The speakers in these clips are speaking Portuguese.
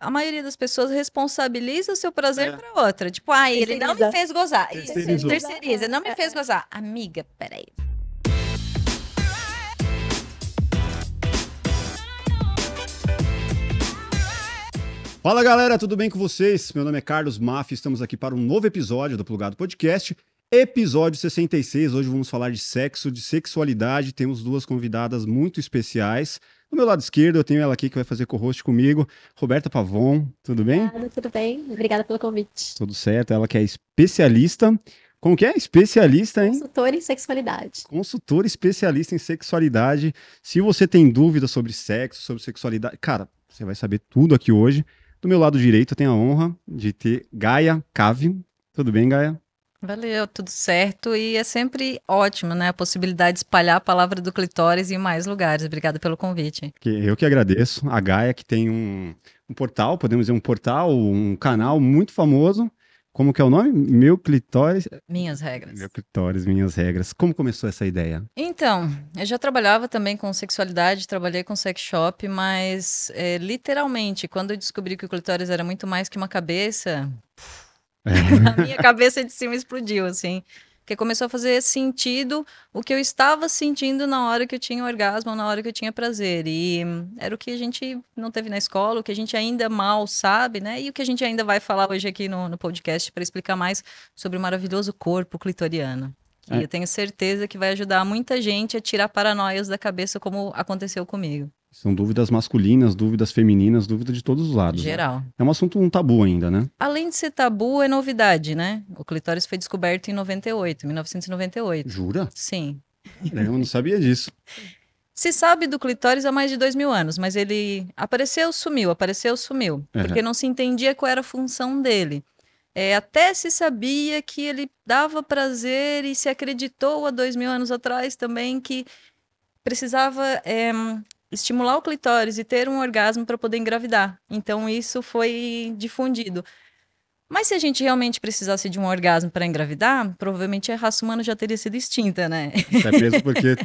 a maioria das pessoas responsabiliza o seu prazer para outra. Tipo, ele não me Terceiriza. fez gozar. Terceirizou. Terceiriza, não me fez gozar. Amiga, peraí. Fala galera, tudo bem com vocês? Meu nome é Carlos Maffi, estamos aqui para um novo episódio do Plugado Podcast, episódio 66. Hoje vamos falar de sexo, de sexualidade. Temos duas convidadas muito especiais. Do meu lado esquerdo eu tenho ela aqui que vai fazer co-host comigo, Roberta Pavon, tudo bem? Tudo bem, obrigada pelo convite. Tudo certo, ela que é especialista. Como que é? Especialista, hein? Consultora em sexualidade. Consultora especialista em sexualidade. Se você tem dúvidas sobre sexo, sobre sexualidade, cara, você vai saber tudo aqui hoje. Do meu lado direito, eu tenho a honra de ter Gaia Cave. Tudo bem, Gaia? Valeu, tudo certo. E é sempre ótimo, né? A possibilidade de espalhar a palavra do clitóris em mais lugares. Obrigada pelo convite. Eu que agradeço. A Gaia, que tem um portal, podemos dizer um portal, um canal muito famoso. Como que é o nome? Meu Clitóris. Minhas regras. Meu Clitóris, minhas regras. Como começou essa ideia? Então, eu já trabalhava também com sexualidade, trabalhei com sex shop, mas literalmente, quando eu descobri que o clitóris era muito mais que uma cabeça, a minha cabeça de cima explodiu, assim. Porque começou a fazer sentido o que eu estava sentindo na hora que eu tinha orgasmo, na hora que eu tinha prazer. E era o que a gente não teve na escola, o que a gente ainda mal sabe, né? E o que a gente ainda vai falar hoje aqui no podcast para explicar mais sobre o maravilhoso corpo clitoriano. Que eu tenho certeza que vai ajudar muita gente a tirar paranoias da cabeça, como aconteceu comigo. São dúvidas masculinas, dúvidas femininas, dúvidas de todos os lados. Geral. Né? É um assunto, um tabu ainda, né? Além de ser tabu, é novidade, né? O clitóris foi descoberto em 1998. Jura? Sim. Eu não sabia disso. Se sabe do clitóris há mais de 2000 anos, mas ele apareceu, sumiu, porque não se entendia qual era a função dele. Até se sabia que ele dava prazer e se acreditou há 2000 anos atrás também que precisava estimular o clitóris e ter um orgasmo para poder engravidar. Então isso foi difundido. Mas se a gente realmente precisasse de um orgasmo para engravidar, provavelmente a raça humana já teria sido extinta, né? É mesmo porque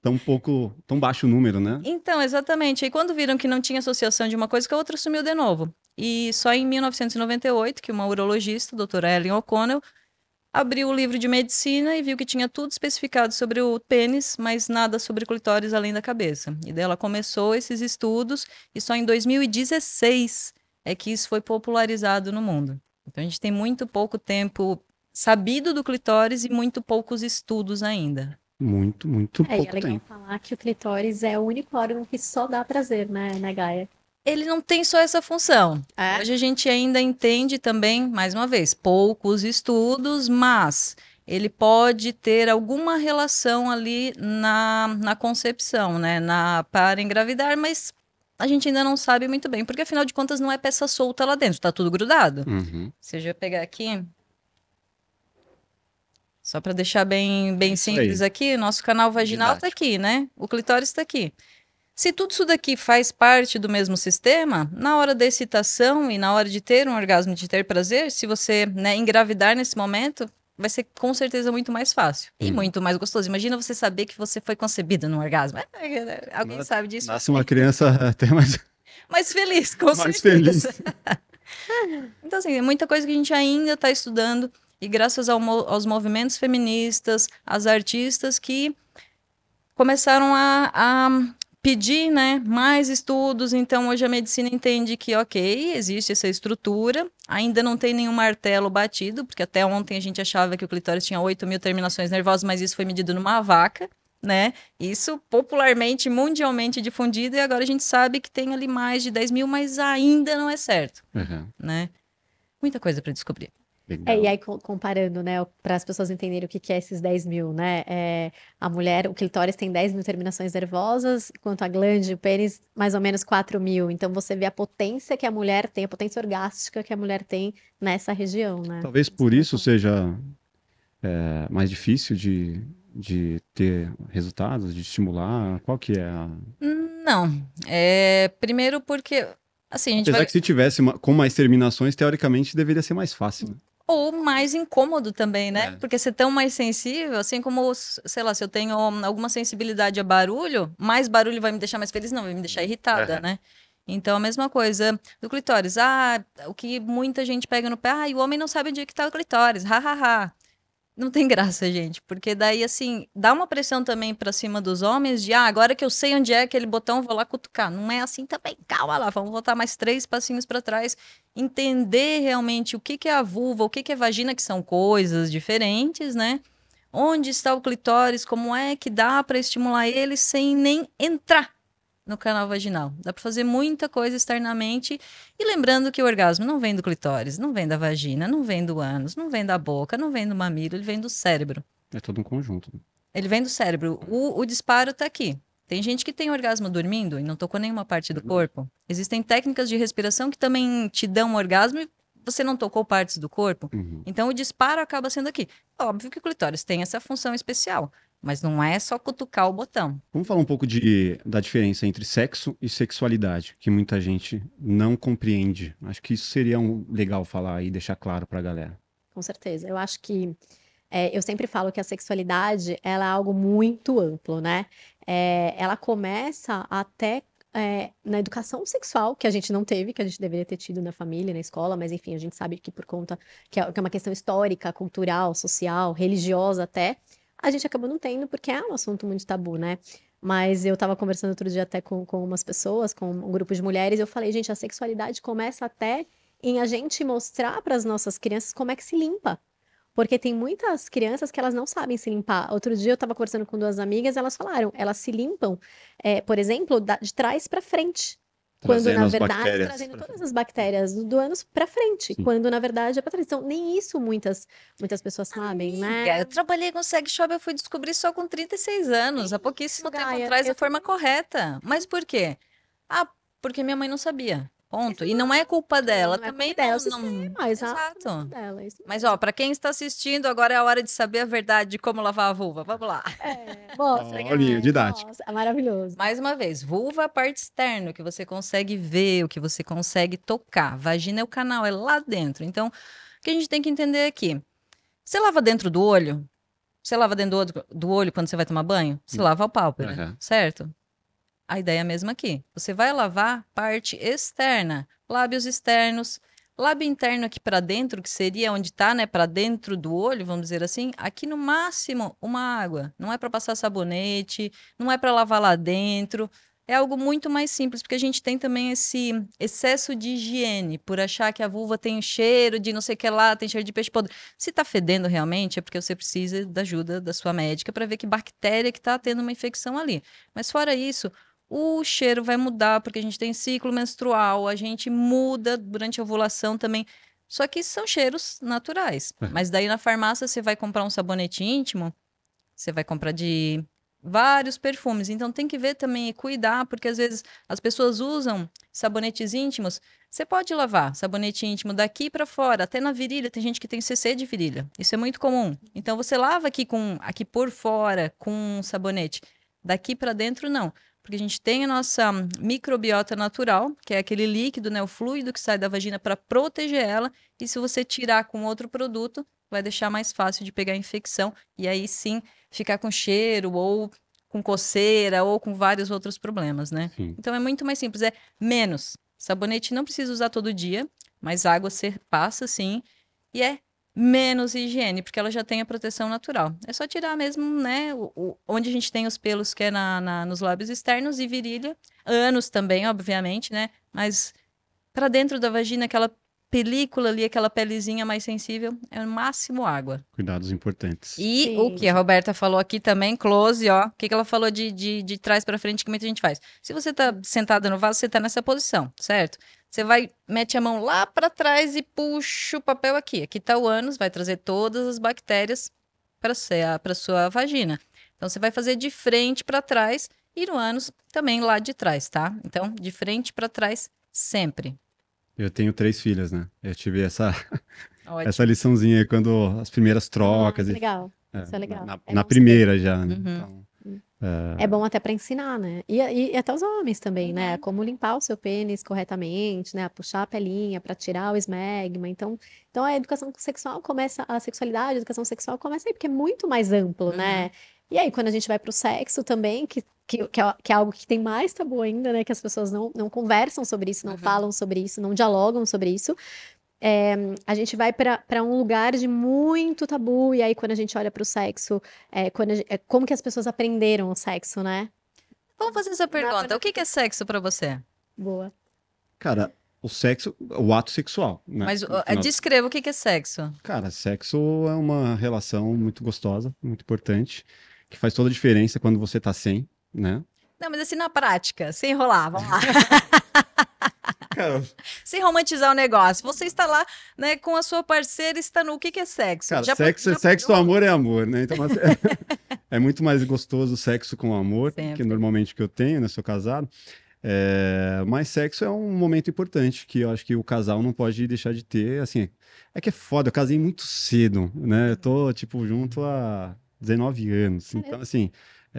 tão baixo o número, né? Então, exatamente. E quando viram que não tinha associação de uma coisa com a outra, sumiu de novo. E só em 1998, que uma urologista, a doutora Ellen O'Connell, abriu o livro de medicina e viu que tinha tudo especificado sobre o pênis, mas nada sobre o clitóris além da cabeça. E daí ela começou esses estudos e só em 2016 é que isso foi popularizado no mundo. Então a gente tem muito pouco tempo sabido do clitóris e muito poucos estudos ainda. Muito pouco e é legal tempo. falar que o clitóris é o único órgão que só dá prazer, né, Gaia? Ele não tem só essa função. Hoje a gente ainda entende também, mais uma vez, poucos estudos, mas ele pode ter alguma relação ali na concepção, né? Para engravidar, mas a gente ainda não sabe muito bem, porque afinal de contas não é peça solta lá dentro, tá tudo grudado. Uhum. Se eu já pegar aqui, só para deixar bem simples aqui, nosso canal vaginal tá aqui, né? O clitóris tá aqui. Se tudo isso daqui faz parte do mesmo sistema, na hora da excitação e na hora de ter um orgasmo, de ter prazer, se você engravidar nesse momento, vai ser com certeza muito mais fácil e muito mais gostoso. Imagina você saber que você foi concebida num orgasmo. Alguém sabe disso? Nasce uma criança até mais feliz, com certeza. Feliz. Então, assim, é muita coisa que a gente ainda está estudando e graças aos movimentos feministas, às artistas que começaram a pedir, né, mais estudos. Então hoje a medicina entende que, ok, existe essa estrutura, ainda não tem nenhum martelo batido, porque até ontem a gente achava que o clitóris tinha 8.000 terminações nervosas, mas isso foi medido numa vaca, né, isso popularmente, mundialmente difundido, e agora a gente sabe que tem ali mais de 10.000, mas ainda não é certo, né, muita coisa para descobrir. E aí comparando, né, para as pessoas entenderem o que é esses 10.000, né, a mulher, o clitóris tem 10.000 terminações nervosas, enquanto a glande, o pênis, mais ou menos 4.000, então você vê a potência que a mulher tem, a potência orgástica que a mulher tem nessa região, né. Talvez por isso seja mais difícil de ter resultados, de estimular, qual que é a... Não, primeiro porque, assim, a gente apesar que se tivesse com mais terminações, teoricamente deveria ser mais fácil, né? Ou mais incômodo também, né? Porque ser tão mais sensível, assim como, sei lá, se eu tenho alguma sensibilidade a barulho, mais barulho vai me deixar mais feliz? Não, vai me deixar irritada, né? Então, a mesma coisa do clitóris. Ah, o que muita gente pega no pé, ah, e o homem não sabe onde é que tá o clitóris, hahaha. Não tem graça, gente, porque daí, assim, dá uma pressão também pra cima dos homens de, ah, agora que eu sei onde é aquele botão, vou lá cutucar. Não é assim também, calma lá, vamos voltar mais 3 passinhos pra trás, entender realmente o que que é a vulva, o que que é vagina, que são coisas diferentes, né? Onde está o clitóris, como é que dá pra estimular ele sem nem entrar no canal vaginal. Dá pra fazer muita coisa externamente. E lembrando que o orgasmo não vem do clitóris, não vem da vagina, não vem do ânus, não vem da boca, não vem do mamilo, ele vem do cérebro. É todo um conjunto. Ele vem do cérebro. O disparo tá aqui. Tem gente que tem orgasmo dormindo e não tocou nenhuma parte do corpo. Existem técnicas de respiração que também te dão um orgasmo e você não tocou partes do corpo. Uhum. Então o disparo acaba sendo aqui. Óbvio que o clitóris tem essa função especial, mas não é só cutucar o botão. Vamos falar um pouco da diferença entre sexo e sexualidade, que muita gente não compreende. Acho que isso seria legal falar e deixar claro pra galera. Com certeza. Eu acho que eu sempre falo que a sexualidade ela é algo muito amplo, né? Ela começa até na educação sexual, que a gente não teve, que a gente deveria ter tido na família, na escola, mas enfim, a gente sabe que por conta que é uma questão histórica, cultural, social, religiosa até, a gente acabou não tendo, porque é um assunto muito tabu, né? Mas eu estava conversando outro dia até com umas pessoas, com um grupo de mulheres, e eu falei, gente, a sexualidade começa até em a gente mostrar para as nossas crianças como é que se limpa. Porque tem muitas crianças que elas não sabem se limpar. Outro dia eu estava conversando com 2 amigas, elas falaram, elas se limpam, por exemplo, de trás para frente. Quando, Trazendo na as verdade, bactérias trazendo pra todas frente. as bactérias do ânus para frente. Sim. Quando, na verdade, é para trás. Então, nem isso muitas pessoas sabem, né? Eu trabalhei com sex shop, eu fui descobrir só com 36 anos, há pouquíssimo tempo Gaia, atrás, eu da forma também. correta. Mas por quê? Ah, porque minha mãe não sabia. Ponto. E não é culpa dela, Não é culpa também dela, é o não... sistema, exato, não é Exato. culpa dela, é isso Mas, mesmo. ó, para quem está assistindo, agora é a hora de saber a verdade de como lavar a vulva. Vamos lá. Mostra, Aulinha Gaia, didática. mostra. É maravilhoso. Mais uma vez, vulva é a parte externa, o que você consegue ver, o que você consegue tocar. Vagina é o canal, é lá dentro. Então, o que a gente tem que entender aqui? Você lava dentro do olho? Você lava dentro do olho quando você vai tomar banho? Você lava a pálpebra, Aham. certo? A ideia é a mesma aqui. Você vai lavar parte externa, lábios externos, lábio interno aqui para dentro, que seria onde está, né, para dentro do olho, vamos dizer assim. Aqui no máximo uma água. Não é para passar sabonete, não é para lavar lá dentro. É algo muito mais simples, porque a gente tem também esse excesso de higiene, por achar que a vulva tem cheiro de não sei o que lá, tem cheiro de peixe podre. Se tá fedendo realmente, é porque você precisa da ajuda da sua médica para ver que bactéria que tá tendo uma infecção ali. Mas fora isso, o cheiro vai mudar, porque a gente tem ciclo menstrual, a gente muda durante a ovulação também. Só que são cheiros naturais. Mas daí na farmácia você vai comprar um sabonete íntimo, você vai comprar de vários perfumes. Então tem que ver também e cuidar, porque às vezes as pessoas usam sabonetes íntimos. Você pode lavar sabonete íntimo daqui para fora, até na virilha. Tem gente que tem CC de virilha. Isso é muito comum. Então você lava aqui por fora com um sabonete. Daqui para dentro não. Porque a gente tem a nossa microbiota natural, que é aquele líquido, né, o fluido que sai da vagina para proteger ela. E se você tirar com outro produto, vai deixar mais fácil de pegar infecção. E aí sim ficar com cheiro ou com coceira ou com vários outros problemas, né? Sim. Então é muito mais simples, é menos. Sabonete não precisa usar todo dia, mas água você passa sim, e é menos higiene, porque ela já tem a proteção natural. É só tirar mesmo, né, onde a gente tem os pelos, que é nos lábios externos e virilha, ânus também, obviamente, né? Mas para dentro da vagina, aquela película ali, aquela pelezinha mais sensível, é no máximo água. Cuidados importantes. E o Sim. que a Roberta falou aqui também, close, ó. O que ela falou de trás para frente que muita gente faz? Se você tá sentada no vaso, você tá nessa posição, certo? Você vai, mete a mão lá para trás e puxa o papel aqui. Aqui tá o ânus, vai trazer todas as bactérias para sua vagina. Então você vai fazer de frente para trás e no ânus também lá de trás, tá? Então, de frente para trás sempre. Eu tenho 3 filhas, né? Eu tive essa Ótimo. liçãozinha aí quando as primeiras trocas. Que legal. Isso é legal. Na É bom primeira já, né? Uhum. Então, É bom até para ensinar, né? E até os homens também, né? Como limpar o seu pênis corretamente, né? Puxar a pelinha para tirar o esmegma. Então a educação sexual começa, a sexualidade, a educação sexual começa aí, porque é muito mais amplo, né? E aí, quando a gente vai pro sexo também, que que é algo que tem mais tabu ainda, né? Que as pessoas não conversam sobre isso, não falam sobre isso, não dialogam sobre isso. A gente vai para um lugar de muito tabu, e aí quando a gente olha para o sexo, como que as pessoas aprenderam o sexo, né? Vamos fazer essa pergunta. O que é sexo pra você? Boa. Cara, o sexo, o ato sexual, né? Mas No final- descreva o que é sexo. Cara, sexo é uma relação muito gostosa, muito importante, que faz toda a diferença quando você tá sem, né? Não, mas assim, na prática, sem enrolar, vamos lá. Cara, Sem romantizar o negócio. Você está lá, né, com a sua parceira, está no... O que é sexo? cara, sexo, amor é amor, né? Então, assim, é muito mais gostoso o sexo com amor, que Sempre. normalmente que eu tenho, né? Sou casado. Mas sexo é um momento importante que eu acho que o casal não pode deixar de ter, assim, é que é foda, eu casei muito cedo, né? Eu tô, tipo, junto há 19 anos, então, assim,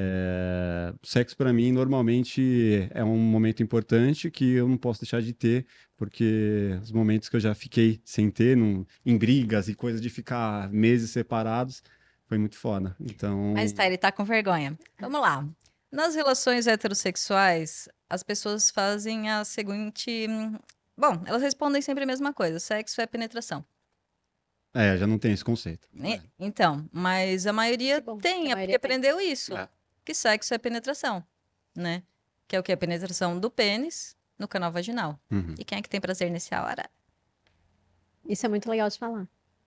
sexo pra mim normalmente é um momento importante que eu não posso deixar de ter, porque os momentos que eu já fiquei sem ter, em brigas e coisas de ficar meses separados, foi muito foda, então... Mas tá, ele tá com vergonha. Vamos lá. Nas relações heterossexuais, as pessoas fazem a seguinte... Bom, elas respondem sempre a mesma coisa. Sexo é penetração. Já não tem esse conceito. Então, mas a maioria Que bom que tem, a é porque maioria tem. aprendeu isso. É. Que sexo é penetração, né? Que é o que? A penetração do pênis no canal vaginal. Uhum. E quem é que tem prazer nesse hora? Isso é muito legal de falar.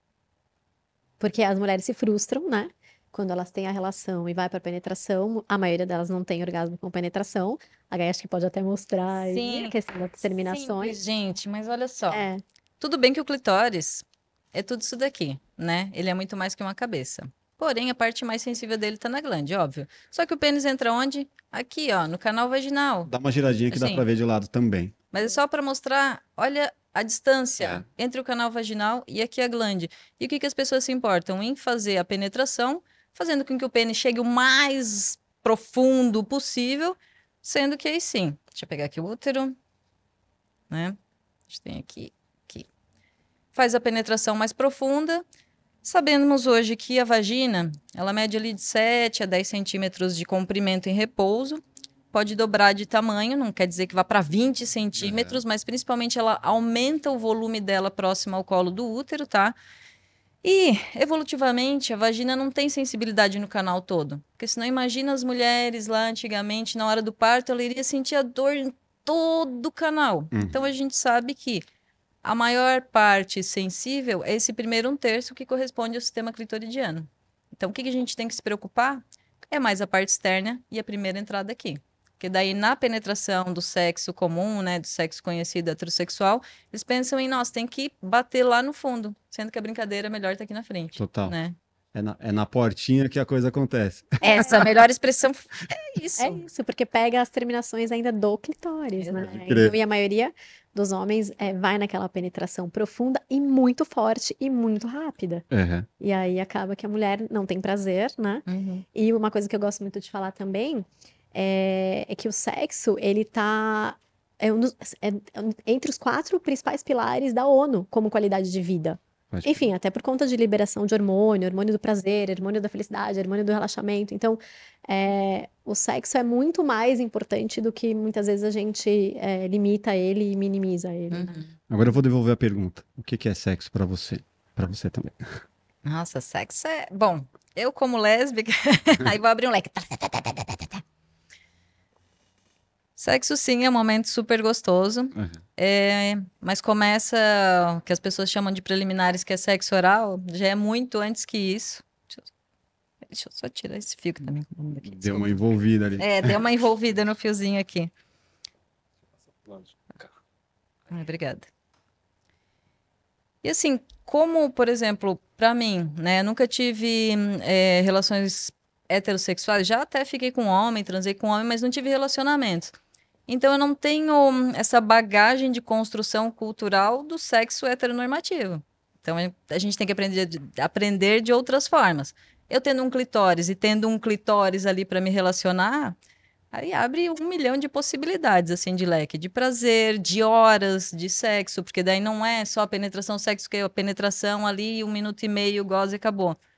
Porque as mulheres se frustram, né? Quando elas têm a relação e vai para penetração, a maioria delas não tem orgasmo com penetração. A Gaia acho que pode até mostrar aí Sim, a questão das terminações. Simples, gente, mas olha só. É, Tudo bem que o clitóris é tudo isso daqui, né? Ele é muito mais que uma cabeça. Porém, a parte mais sensível dele tá na glande, óbvio. Só que o pênis entra onde? Aqui, ó, no canal vaginal. Dá uma giradinha que dá Assim. pra ver de lado também. Mas é só para mostrar, olha a distância entre o canal vaginal e aqui a glande. E o que as pessoas se importam? Em fazer a penetração, fazendo com que o pênis chegue o mais profundo possível, sendo que aí sim. Deixa eu pegar aqui o útero, né? A gente tem aqui. Faz a penetração mais profunda. Sabemos hoje que a vagina, ela mede ali de 7 a 10 centímetros de comprimento em repouso. Pode dobrar de tamanho, não quer dizer que vá para 20 centímetros, mas principalmente ela aumenta o volume dela próximo ao colo do útero, tá? E, evolutivamente, a vagina não tem sensibilidade no canal todo. Porque senão imagina as mulheres lá antigamente, na hora do parto, ela iria sentir a dor em todo o canal. Então a gente sabe que a maior parte sensível é esse primeiro 1/3 que corresponde ao sistema clitoridiano. Então, o que a gente tem que se preocupar é mais a parte externa e a primeira entrada aqui. Porque daí, na penetração do sexo comum, né, do sexo conhecido heterossexual, eles pensam em, nossa, tem que bater lá no fundo, sendo que a brincadeira é melhor estar aqui na frente. Total. Né? É na portinha que a coisa acontece. Essa a melhor expressão é isso. é isso, porque pega as terminações ainda do clitóris, né? Pode crer. Então, e a maioria dos homens vai naquela penetração profunda e muito forte e muito rápida. Uhum. E aí acaba que a mulher não tem prazer, né? Uhum. E uma coisa que eu gosto muito de falar também é que o sexo, ele tá entre os 4 principais pilares da ONU como qualidade de vida. Pode Enfim, até por conta de liberação de hormônio, hormônio do prazer, hormônio da felicidade, hormônio do relaxamento. Então, o sexo é muito mais importante do que muitas vezes a gente limita ele e minimiza ele. Uhum. Agora eu vou devolver a pergunta. O que é sexo pra você? Pra você também. Nossa, sexo é... Bom, eu como lésbica, aí vou abrir um leque. Sexo, sim, é um momento super gostoso. Uhum. Mas começa o que as pessoas chamam de preliminares, que é sexo oral, já é muito antes que isso. Deixa eu só tirar esse fio que tá me incomodando aqui. Deu uma envolvida ali. Deu uma envolvida no fiozinho aqui. Obrigada. E assim, como, por exemplo, para mim, né, eu nunca tive relações heterossexuais, já até fiquei com homem, transei com homem, mas não tive relacionamentos. Então eu não tenho essa bagagem de construção cultural do sexo heteronormativo. Então a gente tem que aprender de outras formas. Eu tendo um clitóris e tendo um clitóris ali para me relacionar, aí abre 1 milhão de possibilidades, assim, de leque, de prazer, de horas de sexo, porque daí não é só a penetração, sexo, que é a penetração ali, 1 minuto e meio, goza e acabou.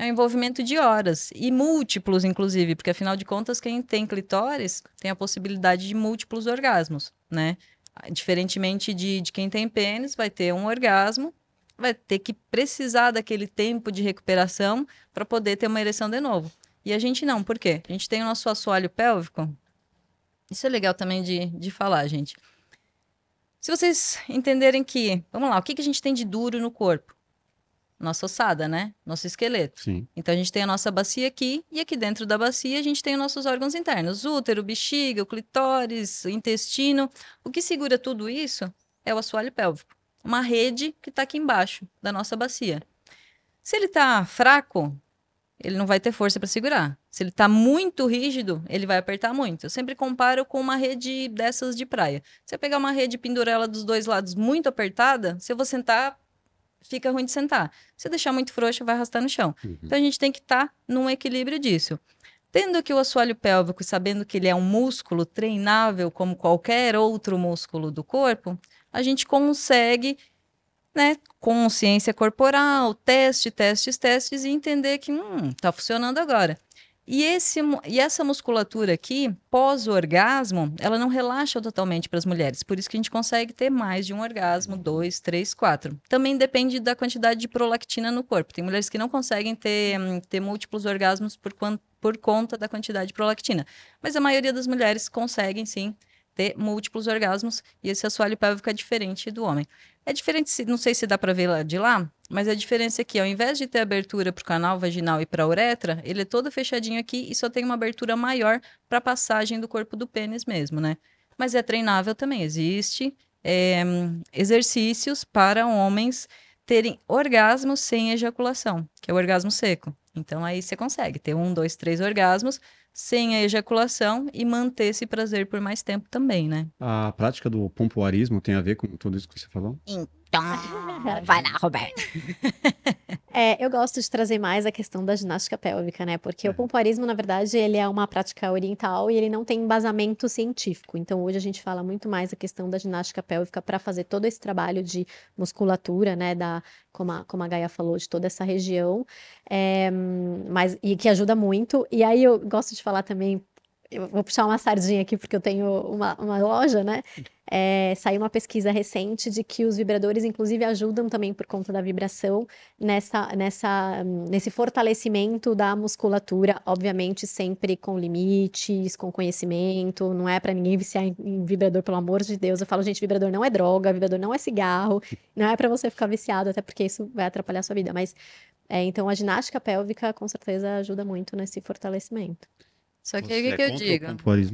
é um envolvimento de horas, e múltiplos, inclusive, porque afinal de contas, quem tem clitóris tem a possibilidade de múltiplos orgasmos, né? Diferentemente de quem tem pênis, vai ter um orgasmo, vai ter que precisar daquele tempo de recuperação para poder ter uma ereção de novo. E a gente não, por quê? A gente tem o nosso assoalho pélvico. Isso é legal também de falar, gente. Se vocês entenderem que, vamos lá, o que a gente tem de duro no corpo? Nossa ossada, né? Nosso esqueleto. Sim. Então a gente tem a nossa bacia aqui, e aqui dentro da bacia a gente tem os nossos órgãos internos: útero, bexiga, o clitóris, o intestino. O que segura tudo isso é o assoalho pélvico. Uma rede que está aqui embaixo da nossa bacia. Se ele está fraco, ele não vai ter força para segurar. Se ele está muito rígido, ele vai apertar muito. Eu sempre comparo com uma rede dessas de praia. Se eu pegar uma rede e pendurar ela dos dois lados muito apertada, se eu vou sentar, fica ruim de sentar. Se eu deixar muito frouxo, vai arrastar no chão. Então a gente tem que estar num equilíbrio disso. Tendo aqui o assoalho pélvico e sabendo que ele é um músculo treinável como qualquer outro músculo do corpo, a gente consegue, né, consciência corporal, testes, e entender que tá funcionando agora. E essa musculatura aqui, pós-orgasmo, ela não relaxa totalmente para as mulheres. Por isso que a gente consegue ter mais de um orgasmo, 2, 3, 4. Também depende da quantidade de prolactina no corpo. Tem mulheres que não conseguem ter múltiplos orgasmos por conta da quantidade de prolactina. Mas a maioria das mulheres conseguem, sim, ter múltiplos orgasmos, e esse assoalho pélvico é diferente do homem. É diferente, não sei se dá para ver lá de lá, mas a diferença é que ao invés de ter abertura para o canal vaginal e para a uretra, ele é todo fechadinho aqui e só tem uma abertura maior para a passagem do corpo do pênis mesmo, né? Mas é treinável também, existe exercícios para homens terem orgasmo sem ejaculação, que é o orgasmo seco. Então aí você consegue ter 1, 2, 3 orgasmos sem a ejaculação e manter esse prazer por mais tempo também, né? A prática do pompoarismo tem a ver com tudo isso que você falou? Então, vai lá, Roberto. Eu gosto de trazer mais a questão da ginástica pélvica, né? Porque o pompoarismo, na verdade, ele é uma prática oriental e ele não tem embasamento científico. Então, hoje a gente fala muito mais a questão da ginástica pélvica para fazer todo esse trabalho de musculatura, né? Como a Gaia falou, de toda essa região, e que ajuda muito. E aí eu gosto de falar também. Eu vou puxar uma sardinha aqui, porque eu tenho uma loja, né? Saiu uma pesquisa recente de que os vibradores, inclusive, ajudam também por conta da vibração nesse fortalecimento da musculatura, obviamente sempre com limites, com conhecimento, não é para ninguém viciar em vibrador, pelo amor de Deus. Eu falo, gente, vibrador não é droga, vibrador não é cigarro, não é para você ficar viciado, até porque isso vai atrapalhar a sua vida, mas então a ginástica pélvica com certeza ajuda muito nesse fortalecimento. Só que aí o que eu digo? Pompoarismo.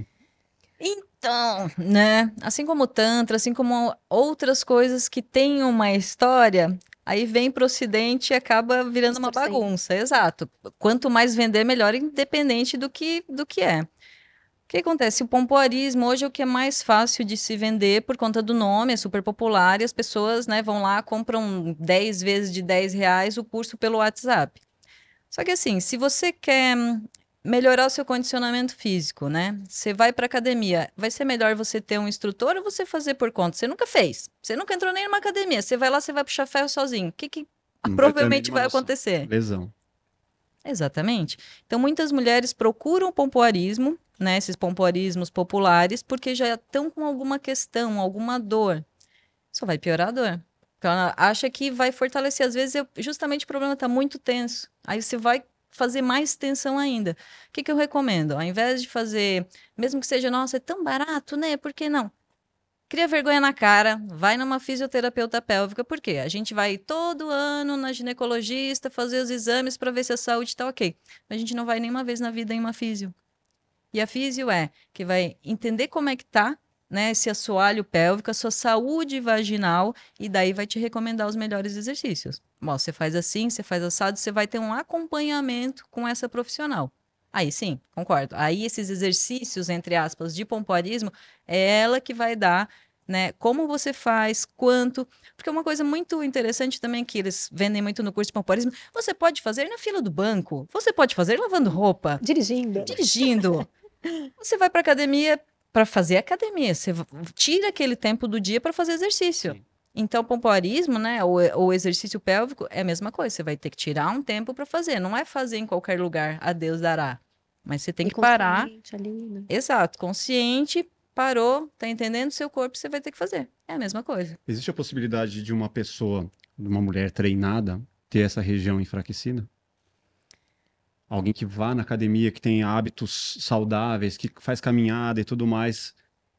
Então, né? Assim como o Tantra, assim como outras coisas que têm uma história, aí vem para o Ocidente e acaba virando uma bagunça. Exato. Quanto mais vender, melhor, independente do que é. O que acontece? O pompoarismo hoje é o que é mais fácil de se vender por conta do nome, é super popular, e as pessoas, né, vão lá, compram 10 vezes de R$10 o curso pelo WhatsApp. Só que assim, se você quer melhorar o seu condicionamento físico, né? Você vai para academia, vai ser melhor você ter um instrutor ou você fazer por conta? Você nunca fez, você nunca entrou nem numa academia, você vai lá, você vai puxar ferro sozinho. O que provavelmente vai acontecer? Lesão. Exatamente. Então, muitas mulheres procuram pompoarismo, né? Esses pompoarismos populares, porque já estão com alguma questão, alguma dor. Só vai piorar a dor. Então, ela acha que vai fortalecer. Às vezes, justamente o problema está muito tenso. Aí você vai fazer mais tensão ainda. O que eu recomendo? Ao invés de fazer, mesmo que seja, nossa, é tão barato, né? Por que não? Cria vergonha na cara, vai numa fisioterapeuta pélvica, por quê? A gente vai todo ano na ginecologista fazer os exames para ver se a saúde está ok. Mas a gente não vai nenhuma vez na vida em uma físio. E a físio que vai entender como é que tá, né, esse assoalho pélvico, a sua saúde vaginal, e daí vai te recomendar os melhores exercícios. Bom, você faz assim, você faz assado, você vai ter um acompanhamento com essa profissional. Aí sim, concordo. Aí esses exercícios, entre aspas, de pompoarismo, é ela que vai dar, né, como você faz, quanto. Porque uma coisa muito interessante também que eles vendem muito no curso de pompoarismo, você pode fazer na fila do banco, você pode fazer lavando roupa. Dirigindo. Você vai para academia para fazer academia, você tira aquele tempo do dia para fazer exercício. Sim. Então, pompoarismo, né, o exercício pélvico é a mesma coisa. Você vai ter que tirar um tempo para fazer. Não é fazer em qualquer lugar, a Deus dará. Mas você tem E que parar. consciente ali, né? Exato, consciente, parou, tá entendendo seu corpo, você vai ter que fazer. É a mesma coisa. Existe a possibilidade de uma pessoa, de uma mulher treinada, ter essa região enfraquecida? Alguém que vá na academia, que tem hábitos saudáveis, que faz caminhada e tudo mais.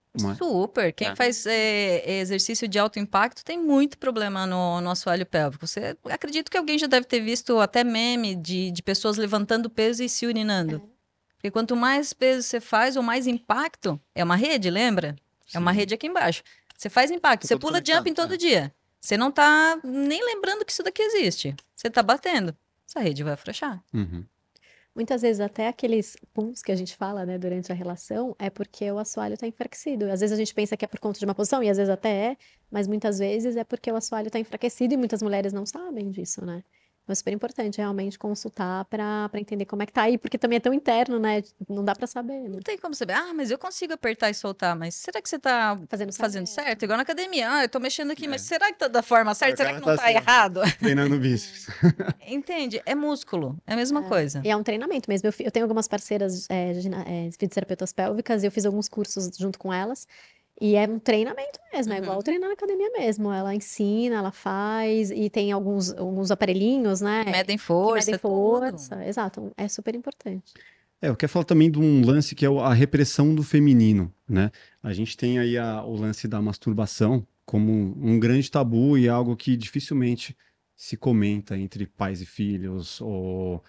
Super. Quem faz exercício de alto impacto tem muito problema no assoalho pélvico. Você acredito que alguém já deve ter visto até meme de pessoas levantando peso e se urinando. Porque quanto mais peso você faz, ou mais impacto. É uma rede, lembra? É uma rede aqui embaixo. Você faz impacto, você pula jumping todo dia. Você não tá nem lembrando que isso daqui existe. Você tá batendo. Essa rede vai afrouxar. Uhum. Muitas vezes até aqueles puns que a gente fala, né, durante a relação, é porque o assoalho está enfraquecido. Às vezes a gente pensa que é por conta de uma posição, e às vezes até é, mas muitas vezes é porque o assoalho está enfraquecido e muitas mulheres não sabem disso, né? Então é super importante realmente consultar para entender como é que tá aí, porque também é tão interno, né? Não dá para saber, né? Não tem como saber. Ah, mas eu consigo apertar e soltar. Mas será que você tá fazendo certo? Igual na academia. Ah, eu tô mexendo aqui, mas será que tá da forma certa? Será que não tá errado? Treinando bíceps. Entende? É músculo. É a mesma coisa. E é um treinamento mesmo. Eu tenho algumas parceiras fisioterapeutas pélvicas e eu fiz alguns cursos junto com elas. E é um treinamento mesmo, é igual treinar na academia mesmo. Ela ensina, ela faz, e tem alguns aparelhinhos, né? Medem Que força, medem força. Exato, é super importante. Eu quero falar também de um lance que é a repressão do feminino, né? A gente tem aí o lance da masturbação como um grande tabu e algo que dificilmente se comenta entre pais e filhos, ou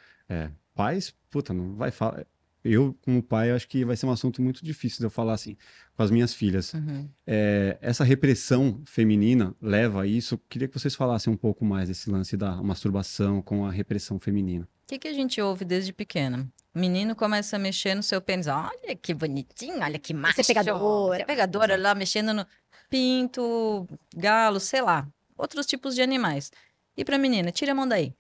pais, puta, não vai falar. Eu, como pai, acho que vai ser um assunto muito difícil de eu falar assim com as minhas filhas. Essa repressão feminina leva a isso. Queria que vocês falassem um pouco mais desse lance da masturbação com a repressão feminina. O que a gente ouve desde pequena? O menino começa a mexer no seu pênis. Olha que bonitinho, olha que macho. Você é pegadora. Você é pegadora lá, mexendo no pinto, galo, sei lá. Outros tipos de animais. E pra menina, tira a mão daí.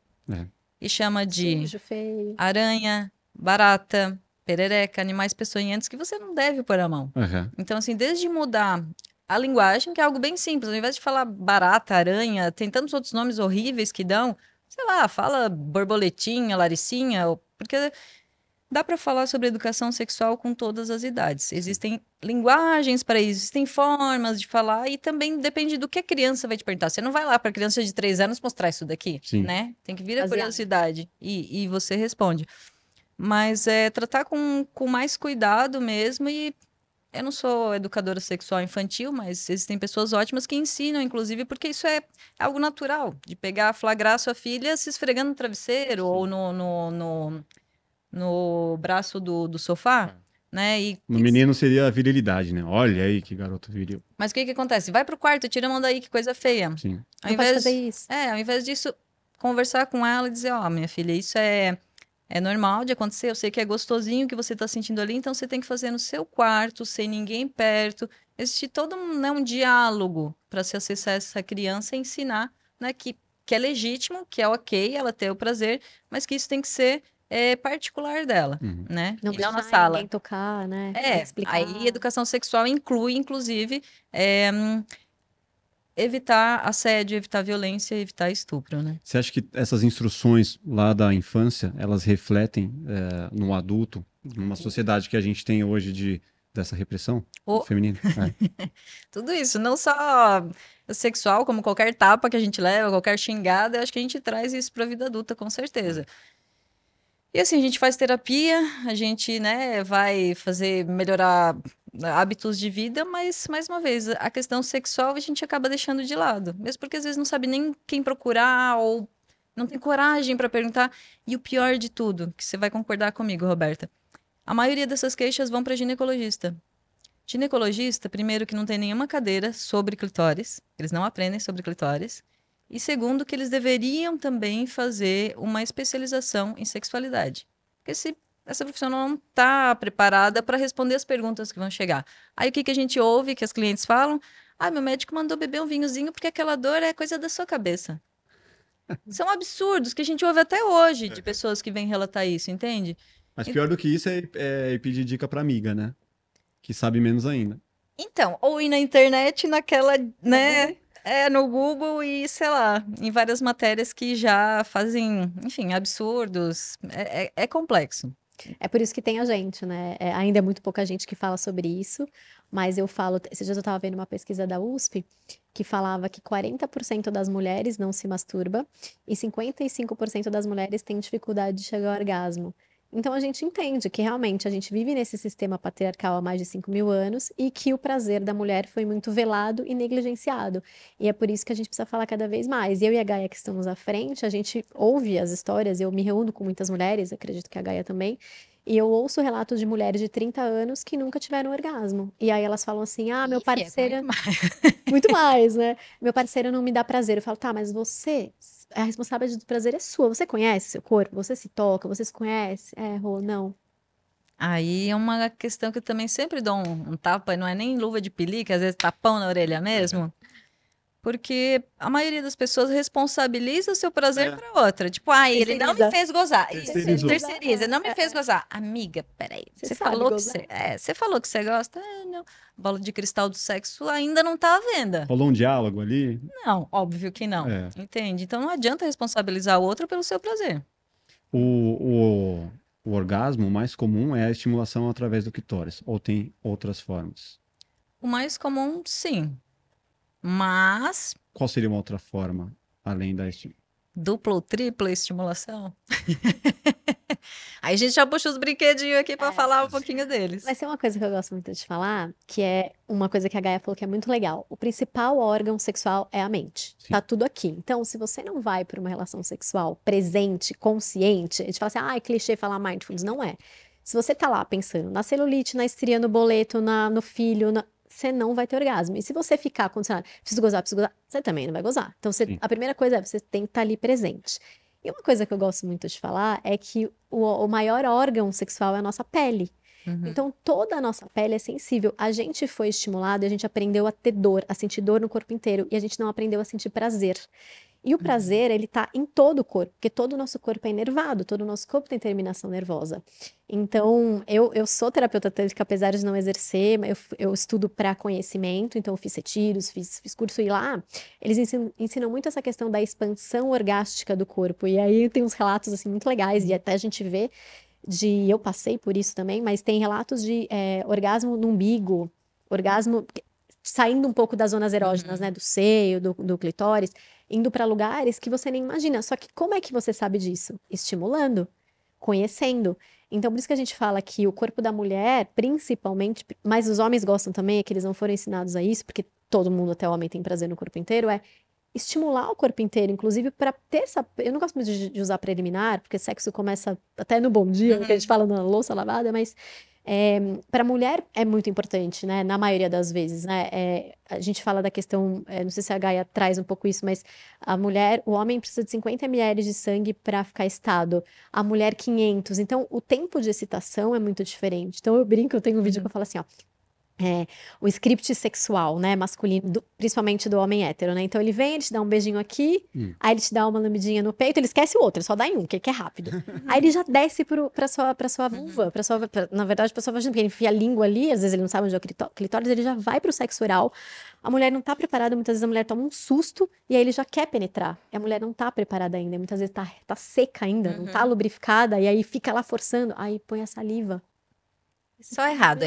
E chama de Sujo, feio. aranha, barata, perereca, animais peçonhentos que você não deve pôr a mão. Então, assim, desde mudar a linguagem, que é algo bem simples, ao invés de falar barata, aranha, tem tantos outros nomes horríveis que dão, sei lá, fala borboletinha, laricinha, porque dá para falar sobre educação sexual com todas as idades. Existem linguagens para isso, existem formas de falar e também depende do que a criança vai te perguntar. Você não vai lá para a criança de 3 anos mostrar isso daqui, né? Tem que vir a curiosidade e você responde. Mas tratar com mais cuidado mesmo e eu não sou educadora sexual infantil, mas existem pessoas ótimas que ensinam, inclusive, porque isso é algo natural, de pegar, flagrar sua filha se esfregando no travesseiro ou no braço do sofá, né? No menino seria a virilidade, né? Olha aí que garoto viril. Mas o que acontece? Vai pro quarto, tira a mão daí, que coisa feia. Sim. Não pode fazer isso. Ao invés disso, conversar com ela e dizer, minha filha, isso é normal de acontecer, eu sei que é gostosinho o que você está sentindo ali, então você tem que fazer no seu quarto, sem ninguém perto. Existe todo um diálogo para se acessar essa criança e ensinar, né, que é legítimo, que é ok ela ter o prazer, mas que isso tem que ser particular dela, né? Não e não na deixar sala. ninguém tocar, né? Explicar. Aí educação sexual inclui, inclusive, evitar assédio, evitar violência, evitar estupro, né? Você acha que essas instruções lá da infância, elas refletem no adulto, numa sociedade que a gente tem hoje dessa repressão feminina? Tudo isso, não só sexual, como qualquer tapa que a gente leva, qualquer xingada, eu acho que a gente traz isso para a vida adulta, com certeza. E assim, a gente faz terapia, a gente, né, vai melhorar hábitos de vida, mas, mais uma vez, a questão sexual a gente acaba deixando de lado. Mesmo porque às vezes não sabe nem quem procurar ou não tem coragem para perguntar. E o pior de tudo, que você vai concordar comigo, Roberta, a maioria dessas queixas vão para ginecologista. Ginecologista, primeiro, que não tem nenhuma cadeira sobre clitóris, eles não aprendem sobre clitóris. E segundo, que eles deveriam também fazer uma especialização em sexualidade. Porque essa profissional não está preparada para responder as perguntas que vão chegar. Aí o que a gente ouve, que as clientes falam? Meu médico mandou beber um vinhozinho porque aquela dor é coisa da sua cabeça. São absurdos que a gente ouve até hoje de pessoas que vêm relatar isso, entende? Mas pior do que isso é pedir dica para amiga, né? Que sabe menos ainda. Então, ou ir na internet naquela, né? no Google e, sei lá, em várias matérias que já fazem, enfim, absurdos. É complexo. É por isso que tem a gente, né? Ainda é muito pouca gente que fala sobre isso, mas eu falo. Esses dias eu estava vendo uma pesquisa da USP que falava que 40% das mulheres não se masturba e 55% das mulheres têm dificuldade de chegar ao orgasmo. Então a gente entende que realmente a gente vive nesse sistema patriarcal há mais de 5.000 anos e que o prazer da mulher foi muito velado e negligenciado. E é por isso que a gente precisa falar cada vez mais. Eu e a Gaia que estamos à frente, a gente ouve as histórias, eu me reúno com muitas mulheres, acredito que a Gaia também, e eu ouço relatos de mulheres de 30 anos que nunca tiveram orgasmo. E aí elas falam assim: ah, meu Ih, parceiro. é muito mais. Muito mais, né? Meu parceiro não me dá prazer. Eu falo, tá, mas você, a responsabilidade do prazer é sua. Você conhece seu corpo? Você se toca? Você se conhece? É, Rô, não. Aí é uma questão que eu também sempre dou um tapa, não é nem luva de pelica, às vezes tapão na orelha mesmo. Porque a maioria das pessoas responsabiliza o seu prazer para outra. Tipo, ele não me Terceiriza. fez gozar. Isso, Terceirizou. terceiriza, não me fez gozar. Amiga, peraí. Você Você sabe falou que gozar. você falou que você gosta? Não. Bola de cristal do sexo ainda não tá à venda. Rolou um diálogo ali? Não, óbvio que não. É. Entende? Então não adianta responsabilizar o outro pelo seu prazer. O orgasmo mais comum é a estimulação através do clitóris, ou tem outras formas? O mais comum, sim. Mas Qual seria uma outra forma, além da estimulação? dupla ou tripla estimulação? Aí a gente já puxa os brinquedinhos aqui para falar um pouquinho deles. Mas tem uma coisa que eu gosto muito de falar, que é uma coisa que a Gaia falou que é muito legal. O principal órgão sexual é a mente. Sim. Tá tudo aqui. Então, se você não vai para uma relação sexual presente, consciente, a gente fala assim, é clichê falar mindfulness. Não é. Se você tá lá pensando na celulite, na estria, no boleto, no filho, você não vai ter orgasmo. E se você ficar condicionado, preciso gozar, você também não vai gozar. Então, Sim. a primeira coisa é você tem que estar ali presente. E uma coisa que eu gosto muito de falar é que o maior órgão sexual é a nossa pele. Então, toda a nossa pele é sensível. A gente foi estimulado e a gente aprendeu a ter dor, a sentir dor no corpo inteiro. E a gente não aprendeu a sentir prazer. E o prazer, ele tá em todo o corpo, porque todo o nosso corpo é inervado, todo o nosso corpo tem terminação nervosa. Então, eu sou terapeuta tântrica, apesar de não exercer, mas eu estudo para conhecimento, então eu fiz retiros, fiz curso, e lá eles ensinam muito essa questão da expansão orgástica do corpo. E aí tem uns relatos, assim, muito legais, e até a gente vê eu passei por isso também, mas tem relatos de orgasmo no umbigo, orgasmo saindo um pouco das zonas erógenas, né, do seio, do clitóris, indo para lugares que você nem imagina. Só que como é que você sabe disso? Estimulando, conhecendo. Então, por isso que a gente fala que o corpo da mulher, principalmente, mas os homens gostam também, é que eles não foram ensinados a isso, porque todo mundo, até homem, tem prazer no corpo inteiro, é estimular o corpo inteiro, inclusive para ter essa. Eu não gosto muito de usar preliminar, porque sexo começa até no bom dia, que a gente fala na louça lavada, mas para a mulher é muito importante, né? Na maioria das vezes, né? A gente fala da questão, não sei se a Gaia traz um pouco isso, mas a mulher, o homem precisa de 50 ml de sangue para ficar estado, a mulher 500. Então, o tempo de excitação é muito diferente. Então, eu brinco, eu tenho um vídeo que eu falo assim, ó. O script sexual, né, masculino, principalmente do homem hétero, né? Então ele vem, ele te dá um beijinho aqui, aí ele te dá uma lambidinha no peito, ele esquece o outro, ele só dá em um, que ele quer rápido. Aí ele já desce pra sua vulva, na verdade, pra sua vagina, porque ele enfia a língua ali, às vezes ele não sabe onde é o clitóris, ele já vai pro sexo oral. A mulher não tá preparada, muitas vezes a mulher toma um susto e aí ele já quer penetrar. E a mulher não tá preparada ainda, muitas vezes tá seca ainda, não tá lubrificada, e aí fica lá forçando, aí põe a saliva. Só errado.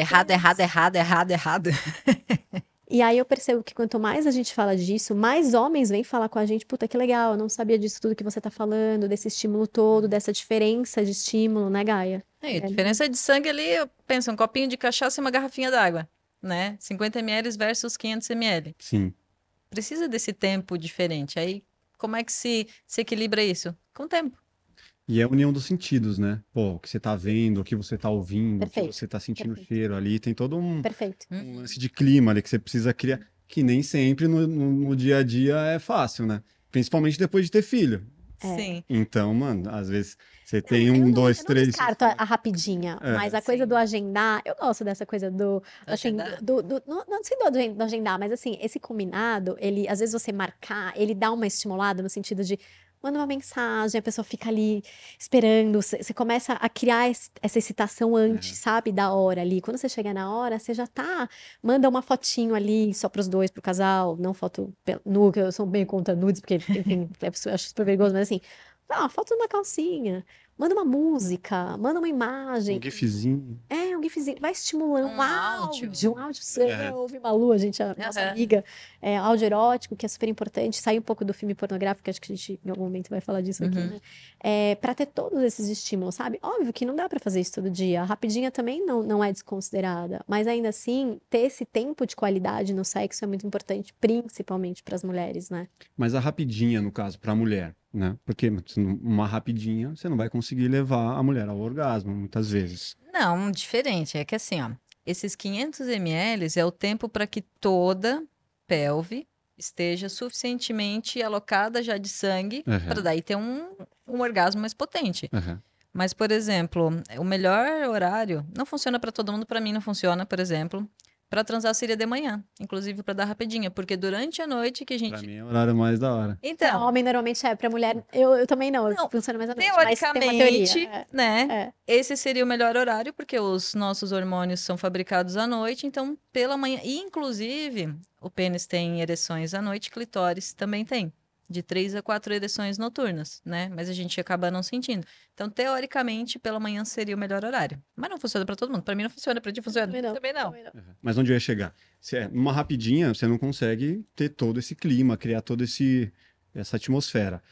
E aí eu percebo que quanto mais a gente fala disso, mais homens vêm falar com a gente, puta, que legal, eu não sabia disso tudo que você tá falando, desse estímulo todo, dessa diferença de estímulo, né, Gaia? A diferença de sangue ali, eu penso, um copinho de cachaça e uma garrafinha d'água, né? 50 ml versus 500 ml. Sim. Precisa desse tempo diferente. Aí, como é que se equilibra isso? Com o tempo. E é a união dos sentidos, né? Pô, o que você tá vendo, o que você tá ouvindo, o que Perfeito. você tá sentindo o Perfeito. cheiro ali, tem todo um Perfeito. lance de clima ali que você precisa criar, que nem sempre no dia a dia é fácil, né? Principalmente depois de ter filho. Sim. Então, mano, às vezes você tem Eu não três. descarto a rapidinha, mas a coisa Sim. do agendar, eu gosto dessa coisa assim, Agendar? não sei do agendar, mas assim, esse combinado, ele, às vezes você marcar, ele dá uma estimulada no sentido de, manda uma mensagem, a pessoa fica ali esperando, você começa a criar essa excitação antes, sabe, da hora ali. Quando você chega na hora, você já manda uma fotinho ali, só pros dois, pro casal, não foto nu, que eu sou bem contra nudes, porque, enfim, eu acho super perigoso, mas assim, uma foto numa calcinha, manda uma música, manda uma imagem. Um gifzinho. Um gifzinho, vai estimulando Um áudio. um áudio, ouve Malu, a nossa amiga, áudio erótico, que é super importante, sai um pouco do filme pornográfico, acho que a gente em algum momento vai falar disso aqui, né? Pra ter todos esses estímulos, sabe? Óbvio que não dá pra fazer isso todo dia, a rapidinha também não é desconsiderada, mas ainda assim, ter esse tempo de qualidade no sexo é muito importante, principalmente pras mulheres, né? Mas a rapidinha, no caso, pra mulher, né? Porque uma rapidinha, você não vai conseguir levar a mulher ao orgasmo, muitas vezes. Não, diferente. É que assim, ó, esses 500 ml é o tempo para que toda pelve esteja suficientemente alocada já de sangue para daí ter um orgasmo mais potente. Mas, por exemplo, o melhor horário não funciona para todo mundo, para mim não funciona, por exemplo. Para transar seria de manhã, inclusive para dar rapidinha, porque durante a noite que a gente... Pra mim é o horário mais da hora. Então, homem normalmente pra mulher, eu também não funciona mais à noite, mas tem uma teoricamente, teoria. né, esse seria o melhor horário, porque os nossos hormônios são fabricados à noite, então pela manhã, e inclusive o pênis tem ereções à noite, clitóris também tem, de 3 a 4 ereções noturnas, né, mas a gente acaba não sentindo. Então, teoricamente, pela manhã seria o melhor horário. Mas não funciona para todo mundo. Para mim não funciona, para ti funciona. Também não. Mas onde eu ia chegar? Numa rapidinha, você não consegue ter todo esse clima, criar toda essa atmosfera.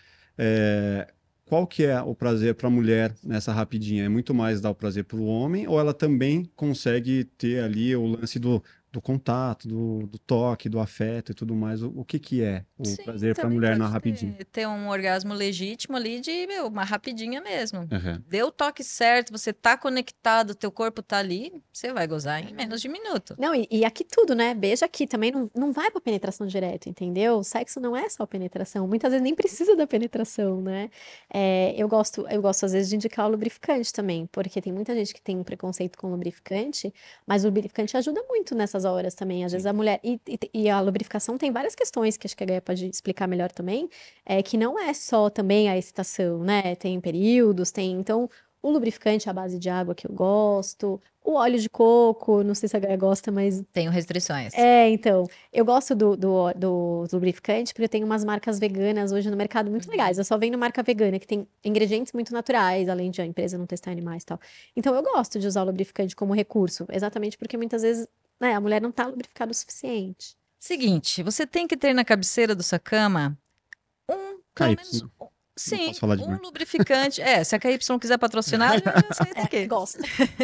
Qual que é o prazer para a mulher nessa rapidinha? É muito mais dar o prazer para o homem ou ela também consegue ter ali o lance do contato, do toque, do afeto e tudo mais? O que é o prazer para a mulher na rapidinha? Ter um orgasmo legítimo ali de uma rapidinha mesmo. Deu o toque certo, você tá conectado, teu corpo tá ali, você vai gozar em menos de minuto. Não, e aqui tudo, né? Beijo aqui também não vai pra penetração direto, entendeu? O sexo não é só penetração, muitas vezes nem precisa da penetração, né? Eu gosto às vezes de indicar o lubrificante também, porque tem muita gente que tem um preconceito com lubrificante, mas o lubrificante ajuda muito nessas horas também. Às vezes a mulher. E a lubrificação tem várias questões que acho que a Gaia pode explicar melhor também, que não é só também a excitação, né? Tem períodos, Então, o lubrificante à base de água que eu gosto, o óleo de coco, não sei se a Gaia gosta, mas. Tenho restrições. Então, eu gosto do lubrificante porque tem umas marcas veganas hoje no mercado muito legais. Eu só vendo marca vegana que tem ingredientes muito naturais, além de a empresa não testar animais e tal. Então, eu gosto de usar o lubrificante como recurso, exatamente porque muitas vezes, né, a mulher não tá lubrificada o suficiente. Seguinte, você tem que ter na cabeceira da sua cama pelo menos, sim, lubrificante. Se a KY quiser patrocinar, eu sei que gosto.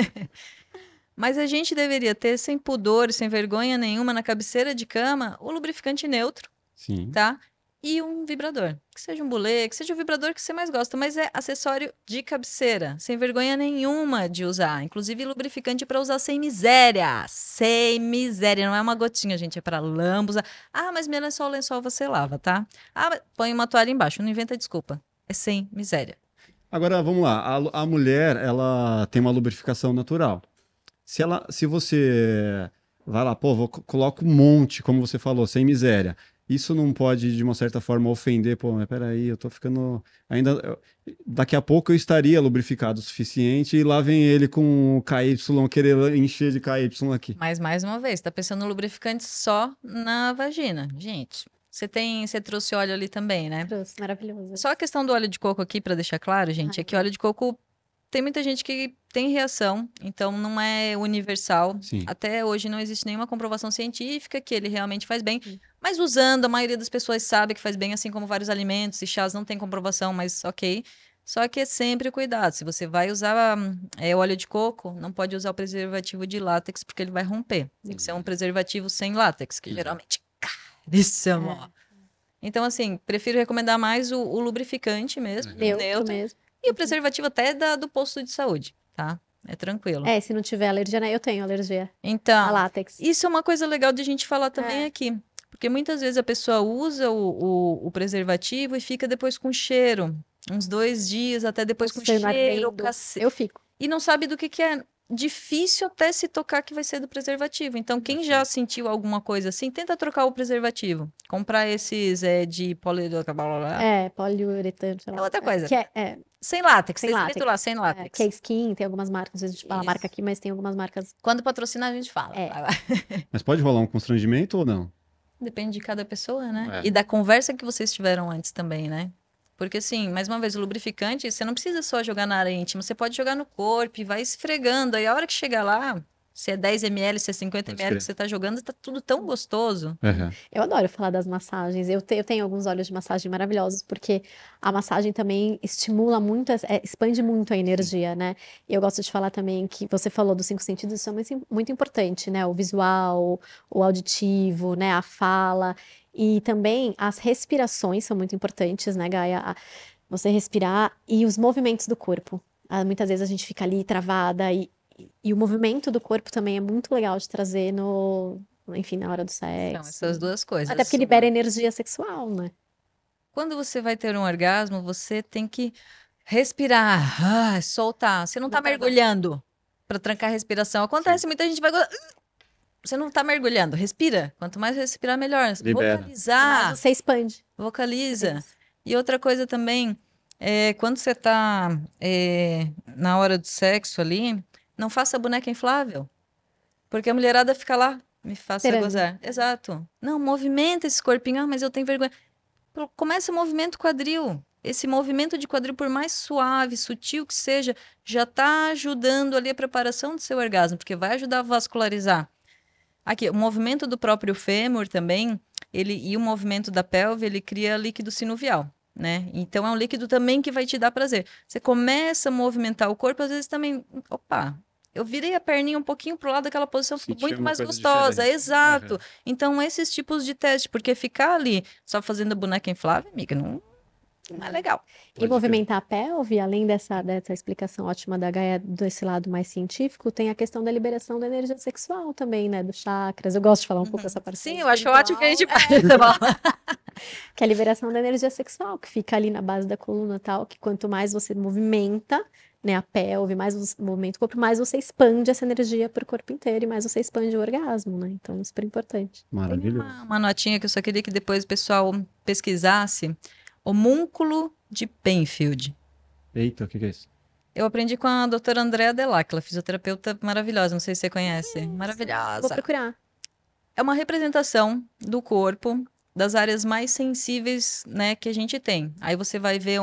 Mas a gente deveria ter, sem pudor, sem vergonha nenhuma, na cabeceira de cama, o lubrificante neutro, tá? E um vibrador. Que seja um bulê, que seja o vibrador que você mais gosta, mas é acessório de cabeceira, sem vergonha nenhuma de usar. Inclusive, lubrificante para usar sem miséria. Sem miséria, não é uma gotinha, gente, é para lambuzar. Ah, mas meu lençol você lava, tá? Ah, mas põe uma toalha embaixo, não inventa desculpa. É sem miséria. Agora, vamos lá. A mulher, ela tem uma lubrificação natural. Se você vai lá, coloca um monte, como você falou, sem miséria. Isso não pode, de uma certa forma, ofender, mas peraí, eu tô ficando... Daqui a pouco eu estaria lubrificado o suficiente e lá vem ele com o KY, querer encher de KY aqui. Mas, mais uma vez, tá pensando no lubrificante só na vagina. Gente, você trouxe óleo ali também, né? Trouxe, maravilhoso. Só a questão do óleo de coco aqui, para deixar claro, gente, é que óleo de coco... Tem muita gente que tem reação, então não é universal. Até hoje não existe nenhuma comprovação científica que ele realmente faz bem. Mas usando, a maioria das pessoas sabe que faz bem, assim como vários alimentos e chás não tem comprovação, mas ok. Só que é sempre cuidado. Se você vai usar óleo de coco, não pode usar o preservativo de látex, porque ele vai romper. Tem que ser um preservativo sem látex, que geralmente é caríssimo. Então, assim, prefiro recomendar mais o lubrificante mesmo, neutro mesmo. E o preservativo até do posto de saúde, tá? É tranquilo. Se não tiver alergia, né? Eu tenho alergia então, a látex. Isso é uma coisa legal de a gente falar também aqui. Porque muitas vezes a pessoa usa o preservativo e fica depois com cheiro. Uns 2 dias, até depois com cheiro. Eu fico. E não sabe do que é. difícil até se tocar que vai ser do preservativo. Então, quem já sentiu alguma coisa assim, tenta trocar o preservativo. Comprar esses de poliuretano, sei É lá. outra coisa. Sem látex, Sem tá escrito lá, sem látex. Que é skin, tem algumas marcas, às vezes a gente fala a marca Isso. aqui, mas tem algumas marcas. Quando patrocinar, a gente fala. Vai lá. Mas pode rolar um constrangimento ou não? Depende de cada pessoa, né? É. E da conversa que vocês tiveram antes também, né? Porque, assim, mais uma vez, o lubrificante, você não precisa só jogar na área íntima, você pode jogar no corpo e vai esfregando. Aí, a hora que chegar lá, se é 10 ml, se é 50 Pode ml crer. que você tá jogando, tá tudo tão gostoso. Uhum. Eu adoro falar das massagens. Eu tenho alguns óleos de massagem maravilhosos, porque a massagem também estimula muito, expande muito a energia, né? E eu gosto de falar também que você falou dos 5 sentidos, isso é muito importante, né? O visual, o auditivo, né? A fala. E também as respirações são muito importantes, né, Gaia? Você respirar e os movimentos do corpo. Muitas vezes a gente fica ali travada e o movimento do corpo também é muito legal de trazer enfim, na hora do São sexo. essas duas coisas. Até porque libera energia sexual, né? Quando você vai ter um orgasmo, você tem que respirar, soltar. Você não tá mergulhando para trancar a respiração. Acontece, muita gente vai... Você não tá mergulhando, respira. Quanto mais respirar, melhor. Libera. Vocalizar. Mas você expande. Vocaliza. Isso. E outra coisa também, quando você tá na hora do sexo ali, não faça boneca inflável. Porque a mulherada fica lá, me faça Esperando. gozar. Exato. Não, movimenta esse corpinho. Mas eu tenho vergonha. Começa o movimento quadril. Esse movimento de quadril, por mais suave, sutil que seja, já tá ajudando ali a preparação do seu orgasmo, porque vai ajudar a vascularizar. Aqui, o movimento do próprio fêmur também, e o movimento da pelve, ele cria líquido sinovial, né? Então, é um líquido também que vai te dar prazer. Você começa a movimentar o corpo, às vezes também, opa, eu virei a perninha um pouquinho pro lado daquela posição, ficou muito mais gostosa. Diferente. Exato. Uhum. Então, esses tipos de teste, porque ficar ali só fazendo boneca inflável, amiga, não é legal. E movimentar a pelve, além dessa explicação ótima da Gaia, desse lado mais científico, tem a questão da liberação da energia sexual também, né? Dos chakras. Eu gosto de falar um pouco dessa parte. Sim, eu acho ótimo que a gente faz. Que é a liberação da energia sexual, que fica ali na base da coluna e tal, que quanto mais você movimenta, né, a pelve, mais você movimenta o corpo, mais você expande essa energia para o corpo inteiro e mais você expande o orgasmo, né? Então, super importante. Maravilhoso. Uma notinha que eu só queria que depois o pessoal pesquisasse. Homúnculo de Penfield. Eita, o que é isso? Eu aprendi com a doutora Andrea Dell'Aquila, fisioterapeuta maravilhosa, não sei se você conhece. Maravilhosa. Vou procurar. É uma representação do corpo, das áreas mais sensíveis, né, que a gente tem. Aí você vai ver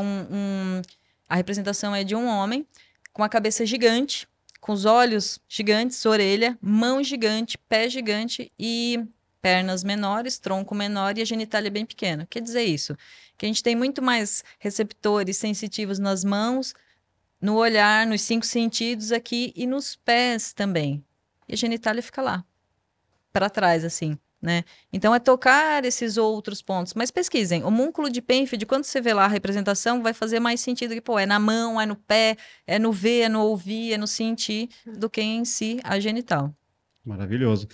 a representação é de um homem com a cabeça gigante, com os olhos gigantes, orelha, mão gigante, pé gigante e pernas menores, tronco menor e a genitália bem pequena. Quer dizer isso? Que a gente tem muito mais receptores sensitivos nas mãos, no olhar, nos 5 sentidos aqui e nos pés também. E a genitália fica lá, para trás, assim, né? Então é tocar esses outros pontos. Mas pesquisem, homúnculo de Penfield, quando você vê lá a representação, vai fazer mais sentido que, pô, é na mão, é no pé, é no ver, é no ouvir, é no sentir, do que em si a genital. Maravilhoso.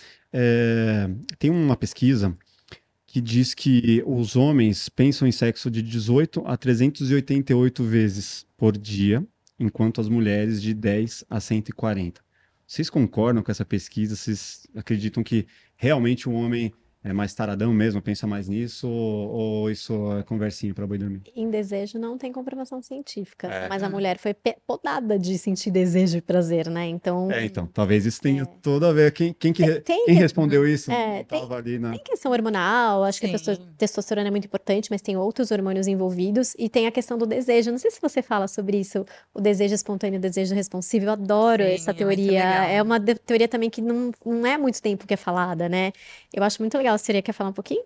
Tem uma pesquisa que diz que os homens pensam em sexo de 18 a 388 vezes por dia, enquanto as mulheres de 10 a 140. Vocês concordam com essa pesquisa? Vocês acreditam que realmente o homem é mais taradão mesmo, pensa mais nisso, ou isso é conversinha para boi dormir? Em desejo não tem comprovação científica, mas a mulher foi podada de sentir desejo e prazer, né? Então, Então, talvez isso tenha tudo a ver. Quem respondeu isso? Tava ali na... tem questão hormonal, acho que a testosterona é muito importante, mas tem outros hormônios envolvidos, e tem a questão do desejo. Não sei se você fala sobre isso, o desejo espontâneo, o desejo responsivo, eu adoro essa teoria. É uma teoria também que não é muito tempo que é falada, né? Eu acho muito legal. Você quer falar um pouquinho?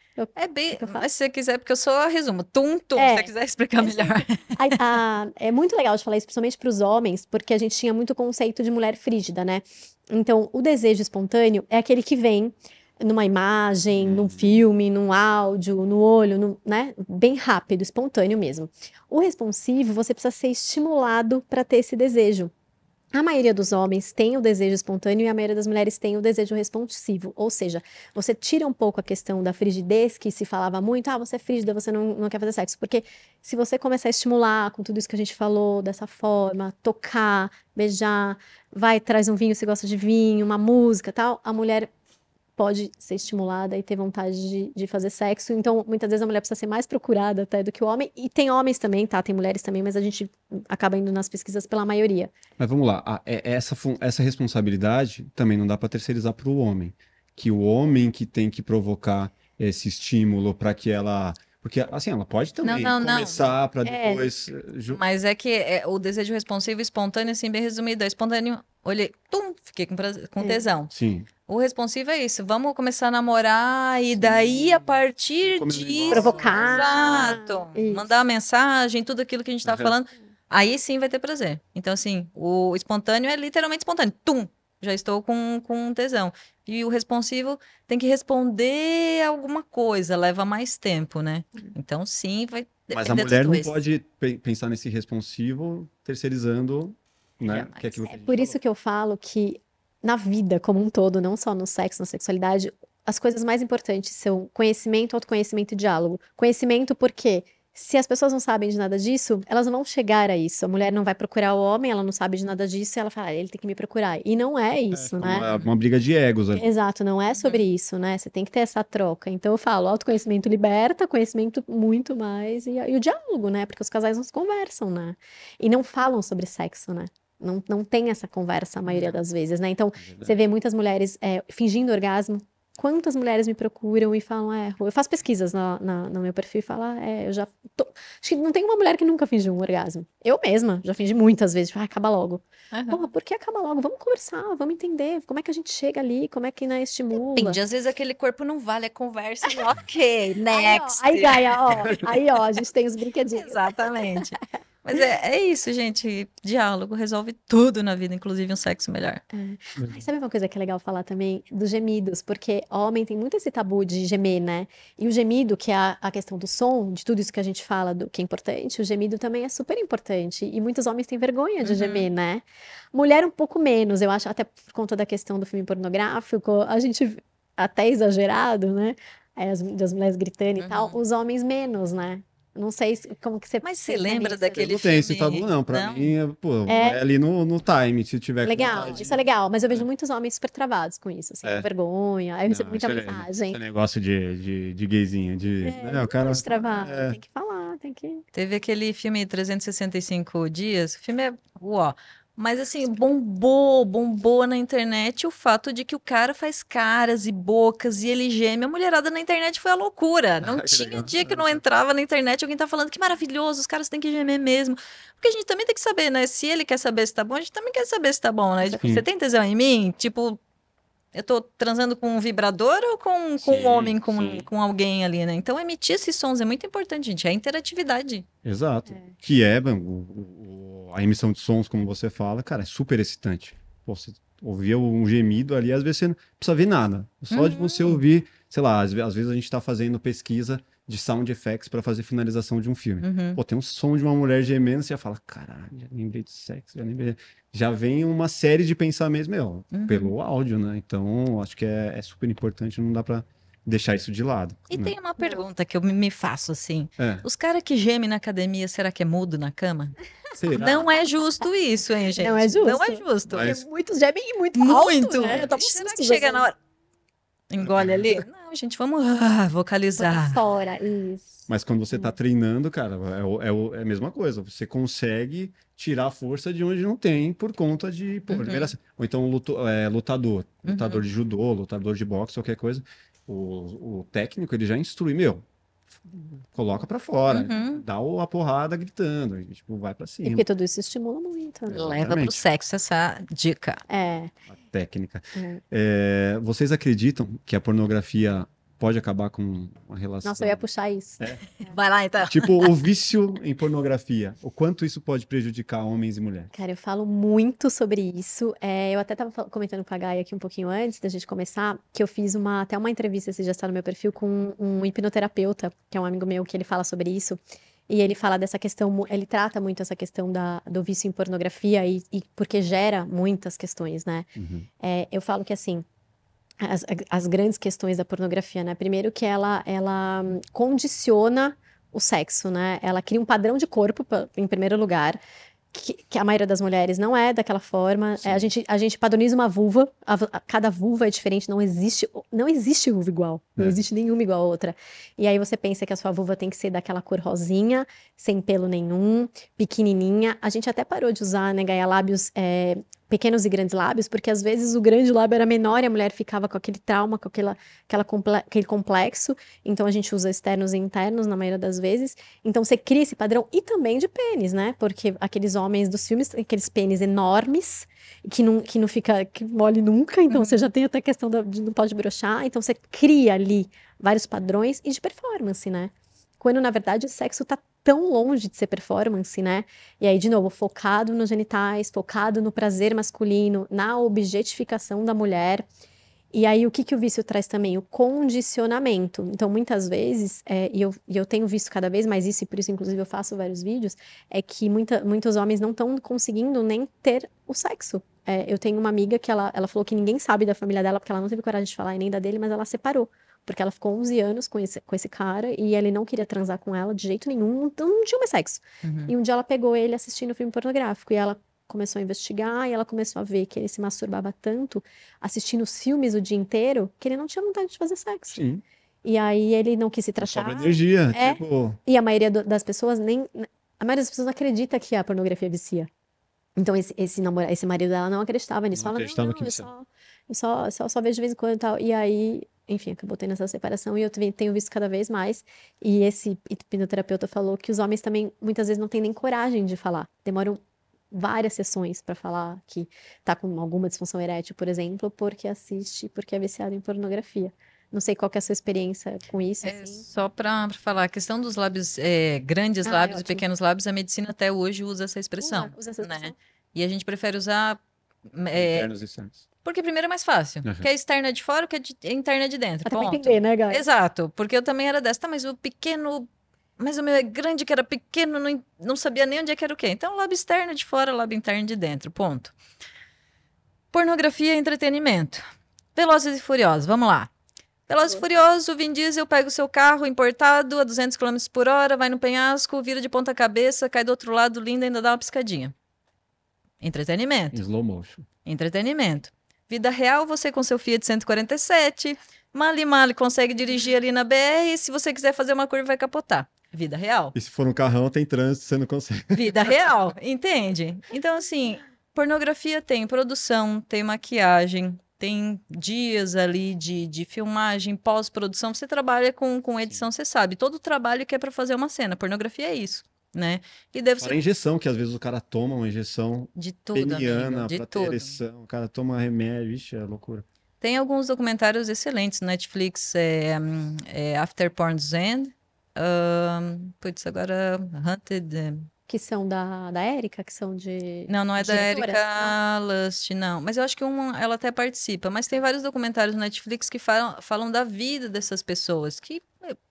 Mas se você quiser, porque eu só resumo. Se você quiser explicar melhor. É muito legal de falar isso, principalmente para os homens, porque a gente tinha muito conceito de mulher frígida, né? Então, o desejo espontâneo é aquele que vem numa imagem, num filme, num áudio, no olho, né? Bem rápido, espontâneo mesmo. O responsivo, você precisa ser estimulado para ter esse desejo. A maioria dos homens tem o desejo espontâneo e a maioria das mulheres tem o desejo responsivo. Ou seja, você tira um pouco a questão da frigidez, que se falava muito, você é frígida, você não quer fazer sexo. Porque se você começar a estimular com tudo isso que a gente falou, dessa forma, tocar, beijar, traz um vinho se gosta de vinho, uma música, tal, a mulher pode ser estimulada e ter vontade de fazer sexo. Então, muitas vezes a mulher precisa ser mais procurada até do que o homem. E tem homens também, tá? Tem mulheres também, mas a gente acaba indo nas pesquisas pela maioria. Mas vamos lá, essa responsabilidade também não dá para terceirizar para o homem. Que o homem que tem que provocar esse estímulo para que ela... Porque, assim, ela pode também começar para depois... Mas é que o desejo responsivo e espontâneo, assim, bem resumido. É espontâneo, olhei, fiquei com tesão. Sim. O responsivo é isso, vamos começar a namorar e daí, a partir disso... Provocar. Exato. Isso. Mandar uma mensagem, tudo aquilo que a gente tá falando. Aí sim vai ter prazer. Então, assim, o espontâneo é literalmente espontâneo. Já estou com tesão. E o responsivo tem que responder alguma coisa, leva mais tempo, né? Então, sim, vai depender. Mas a mulher não pode pensar nesse responsivo terceirizando, né? Que é aquilo que a gente por isso que eu falo que na vida como um todo, não só no sexo, na sexualidade, as coisas mais importantes são conhecimento, autoconhecimento e diálogo. Conhecimento porque se as pessoas não sabem de nada disso, elas não vão chegar a isso. A mulher não vai procurar o homem, ela não sabe de nada disso, e ela fala, ele tem que me procurar. E não é isso, né? Uma briga de egos ali. Exato, não é sobre isso, né? Você tem que ter essa troca. Então eu falo, autoconhecimento liberta, conhecimento muito mais, e o diálogo, né? Porque os casais não se conversam, né? E não falam sobre sexo, né? Não tem essa conversa a maioria das vezes, né? Então, você vê muitas mulheres fingindo orgasmo. Quantas mulheres me procuram e falam, eu faço pesquisas no meu perfil e falo, eu já tô... Acho que não tem uma mulher que nunca fingiu um orgasmo. Eu mesma já fingi muitas vezes, acaba logo. Porra, por que acaba logo? Vamos conversar, vamos entender como é que a gente chega ali, como é que, né, estimula. Depende, às vezes aquele corpo não vale a conversa, ok, next. Aí, Gaia, a gente tem os brinquedinhos. Exatamente. Mas é isso, gente. Diálogo resolve tudo na vida, inclusive um sexo melhor. Sabe uma coisa que é legal falar também? Dos gemidos, porque homem tem muito esse tabu de gemer, né? E o gemido, que é a questão do som, de tudo isso que a gente fala, do que é importante, o gemido também é super importante. E muitos homens têm vergonha de gemer, né? Mulher um pouco menos, eu acho, até por conta da questão do filme pornográfico, a gente até exagerado, né? Das mulheres gritando e tal, os homens menos, né? Não sei como que você... Mas você lembra daquele filme? Não tem esse tabu, não. Pra mim, É ali no time, se tiver legal, vontade. isso é legal, mas eu vejo muitos homens super travados com isso, assim, com vergonha. Aí eu recebo muita mensagem. Esse negócio de gayzinho, o cara... Pode travar, tem que falar, tem que... Teve aquele filme 365 Dias, o filme é uó. Mas assim, bombou na internet o fato de que o cara faz caras e bocas e ele geme. A mulherada na internet foi a loucura. Não tinha dia que não entrava na internet alguém tá falando que maravilhoso, os caras têm que gemer mesmo. Porque a gente também tem que saber, né? Se ele quer saber se tá bom, a gente também quer saber se tá bom, né? Tipo, você tem tesão em mim? Tipo, eu tô transando com um vibrador ou com um homem, com alguém ali, né? Então, emitir esses sons é muito importante, gente. É a interatividade. Exato. Que a emissão de sons, como você fala, cara, é super excitante. Pô, você ouvir um gemido ali, às vezes você não precisa ver nada. Só de você ouvir, sei lá, às vezes a gente tá fazendo pesquisa de sound effects para fazer finalização de um filme. Pô, tem um som de uma mulher gemendo, você já fala, caralho, já lembrei de sexo, já vem uma série de pensamentos, pelo áudio, né? Então, acho que é super importante, não dá pra deixar isso de lado. E tem uma pergunta que eu me faço, assim. Os caras que gemem na academia, será que é mudo na cama? Será? Não é justo isso, hein, gente? Não é justo. Não é justo. Mas... Porque muitos gemem muito alto, né? Eu tomo Será susto, que chega na hora... Engole ali? Não, gente, vamos vocalizar. Fora, isso. Mas quando você tá treinando, cara, é a mesma coisa. Você consegue tirar a força de onde não tem por conta de... Ou então lutador de judô, lutador de boxe, qualquer coisa. O técnico, ele já instrui, coloca pra fora, dá a porrada gritando, tipo, vai pra cima. E porque tudo isso estimula muito, né? Leva pro sexo essa dica. A técnica. Vocês acreditam que a pornografia pode acabar com uma relação? Nossa, eu ia puxar isso. Vai lá, então. Tipo, o vício em pornografia. O quanto isso pode prejudicar homens e mulheres? Cara, eu falo muito sobre isso. Eu até estava comentando com a Gaia aqui um pouquinho antes da gente começar, que eu fiz até uma entrevista, se já está no meu perfil, com um hipnoterapeuta, que é um amigo meu, que ele fala sobre isso. e ele fala dessa questão, ele trata muito essa questão do vício em pornografia e porque gera muitas questões, né? Eu falo que assim, as grandes questões da pornografia, né? Primeiro que ela condiciona o sexo, né? Ela cria um padrão de corpo, em primeiro lugar, que a maioria das mulheres não é daquela forma. A gente padroniza uma vulva, cada vulva é diferente, não existe vulva igual, não existe nenhuma igual a outra. E aí você pensa que a sua vulva tem que ser daquela cor rosinha, sem pelo nenhum, pequenininha. A gente até parou de usar, né, Gaia, lábios pequenos e grandes lábios, porque às vezes o grande lábio era menor e a mulher ficava com aquele trauma, com aquele complexo. Então a gente usa externos e internos na maioria das vezes. Então você cria esse padrão e também de pênis, né? Porque aqueles homens dos filmes têm aqueles pênis enormes que não fica que mole nunca. Então você já tem até a questão de não pode broxar. Então você cria ali vários padrões e de performance, né? Quando na verdade o sexo tá tão longe de ser performance, né? E aí, de novo, focado nos genitais, focado no prazer masculino, na objetificação da mulher. E aí, o que o vício traz também? O condicionamento. Então, muitas vezes, e eu tenho visto cada vez mais isso, e por isso, inclusive, eu faço vários vídeos, é que muitos homens não estão conseguindo nem ter o sexo. Eu tenho uma amiga que ela falou que ninguém sabe da família dela, porque ela não teve coragem de falar e nem da dele, mas ela separou. Porque ela ficou 11 anos com esse cara e ele não queria transar com ela de jeito nenhum, então não tinha mais sexo. E um dia ela pegou ele assistindo filme pornográfico e ela começou a investigar e ela começou a ver que ele se masturbava tanto assistindo os filmes o dia inteiro que ele não tinha vontade de fazer sexo. Sim. E aí ele não quis se tratar. Sobra energia, tipo... E a maioria das pessoas a maioria das pessoas não acredita que a pornografia vicia. Então esse marido dela não acreditava nisso. Fala, eu só vejo de vez em quando e tal. E aí, enfim, acabou tendo essa separação e eu tenho visto cada vez mais. E esse hipnoterapeuta falou que os homens também, muitas vezes, não têm nem coragem de falar. Demoram várias sessões para falar que tá com alguma disfunção erétil, por exemplo, porque é viciado em pornografia. Não sei qual que é a sua experiência com isso, assim. Só para falar, a questão dos lábios, grandes lábios e pequenos lábios, a medicina até hoje usa essa expressão. Usa essa expressão. Né? E a gente prefere usar... internos e externos. Porque primeiro é mais fácil. Que é externa de fora, que é interna de dentro. Até pra entender, né, Gaia? Exato. Porque eu também era dessa. Tá, mas o pequeno... Mas o meu é grande, que era pequeno, não sabia nem onde é que era o quê. Então, lábio externo de fora, lábio interno de dentro. Ponto. Pornografia e entretenimento. Velozes e Furiosos. Vamos lá. Velozes e Furiosos, o Vin Diesel pega o seu carro importado a 200 km por hora, vai no penhasco, vira de ponta cabeça, cai do outro lado, linda, ainda dá uma piscadinha. Entretenimento. Slow motion. Entretenimento. Vida real, você com seu Fiat 147, male consegue dirigir ali na BR, e se você quiser fazer uma curva vai capotar. Vida real. E se for um carrão, tem trânsito, você não consegue. Vida real, entende? Então, assim, pornografia tem produção, tem maquiagem, tem dias ali de filmagem, pós-produção. Você trabalha com edição, você sabe. Todo o trabalho que é para fazer uma cena. Pornografia é isso, né? E deve ser... injeção, que às vezes o cara toma uma injeção de tudo, peniana amigo, de pra tudo. ter ereção. O cara toma remédio, ixi, é loucura. Tem alguns documentários excelentes no Netflix, After Porn's End. Putz, agora Hunted... Que são da Érica, que são de... Não é da diretoras? Erika Lust, não. Mas eu acho que ela até participa. Mas tem vários documentários no Netflix que falam da vida dessas pessoas, que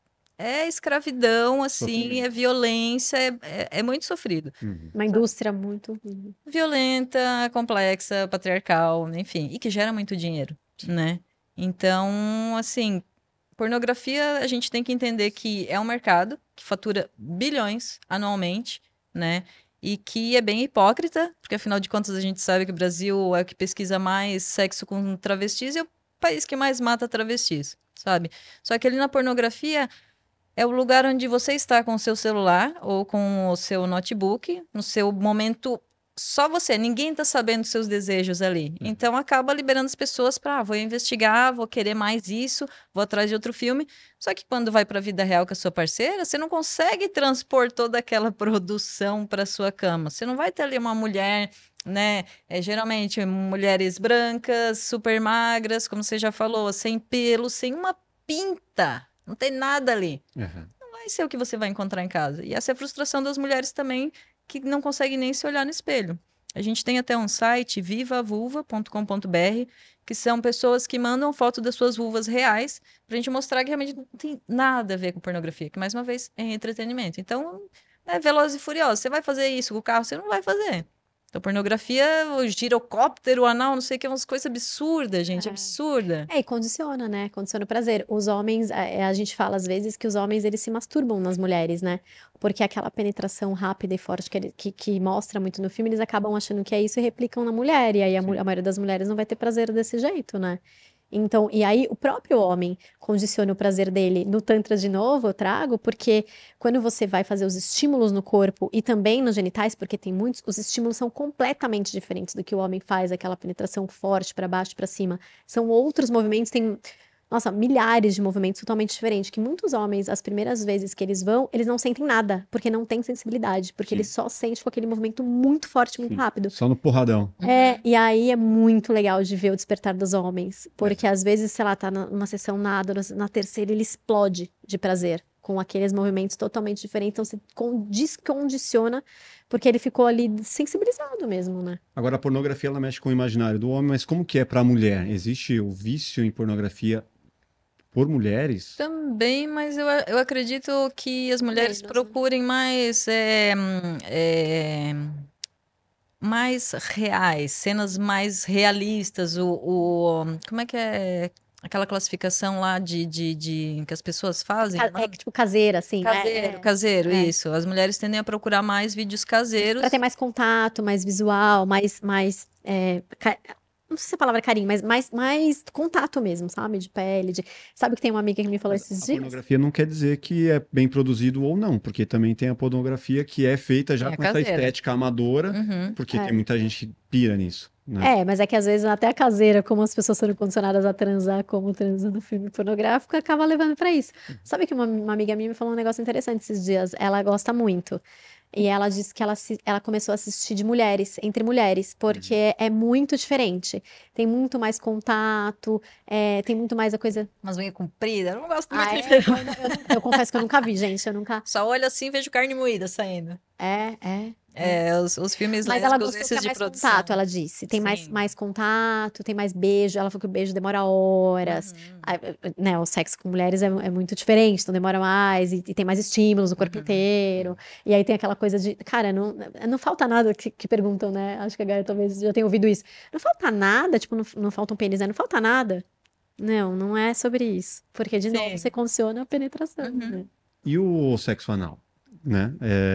é escravidão, assim, é violência, é muito sofrido. Uma indústria muito... Violenta, complexa, patriarcal, enfim. E que gera muito dinheiro, né? Então, assim... Pornografia, a gente tem que entender que é um mercado que fatura bilhões anualmente, né? E que é bem hipócrita, porque afinal de contas a gente sabe que o Brasil é o que pesquisa mais sexo com travestis e é o país que mais mata travestis, sabe? Só que ali na pornografia é o lugar onde você está com o seu celular ou com o seu notebook, no seu momento... Só você, ninguém tá sabendo dos seus desejos ali. Então, acaba liberando as pessoas para, vou investigar, vou querer mais isso, vou atrás de outro filme. Só que quando vai para a vida real com a sua parceira, você não consegue transpor toda aquela produção para sua cama. Você não vai ter ali uma mulher, né? Geralmente, mulheres brancas, super magras, como você já falou, sem pelo, sem uma pinta. Não tem nada ali. Não vai ser o que você vai encontrar em casa. E essa é a frustração das mulheres também, que não consegue nem se olhar no espelho. A gente tem até um site, vivavulva.com.br, que são pessoas que mandam foto das suas vulvas reais, pra gente mostrar que realmente não tem nada a ver com pornografia, que mais uma vez é entretenimento. Então, É Velozes e Furiosos. Você vai fazer isso com o carro? Você não vai fazer. Então, pornografia, o girocóptero, o anal, não sei o que, umas coisas absurdas, gente, absurda. E condiciona, né? Condiciona o prazer. Os homens, a gente fala às vezes que os homens, eles se masturbam nas mulheres, né? Porque aquela penetração rápida e forte que mostra muito no filme, eles acabam achando que é isso e replicam na mulher. E aí a maioria das mulheres não vai ter prazer desse jeito, né? Então, e aí o próprio homem condiciona o prazer dele. No Tantra, de novo, eu trago, porque quando você vai fazer os estímulos no corpo e também nos genitais, porque tem muitos, os estímulos são completamente diferentes do que o homem faz, aquela penetração forte para baixo, para cima. São outros movimentos, tem, nossa, milhares de movimentos totalmente diferentes, que muitos homens, as primeiras vezes que eles vão, eles não sentem nada, porque não tem sensibilidade, porque eles só sentem com aquele movimento muito forte, muito rápido. Só no porradão. E aí é muito legal de ver o despertar dos homens, porque às vezes, sei lá, tá numa sessão nada, na terceira ele explode de prazer, com aqueles movimentos totalmente diferentes, então você descondiciona, porque ele ficou ali sensibilizado mesmo, né? Agora, a pornografia, ela mexe com o imaginário do homem, mas como que é pra mulher? Existe o vício em pornografia por mulheres? Também, mas eu acredito que as mulheres Menos, né? procurem mais reais, cenas mais realistas. Como é que é aquela classificação lá que as pessoas fazem? Tipo caseira, assim, né? Caseiro, isso. As mulheres tendem a procurar mais vídeos caseiros. Pra ter mais contato, mais visual, não sei se a palavra é carinho, mas mais contato mesmo, sabe? De pele, Sabe que tem uma amiga que me falou esses A dias? pornografia não quer dizer que é bem produzido ou não, porque também tem a pornografia que é feita já com essa caseira. estética amadora, porque tem muita gente que pira nisso, né? Mas é que às vezes até a caseira, como as pessoas sendo condicionadas a transar como transa no filme pornográfico, acaba levando pra isso. Sabe que uma amiga minha me falou um negócio interessante esses dias? Ela gosta muito. E ela disse que ela começou a assistir de mulheres, entre mulheres, porque é muito diferente. Tem muito mais contato, tem muito mais a coisa. Umas unhas compridas, eu não gosto muito de ver. Eu confesso que eu nunca vi, gente. Eu nunca. Só olho assim e vejo carne moída saindo. Os filmes Mas ela lésbicos, gostou esses que é de mais produção. contato, ela disse. Tem Sim. mais contato, tem mais beijo. Ela falou que o beijo demora horas. Né, o sexo com mulheres é muito diferente, então demora mais. E tem mais estímulos no corpo inteiro. E aí tem aquela coisa de... Cara, não falta nada que perguntam, né? Acho que a Gaia talvez já tenha ouvido isso. Não falta nada, tipo, não falta um pênis, né? Não falta nada. Não é sobre isso. Porque, de novo, você condiciona a penetração, né? E o sexo anal, né?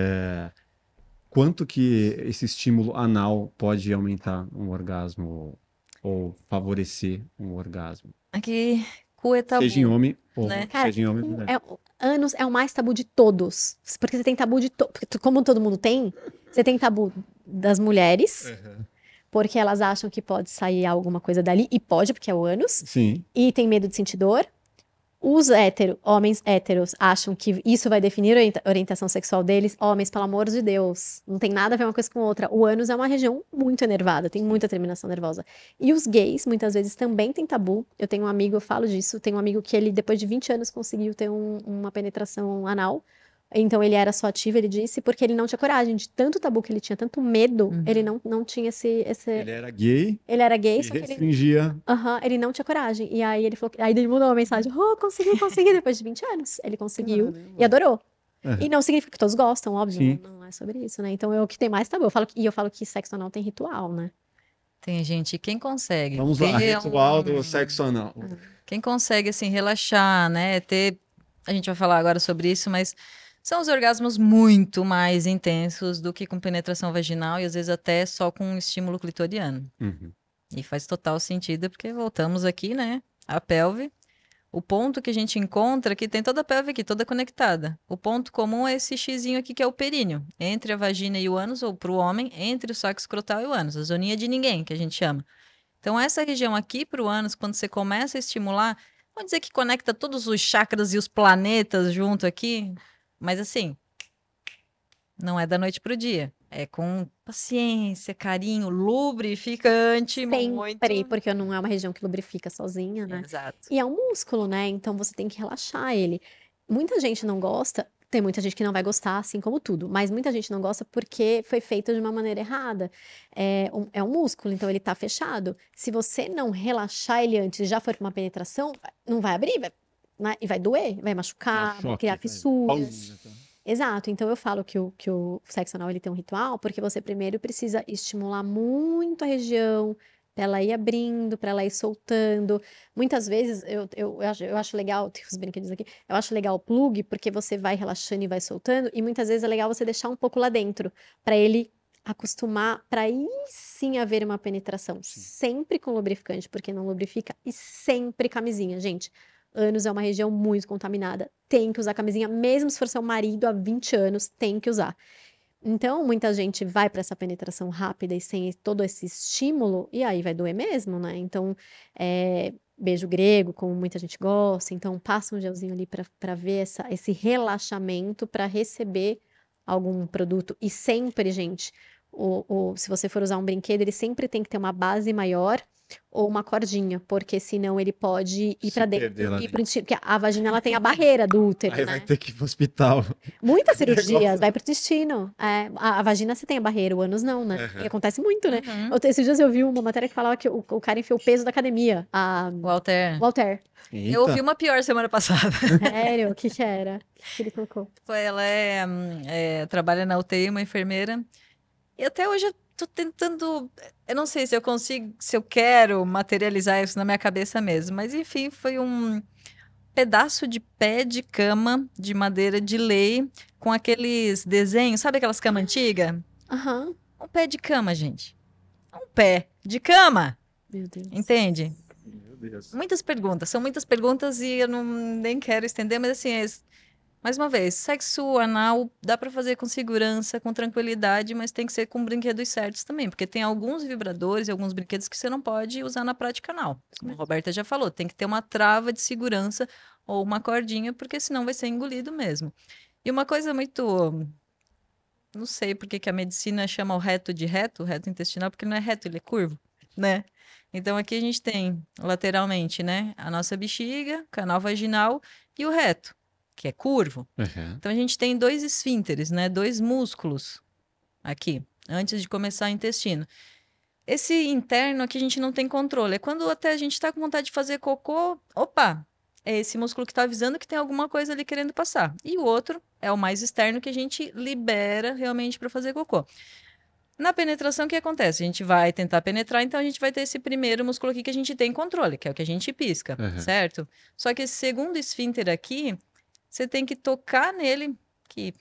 Quanto que esse estímulo anal pode aumentar um orgasmo ou favorecer um orgasmo? Aqui, cu é tabu. Seja em homem ou né? seja em homem ou mulher. Ânus é o mais tabu de todos. Porque você tem tabu de... Como todo mundo tem, você tem tabu das mulheres... Porque elas acham que pode sair alguma coisa dali, e pode, porque é o ânus. Sim. E tem medo de sentir dor. Os homens héteros acham que isso vai definir a orientação sexual deles. Homens, pelo amor de Deus, não tem nada a ver uma coisa com outra. O ânus é uma região muito enervada, tem muita terminação nervosa. E os gays, muitas vezes, também têm tabu. Eu tenho um amigo, eu falo disso, tenho um amigo que ele, depois de 20 anos, conseguiu ter uma penetração anal. Então ele era só ativo, ele disse, porque ele não tinha coragem, de tanto tabu que ele tinha, tanto medo, ele não tinha esse... Ele era gay Ele era gay, e só que ele... restringia. ele não tinha coragem. E aí ele falou... Aí ele mandou uma mensagem, consegui, depois de 20 anos. Ele conseguiu e adorou. E não significa que todos gostam, óbvio, não é sobre isso, né? Então é o que tem mais tabu. Eu falo que sexo anal tem ritual, né? Tem gente, quem consegue? Vamos lá, ritual do sexo anal. Quem consegue, assim, relaxar, né? A gente vai falar agora sobre isso, mas... São os orgasmos muito mais intensos do que com penetração vaginal e às vezes até só com um estímulo clitoriano. E faz total sentido porque voltamos aqui, né? A pelve. O ponto que a gente encontra aqui, tem toda a pelve aqui, toda conectada. O ponto comum é esse xizinho aqui que é o períneo. Entre a vagina e o ânus, ou para o homem, entre o saco escrotal e o ânus. A zoninha de ninguém, que a gente chama. Então essa região aqui para o ânus, quando você começa a estimular, vamos dizer que conecta todos os chakras e os planetas junto aqui... Mas assim, não é da noite pro dia. É com paciência, carinho, lubrificante, muito. Porque não é uma região que lubrifica sozinha, né? Exato. E é um músculo, né? Então você tem que relaxar ele. Muita gente não gosta, tem muita gente que não vai gostar, assim como tudo. Mas muita gente não gosta porque foi feito de uma maneira errada. É um músculo, então ele tá fechado. Se você não relaxar ele antes e já for pra uma penetração, não vai abrir, né? E vai doer, vai machucar, vai criar fissuras. Exato, então eu falo que o sexo anal ele tem um ritual, porque você primeiro precisa estimular muito a região, pra ela ir abrindo, pra ela ir soltando. Muitas vezes eu acho legal, tem uns brinquedos aqui, eu acho legal o plug, porque você vai relaxando e vai soltando, e muitas vezes é legal você deixar um pouco lá dentro, pra ele acostumar, pra aí sim haver uma penetração. Sempre com lubrificante, porque não lubrifica, e sempre camisinha, gente. Ânus é uma região muito contaminada. Tem que usar camisinha, mesmo se for seu marido há 20 anos, tem que usar. Então, muita gente vai para essa penetração rápida e sem todo esse estímulo, e aí vai doer mesmo, né? Então, beijo grego, como muita gente gosta, então passa um gelzinho ali para ver esse relaxamento, para receber algum produto. E sempre, gente, se você for usar um brinquedo, ele sempre tem que ter uma base maior ou uma cordinha, porque senão ele pode ir Se para perder dentro lá e dentro. pro intestino, porque a vagina ela tem a barreira do útero, Aí vai né? ter que ir pro hospital. Muitas cirurgias, vai pro intestino. A vagina você tem a barreira, o ânus não, né? E Aham. acontece muito, né? Uhum. Esses dias eu vi uma matéria que falava que o cara enfiou o peso da academia, Walter, o halter. eu ouvi Eita. uma pior semana passada. Sério? O que que era? O que ele colocou? Ela trabalha na UTI, uma enfermeira. E até hoje eu tô tentando. Eu não sei se eu consigo, se eu quero materializar isso na minha cabeça mesmo. Mas enfim, foi um pedaço de pé de cama de madeira de lei com aqueles desenhos, sabe aquelas camas antigas? Aham. Um pé de cama, gente. Um pé de cama, Meu Deus. entende? Meu Deus. Muitas perguntas, são muitas perguntas e eu não nem quero estender, mas assim, mais uma vez, sexo anal dá pra fazer com segurança, com tranquilidade, mas tem que ser com brinquedos certos também, porque tem alguns vibradores e alguns brinquedos que você não pode usar na prática anal. Como a Roberta já falou, tem que ter uma trava de segurança ou uma cordinha, porque senão vai ser engolido mesmo. E uma coisa muito, não sei por que que a medicina chama o reto de reto, o reto intestinal, porque não é reto, ele é curvo, né? Então aqui a gente tem lateralmente, né, a nossa bexiga, canal vaginal e o reto, que é curvo. Aham. Então a gente tem dois esfínteres, né? Dois músculos aqui, antes de começar o intestino. Esse interno aqui a gente não tem controle. É quando até a gente está com vontade de fazer cocô, opa, é esse músculo que está avisando que tem alguma coisa ali querendo passar. E o outro é o mais externo que a gente libera realmente para fazer cocô. Na penetração, o que acontece? A gente vai tentar penetrar, então a gente vai ter esse primeiro músculo aqui que a gente tem controle, que é o que a gente pisca, Aham. certo? Só que esse segundo esfíncter aqui, você tem que tocar nele, que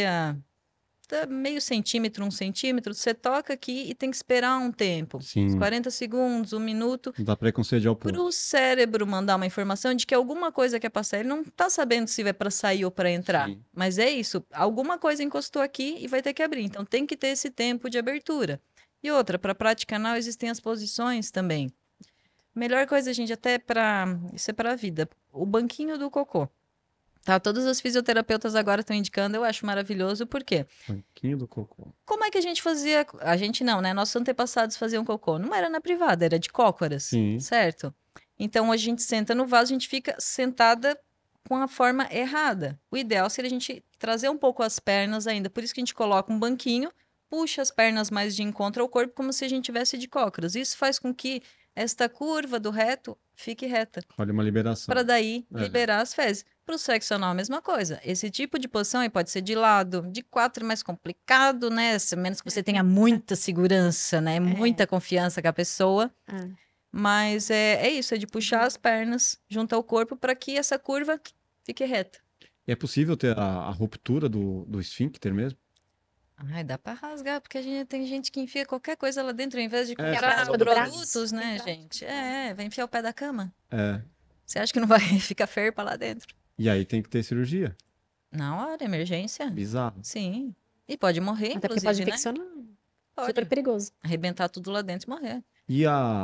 meio centímetro, 1 centímetro, você toca aqui e tem que esperar um tempo, uns Sim. 40 segundos, 1 minuto, Não dá pra conceder ao para ponto. o cérebro mandar uma informação de que alguma coisa quer passar. Ele não tá sabendo se vai para sair ou para entrar. Sim. Mas é isso, alguma coisa encostou aqui e vai ter que abrir. Então tem que ter esse tempo de abertura. E outra, para prática anal existem as posições também. Melhor coisa, gente, até para isso é para a vida. O banquinho do cocô. Tá, todas as fisioterapeutas agora estão indicando, eu acho maravilhoso, por quê? Banquinho do cocô. Como é que a gente fazia? A gente não, né? Nossos antepassados faziam cocô. Não era na privada, era de cócoras, Sim. certo? Então a gente senta no vaso, a gente fica sentada com a forma errada. O ideal seria a gente trazer um pouco as pernas ainda. Por isso que a gente coloca um banquinho, puxa as pernas mais de encontro ao corpo, como se a gente tivesse de cócoras. Isso faz com que esta curva do reto fique reta Olha uma liberação. para daí Aham. liberar as fezes. Para o sexo anal, a mesma coisa. Esse tipo de posição aí pode ser de lado, de quatro é mais complicado, né? A menos que você tenha muita segurança, né? Muita confiança com a pessoa. Ah. Mas é isso, é de puxar as pernas junto ao corpo para que essa curva fique reta. E é possível ter a ruptura do esfíncter mesmo? Ai, dá para rasgar, porque tem gente que enfia qualquer coisa lá dentro, ao invés de É, comprar prática do braço. produtos, né, Tem prática. gente? Vai enfiar o pé da cama. É. Você acha que não vai ficar ferpa lá dentro? E aí tem que ter cirurgia. Na hora, emergência. Bizarro. Sim. E pode morrer, Até porque pode inclusive, né? infeccionar. Pode. Super perigoso. Arrebentar tudo lá dentro e morrer. E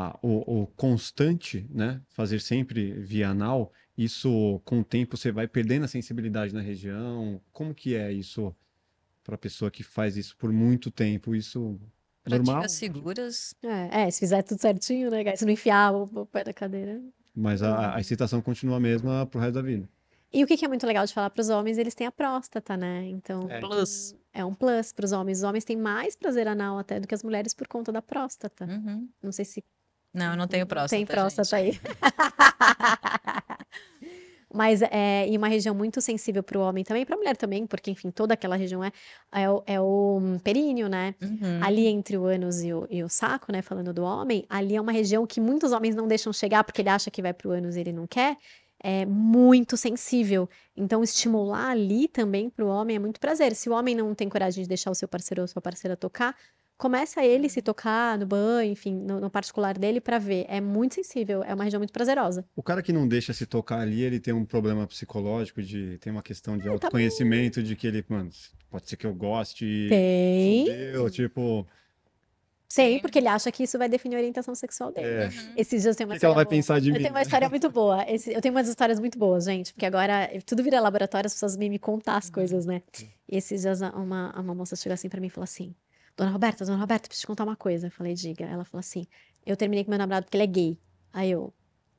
o constante, né? Fazer sempre via anal, isso com o tempo você vai perdendo a sensibilidade na região. Como que é isso para a pessoa que faz isso por muito tempo? Isso normal? Práticas seguras. Se fizer tudo certinho, né, guys? Se não enfiar o pé da cadeira. Mas a excitação continua a mesma pro resto da vida. E o que que é muito legal de falar para os homens, eles têm a próstata, né? Então, Plus. é um plus para os homens. Os homens têm mais prazer anal até do que as mulheres por conta da próstata. Uhum. Não sei se Não, eu não tenho próstata, tem próstata gente. aí. Mas e uma região muito sensível para o homem também, para a mulher também, porque, enfim, toda aquela região é o períneo, né? Ali entre o ânus e o saco, né? Falando do homem, ali é uma região que muitos homens não deixam chegar porque ele acha que vai para o ânus e ele não quer. É muito sensível. Então, estimular ali também para o homem é muito prazer. Se o homem não tem coragem de deixar o seu parceiro ou sua parceira tocar, começa ele se tocar no banho, enfim, no particular dele para ver. É muito sensível, é uma região muito prazerosa. O cara que não deixa se tocar ali, ele tem um problema psicológico, tem uma questão de autoconhecimento, de que ele, mano, pode ser que eu goste e Tem. fudeu, tipo... Tem, porque ele acha que isso vai definir a orientação sexual dele. Esses dias tem uma O que ela vai história pensar de boa. mim? Eu tenho uma história muito boa. Eu tenho umas histórias muito boas, gente, porque agora tudo vira laboratório, as pessoas vêm me contar as coisas, né? E esses dias uma moça chegou assim pra mim e falou assim: Dona Roberta, preciso te contar uma coisa. Eu falei, diga. Ela falou assim: eu terminei com meu namorado porque ele é gay. Aí eu,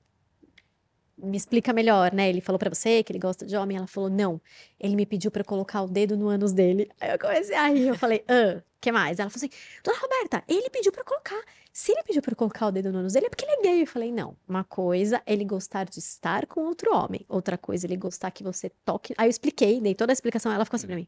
me explica melhor, né? Ele falou pra você que ele gosta de homem? Ela falou, não. Ele me pediu pra eu colocar o dedo no ânus dele. Aí eu comecei a rir, eu falei, que mais? Ela falou assim, Dona Roberta, ele pediu pra eu colocar. Se ele pediu pra eu colocar o dedo no ânus dele, é porque ele é gay. Eu falei, não. Uma coisa, ele gostar de estar com outro homem. Outra coisa, ele gostar que você toque. Aí eu expliquei, dei toda a explicação, ela ficou assim pra mim.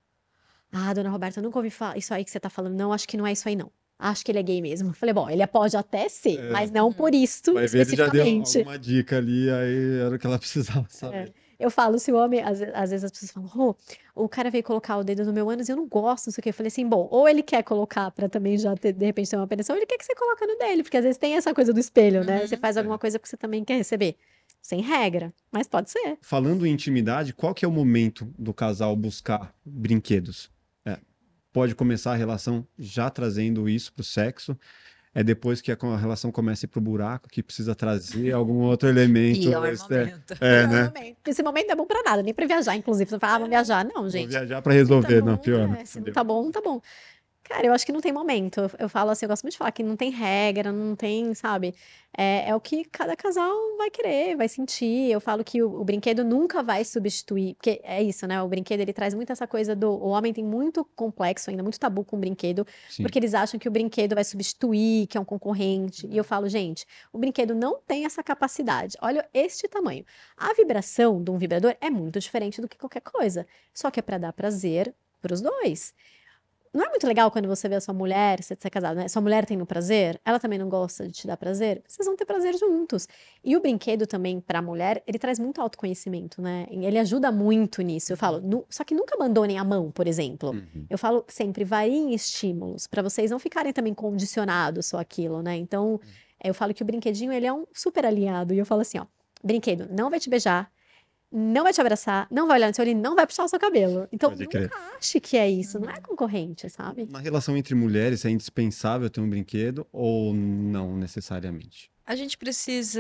Ah, Dona Roberta, eu nunca ouvi falar isso aí que você tá falando. Não, acho que não é isso aí, não. Acho que ele é gay mesmo. Eu falei, bom, ele pode até ser, mas não por isto Vai ver, ele já deu especificamente. alguma dica ali, aí era o que ela precisava saber. Eu falo, se o homem, às vezes as pessoas falam, o cara veio colocar o dedo no meu ânus e eu não gosto, não sei o que. Eu falei assim, bom, ou ele quer colocar pra também já ter, de repente ter uma penetração, ou ele quer que você coloque no dele, porque às vezes tem essa coisa do espelho, né? Você faz alguma coisa porque você também quer receber. Sem regra, mas pode ser. Falando em intimidade, qual que é o momento do casal buscar brinquedos? Pode começar a relação já trazendo isso pro sexo. É depois que a relação começa a ir pro buraco, que precisa trazer algum outro elemento. Pior momento. Né? Esse momento não é bom pra nada, nem pra viajar, inclusive. Você fala, vamos viajar. Não, Vou gente. viajar para resolver, não, pior. Se não tá bom, não tá bom. Cara, eu acho que não tem momento. Eu falo assim, eu gosto muito de falar que não tem regra, não tem, sabe? É o que cada casal vai querer, vai sentir. Eu falo que o brinquedo nunca vai substituir, porque é isso, né? O brinquedo, ele traz muito essa coisa do... O homem tem muito complexo ainda, muito tabu com o brinquedo, Sim. porque eles acham que o brinquedo vai substituir, que é um concorrente. E eu falo, gente, o brinquedo não tem essa capacidade. Olha este tamanho. A vibração de um vibrador é muito diferente do que qualquer coisa. Só que é para dar prazer pros dois. Não é muito legal quando você vê a sua mulher, você é casado, né? Sua mulher tendo prazer, ela também não gosta de te dar prazer, vocês vão ter prazer juntos. E o brinquedo também, pra mulher, ele traz muito autoconhecimento, né? Ele ajuda muito nisso. Eu falo, só que nunca abandonem a mão, por exemplo. Eu falo sempre, variem estímulos, pra vocês não ficarem também condicionados só aquilo, né? Então, eu falo que o brinquedinho, ele é um super aliado. E eu falo assim, ó, brinquedo não vai te beijar, não vai te abraçar, não vai olhar no seu olho e não vai puxar o seu cabelo. Então, Pode nunca crer. ache que é isso, não é concorrente, sabe? Na relação entre mulheres, é indispensável ter um brinquedo ou não necessariamente? A gente precisa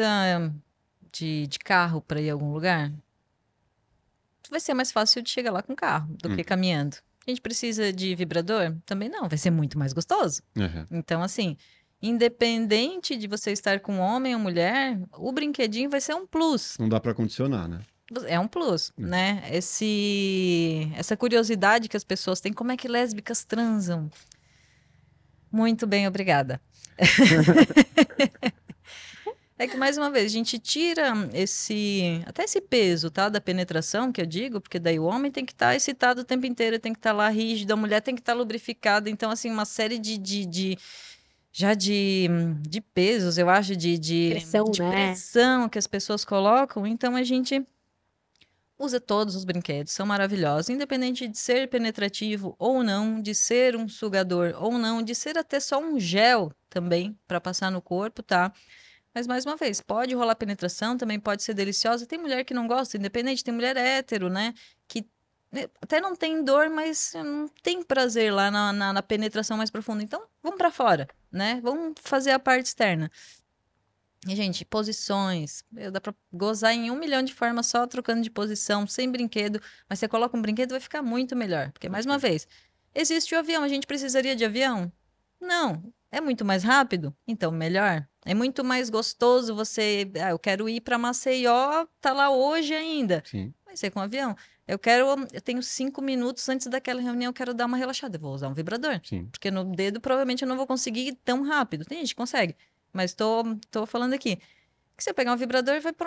de carro para ir a algum lugar? Vai ser mais fácil de chegar lá com carro do que caminhando. A gente precisa de vibrador? Também não, vai ser muito mais gostoso. Então, assim, independente de você estar com homem ou mulher, o brinquedinho vai ser um plus. Não dá para condicionar, né? É um plus, né? Essa curiosidade que as pessoas têm, como é que lésbicas transam? Muito bem, obrigada. É que, mais uma vez, a gente tira até esse peso, tá? Da penetração, que eu digo, porque daí o homem tem que estar excitado o tempo inteiro, tem que estar lá rígido, a mulher tem que estar lubrificada. Então, assim, uma série de pesos, eu acho, de Pressão, né? pressão que as pessoas colocam. Então, a gente usa todos os brinquedos, são maravilhosos, independente de ser penetrativo ou não, de ser um sugador ou não, de ser até só um gel também para passar no corpo, tá? Mas, mais uma vez, pode rolar penetração, também pode ser deliciosa. Tem mulher que não gosta, independente, tem mulher hétero, né? Que até não tem dor, mas não tem prazer lá na penetração mais profunda. Então, vamos para fora, né? Vamos fazer a parte externa. E, gente, posições. Dá pra gozar em 1 milhão de formas só trocando de posição, sem brinquedo. Mas você coloca um brinquedo, vai ficar muito melhor. Porque, mais uma vez, existe o avião. A gente precisaria de avião? Não. É muito mais rápido? Então, melhor. É muito mais gostoso você... eu quero ir para Maceió, tá lá hoje ainda. Sim. Vai ser com avião. Eu tenho 5 minutos antes daquela reunião, eu quero dar uma relaxada. Eu vou usar um vibrador. Sim. Porque no dedo, provavelmente, eu não vou conseguir ir tão rápido. Tem gente que consegue. Mas tô falando aqui. Que você pegar um vibrador, vai pronto.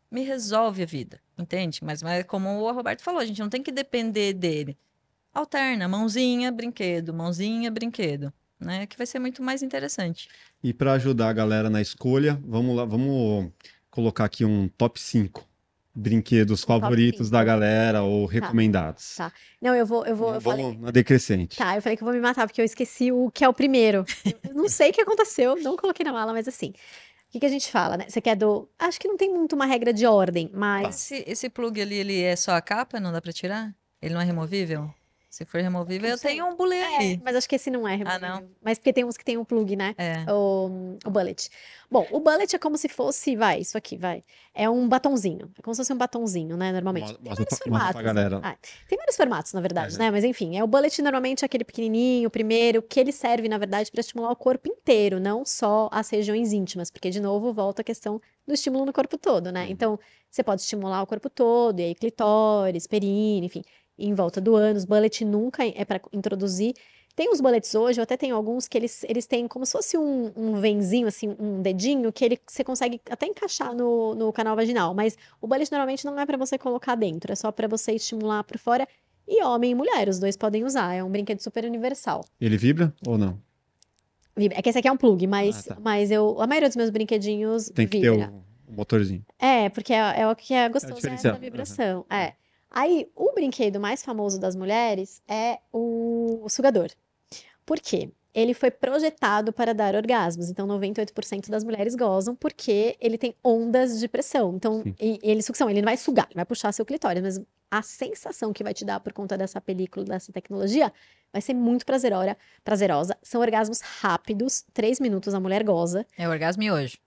me resolve a vida, entende? Mas como o Roberto falou, a gente não tem que depender dele. Alterna, mãozinha, brinquedo, né? Que vai ser muito mais interessante. E para ajudar a galera na escolha, vamos lá, vamos colocar aqui um top 5 brinquedos favoritos da galera ou recomendados. Tá. Não, eu Vamos falei. na decrescente. Tá, eu falei que eu vou me matar porque eu esqueci o que é o primeiro. Eu não sei o que aconteceu, não coloquei na mala, mas assim. O que a gente fala, né? Você quer do. Acho que não tem muito uma regra de ordem, mas. Esse plug ali, ele é só a capa? Não dá pra tirar? Ele não é removível? Se for removível, eu tenho um bullet ali. Mas acho que esse não é removível. Ah, não? Mas porque tem uns que tem um plug, né? É. O bullet. Bom, o bullet é como se fosse, isso aqui, é um batonzinho. É como se fosse um batonzinho, né, normalmente. Tem vários Mostra pra formatos. galera. Tem vários formatos, na verdade, né? Mas enfim, o bullet normalmente é aquele pequenininho, o primeiro, que ele serve, na verdade, para estimular o corpo inteiro, não só as regiões íntimas, porque, de novo, volta a questão do estímulo no corpo todo, né? Então, você pode estimular o corpo todo, e aí clitóris, períneo, enfim, em volta do ânus. Bullet nunca é para introduzir. Tem uns bullets hoje, eu até tenho alguns que eles têm como se fosse um venzinho, assim, um dedinho, que você consegue até encaixar no canal vaginal. Mas o bullet normalmente não é para você colocar dentro, é só para você estimular por fora. E homem e mulher, os dois podem usar. É um brinquedo super universal. Ele vibra ou não? É que esse aqui é um plug, mas, tá. mas a maioria dos meus brinquedinhos Tem que vibra. ter o motorzinho. Porque é o que é gostoso, diferencial. essa vibração. Aí, o brinquedo mais famoso das mulheres é o sugador. Por quê? Ele foi projetado para dar orgasmos. Então, 98% das mulheres gozam porque ele tem ondas de pressão. Então, ele sucção, ele não vai sugar, ele vai puxar seu clitóris, mas a sensação que vai te dar por conta dessa película, dessa tecnologia, vai ser muito prazerosa. São orgasmos rápidos, 3 minutos a mulher goza. É orgasmo miojo.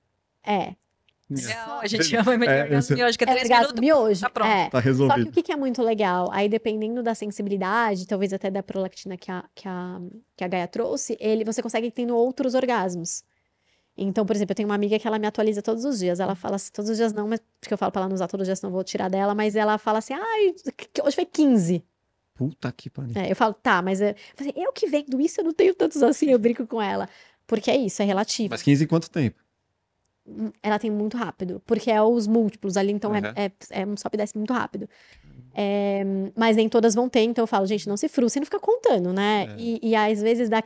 Legal, a gente ama orgasmo miojo, que é 3 orgasmo minutos, miojo. tá pronto. Tá resolvido. Só que o que é muito legal, aí dependendo da sensibilidade, talvez até da prolactina que a Gaia trouxe, você consegue tendo outros orgasmos. Então, por exemplo, eu tenho uma amiga que ela me atualiza todos os dias. Ela fala assim, todos os dias não, mas porque eu falo pra ela não usar todos os dias, senão eu vou tirar dela, mas ela fala assim, hoje foi 15. Puta que pariu. Eu falo, tá, mas eu que vendo isso, eu não tenho tantos assim, eu brinco com ela. Porque é isso, é relativo. Mas 15 em quanto tempo? Ela tem muito rápido, porque é os múltiplos ali, então é um sobe e desce muito rápido. Mas nem todas vão ter, então eu falo, gente, não se frustre, não fica contando, né? E às vezes dá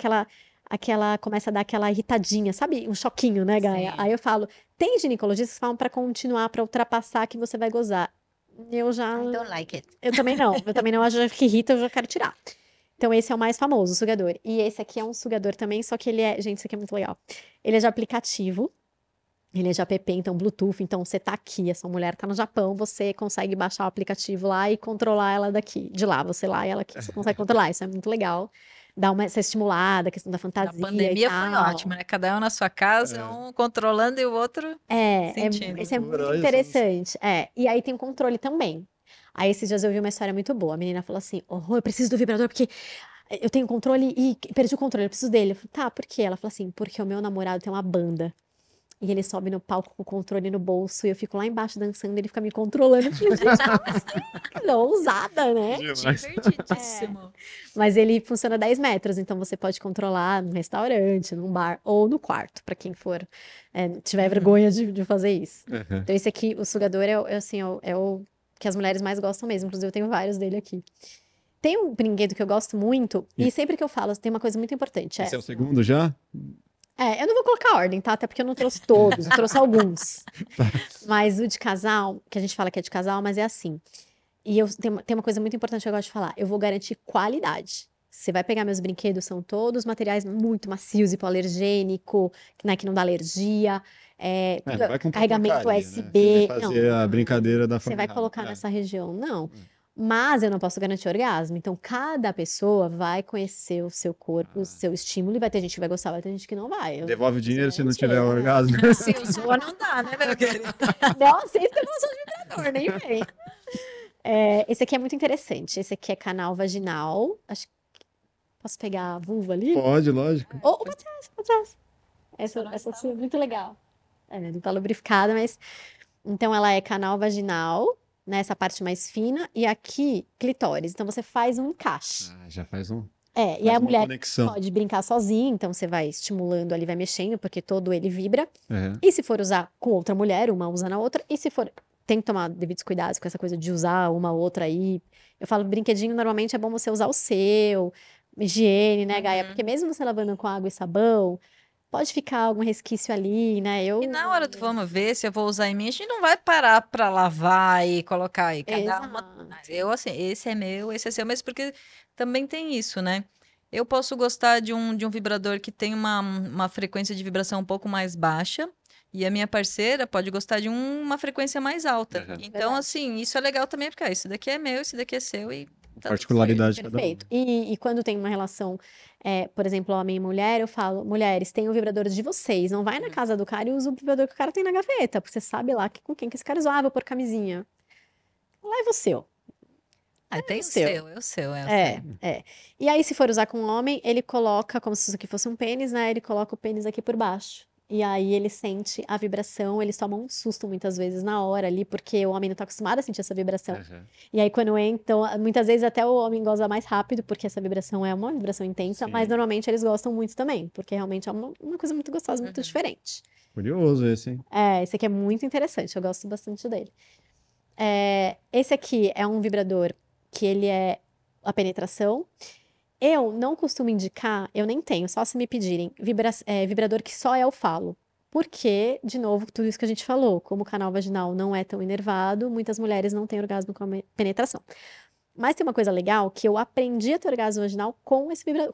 começa a dar aquela irritadinha, sabe? Um choquinho, né, Gaia? Sim. Aí eu falo, tem ginecologistas que falam pra continuar, pra ultrapassar que você vai gozar. Eu já... I don't like it. Eu também não, acho que irrita, eu já quero tirar. Então esse é o mais famoso, o sugador. E esse aqui é um sugador também, só que gente, isso aqui é muito legal. Ele é de aplicativo. Ele é de app, então Bluetooth, então você tá aqui, essa mulher tá no Japão, você consegue baixar o aplicativo lá e controlar ela de lá, você lá e ela aqui, você consegue controlar, isso é muito legal. Dá essa estimulada, a questão da fantasia A pandemia e tal. foi ótima, né? Cada um na sua casa, um controlando e o outro sentindo. Isso é muito interessante. E aí tem o controle também. Aí esses dias eu vi uma história muito boa, a menina falou assim, eu preciso do vibrador porque eu tenho controle e perdi o controle, eu preciso dele. Eu falei, tá, por quê? Ela falou assim, porque o meu namorado tem uma banda. E ele sobe no palco com o controle no bolso e eu fico lá embaixo dançando e ele fica me controlando. Eu falei, gente, como assim? Ousada, né? Divertidíssimo. Mas ele funciona 10 metros, então você pode controlar num restaurante, num bar ou no quarto, pra quem for tiver vergonha de fazer isso. Então esse aqui, o sugador, é o que as mulheres mais gostam mesmo. Inclusive eu tenho vários dele aqui. Tem um brinquedo que eu gosto muito, e sempre que eu falo, tem uma coisa muito importante. Esse é o segundo já? Eu não vou colocar ordem, tá? Até porque eu não trouxe todos, eu trouxe alguns. Mas o de casal, que a gente fala que é de casal, mas é assim. E tem uma coisa muito importante que eu gosto de falar. Eu vou garantir qualidade. Você vai pegar meus brinquedos, são todos materiais muito macios, hipoalergênico, né, que não dá alergia. Não vai comprar carregamento porcaria, USB. Né? Você vai fazer a brincadeira da Você família. vai colocar nessa região. Não. Mas eu não posso garantir orgasmo. Então, cada pessoa vai conhecer o seu corpo, o seu estímulo, e vai ter gente que vai gostar, vai ter gente que não vai. Devolve o dinheiro se não tiver orgasmo. Se usou, não dá, né, meu querido? Não aceito devolução de vibrador, nem vem. Esse aqui é muito interessante. Esse aqui é canal vaginal. Acho que posso pegar a vulva ali? Pode, lógico. Pode ser essa. Essa aqui é muito legal. Não tá lubrificada, mas... Então, ela é canal vaginal, nessa parte mais fina, e aqui, clitóris. Então, você faz um encaixe. Já faz um... E a mulher conexão. pode brincar sozinha, então você vai estimulando ali, vai mexendo, porque todo ele vibra. E se for usar com outra mulher, uma usa na outra. E se for tem que tomar devidos cuidados com essa coisa de usar uma ou outra aí. Eu falo, brinquedinho, normalmente é bom você usar o seu, higiene, né, Gaia? Porque mesmo você lavando com água e sabão, pode ficar algum resquício ali, né? E na hora do vamos ver se eu vou usar em mim, a gente não vai parar pra lavar e colocar aí. Cada uma. Exato. Eu, assim, esse é meu, esse é seu, mas porque também tem isso, né? Eu posso gostar de um vibrador que tem uma frequência de vibração um pouco mais baixa, e a minha parceira pode gostar de uma frequência mais alta. Uhum. Então, Verdade. assim, isso é legal também, porque esse daqui é meu, esse daqui é seu e tá tudo certo. Particularidade de cada um. Perfeito. E quando tem uma relação, por exemplo, homem e mulher, eu falo, mulheres, tem o vibrador de vocês. Não vai na casa do cara e usa o vibrador que o cara tem na gaveta, porque você sabe lá com quem que esse cara usou. Ah, vou pôr camisinha. Leva o seu. Ah, tem o seu. seu, é o seu, é o É, seu. é. E aí, se for usar com um homem, ele coloca, como se isso aqui fosse um pênis, né? Ele coloca o pênis aqui por baixo. E aí ele sente a vibração, eles tomam um susto muitas vezes na hora ali, porque o homem não tá acostumado a sentir essa vibração. E aí, quando entra, muitas vezes até o homem goza mais rápido, porque essa vibração é uma vibração intensa, mas Sim. normalmente eles gostam muito também, porque realmente é uma coisa muito gostosa, muito diferente. Curioso esse, hein? Esse aqui é muito interessante, eu gosto bastante dele. Esse aqui é um vibrador que ele é a penetração. Eu não costumo indicar, eu nem tenho, só se me pedirem, vibrador que só é o falo. Porque, de novo, tudo isso que a gente falou, como o canal vaginal não é tão inervado, muitas mulheres não têm orgasmo com a penetração. Mas tem uma coisa legal que eu aprendi a ter orgasmo vaginal com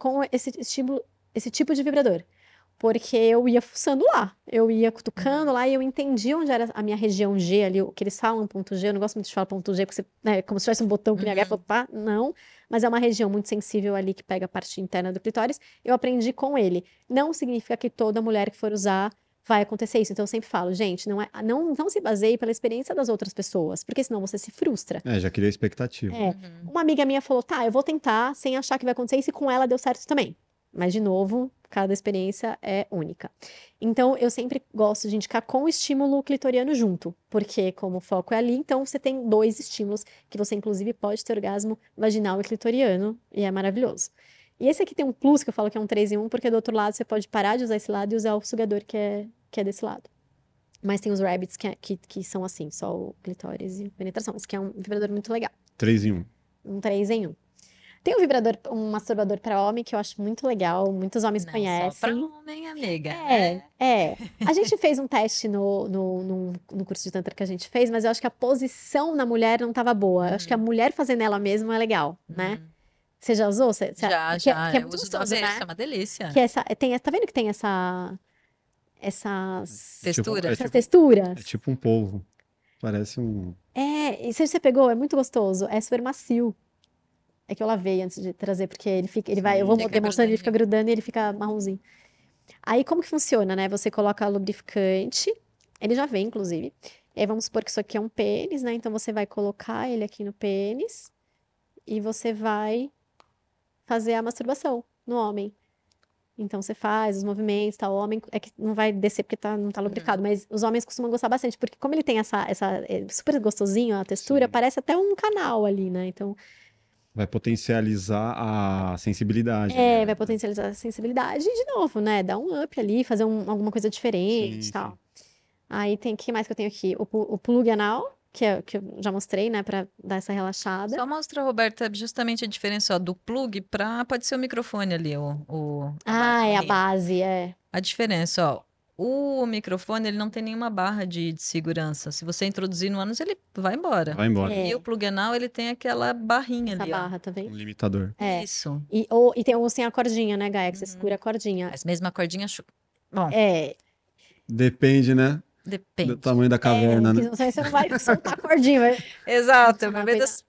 esse tipo de vibrador. Porque eu ia fuçando lá, eu ia cutucando lá e eu entendi onde era a minha região G ali, o que eles falam ponto G, eu não gosto muito de falar ponto G, porque você, né, como se tivesse um botão que nem a pá, não, mas é uma região muito sensível ali que pega a parte interna do clitóris, eu aprendi com ele. Não significa que toda mulher que for usar vai acontecer isso, então eu sempre falo, gente, não se baseie pela experiência das outras pessoas, porque senão você se frustra. Já queria expectativa. Uma amiga minha falou, tá, eu vou tentar sem achar que vai acontecer isso e com ela deu certo também. Mas, de novo, cada experiência é única. Então, eu sempre gosto de indicar com o estímulo clitoriano junto, porque como o foco é ali, então você tem 2 estímulos que você, inclusive, pode ter orgasmo vaginal e clitoriano, e é maravilhoso. E esse aqui tem um plus, que eu falo que é um 3 em 1, porque do outro lado você pode parar de usar esse lado e usar o sugador que é desse lado. Mas tem os rabbits que são assim, só o clitóris e a penetração. Esse aqui é um vibrador muito legal. 3 em 1. Um 3 em 1. Tem um masturbador para homem que eu acho muito legal, muitos homens Não, conhecem. só pra homem, amiga. A gente fez um teste no curso de Tantra que a gente fez, mas eu acho que a posição na mulher não estava boa. Eu acho que a mulher fazendo ela mesma é legal, né? Você já usou? Já. Que é Eu muito uso gostoso, duas vezes, né? é uma delícia. Que tá vendo que tem essas Textura. essas texturas? É tipo um polvo. Parece um... E se você pegou, é muito gostoso. É super macio. É que eu lavei antes de trazer, porque eu vou Fica demonstrando, ele grudando. fica grudando e ele fica marronzinho. Aí, como que funciona, né? Você coloca lubrificante, ele já vem, inclusive. E aí, vamos supor que isso aqui é um pênis, né? Então, você vai colocar ele aqui no pênis e você vai fazer a masturbação no homem. Então, você faz os movimentos, tá? O homem é que não vai descer porque não tá lubricado, mas os homens costumam gostar bastante, porque como ele tem é super gostosinho a textura, Sim. parece até um canal ali, né? Então, Vai potencializar a sensibilidade. né? vai potencializar a sensibilidade e, de novo, né? Dar um up ali, fazer alguma coisa diferente Sim, e tal. sim. Aí tem, o que mais que eu tenho aqui? O plug anal, que eu já mostrei, né? Pra dar essa relaxada. Só mostra, Roberta, justamente a diferença ó, do plug para pode ser o microfone ali, É a barrinha. base, A diferença, ó, o microfone ele não tem nenhuma barra de segurança. Se você introduzir no ânus, ele vai embora. Vai embora. É. E o plug anal, ele tem aquela barrinha Essa ali, ó. barra, tá Um vendo? limitador. Isso. E tem uns sem a cordinha, né, Gaia? Que você segura a cordinha. Mas mesmo a cordinha... Bom, Depende, né? Do depende. tamanho da caverna, né? Porque senão você não vai soltar a cordinha. Exato, eu Tomar medo das...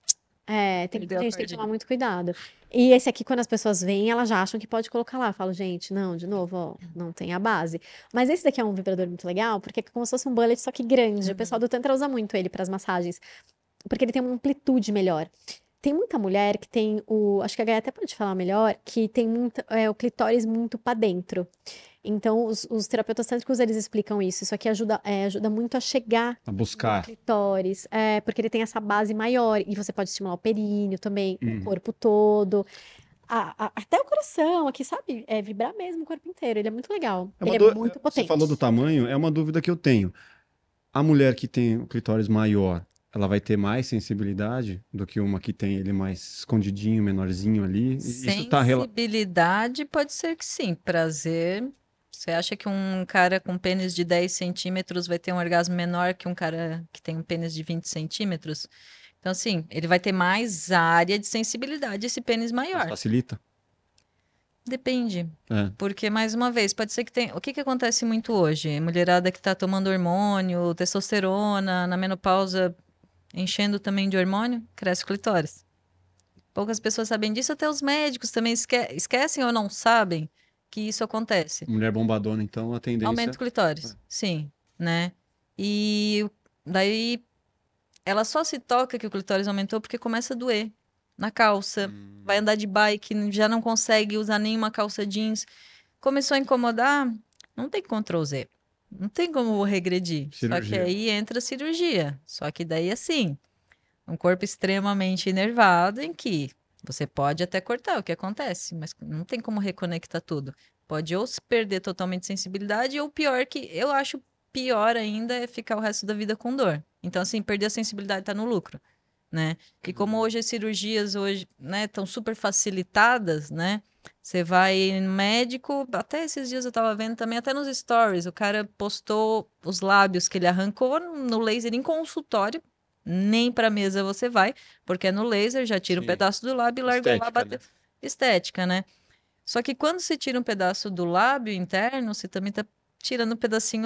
Perdeu a Gente, tem que cordinha. tomar muito cuidado. E esse aqui, quando as pessoas veem, elas já acham que pode colocar lá. Eu falo, gente, não, de novo, ó, não tem a base. Mas esse daqui é um vibrador muito legal, porque é como se fosse um bullet, só que grande. O pessoal do Tantra usa muito ele para as massagens, porque ele tem uma amplitude melhor. Tem muita mulher que tem acho que a Gaia até pode falar melhor, que tem o clitóris muito para dentro. Então, os terapeutas tântricos, eles explicam isso. Isso aqui ajuda muito a chegar A no buscar. clitóris, porque ele tem essa base maior, e você pode estimular o períneo também, Uhum. o corpo todo, até o coração aqui, sabe? Vibrar mesmo o corpo inteiro, ele é muito legal. Ele é muito Você potente. falou do tamanho, é uma dúvida que eu tenho. A mulher que tem o clitóris maior, ela vai ter mais sensibilidade do que uma que tem ele mais escondidinho, menorzinho ali? Isso tá Sensibilidade pode ser que sim. Prazer. Você acha que um cara com pênis de 10 centímetros vai ter um orgasmo menor que um cara que tem um pênis de 20 centímetros? Então, assim, ele vai ter mais área de sensibilidade, esse pênis maior. facilita? Depende. É. Porque, mais uma vez, pode ser que tem. O que que acontece muito hoje? Mulherada que tá tomando hormônio, testosterona, na menopausa, enchendo também de hormônio, cresce o clitóris. Poucas pessoas sabem disso, até os médicos também esquecem ou não sabem que isso acontece. Mulher bombadona, então, a tendência... Aumenta o clitóris, sim, né? E daí ela só se toca que o clitóris aumentou porque começa a doer na calça, vai andar de bike, já não consegue usar nenhuma calça jeans. Começou a incomodar, não tem Ctrl Z. Não tem como regredir. Só que Cirurgia. aí entra a cirurgia. Só que daí, assim, um corpo extremamente enervado em que você pode até cortar o que acontece, mas não tem como reconectar tudo. Pode ou se perder totalmente sensibilidade, ou pior que eu acho pior ainda é ficar o resto da vida com dor. Então, assim, perder a sensibilidade tá no lucro, né? E como hoje as cirurgias hoje, né, estão super facilitadas, né? Você vai no médico, até esses dias eu tava vendo também, até nos stories, o cara postou os lábios que ele arrancou no laser em consultório, nem pra mesa você vai, porque é no laser, já tira um Sim. pedaço do lábio e largou lá, Estética, bateu. Estética, né? Só que quando você tira um pedaço do lábio interno, você também tá tirando um pedacinho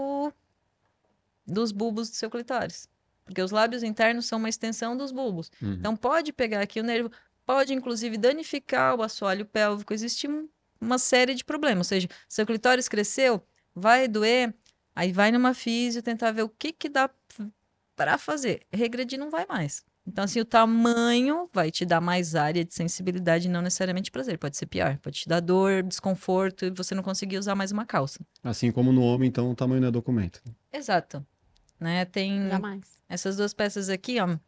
dos bulbos do seu clitóris. Porque os lábios internos são uma extensão dos bulbos. Uhum. Então pode pegar aqui o nervo, pode inclusive danificar o assoalho pélvico. Existe uma série de problemas. Ou seja, seu clitóris cresceu, vai doer, aí vai numa físio tentar ver o que que dá para fazer. Regredir não vai mais. Então, assim, o tamanho vai te dar mais área de sensibilidade, não necessariamente prazer. Pode ser pior. Pode te dar dor, desconforto e você não conseguir usar mais uma calça. Assim como no homem, então, o tamanho não é documento. Exato. Né? Tem Jamais. essas duas peças aqui, ó.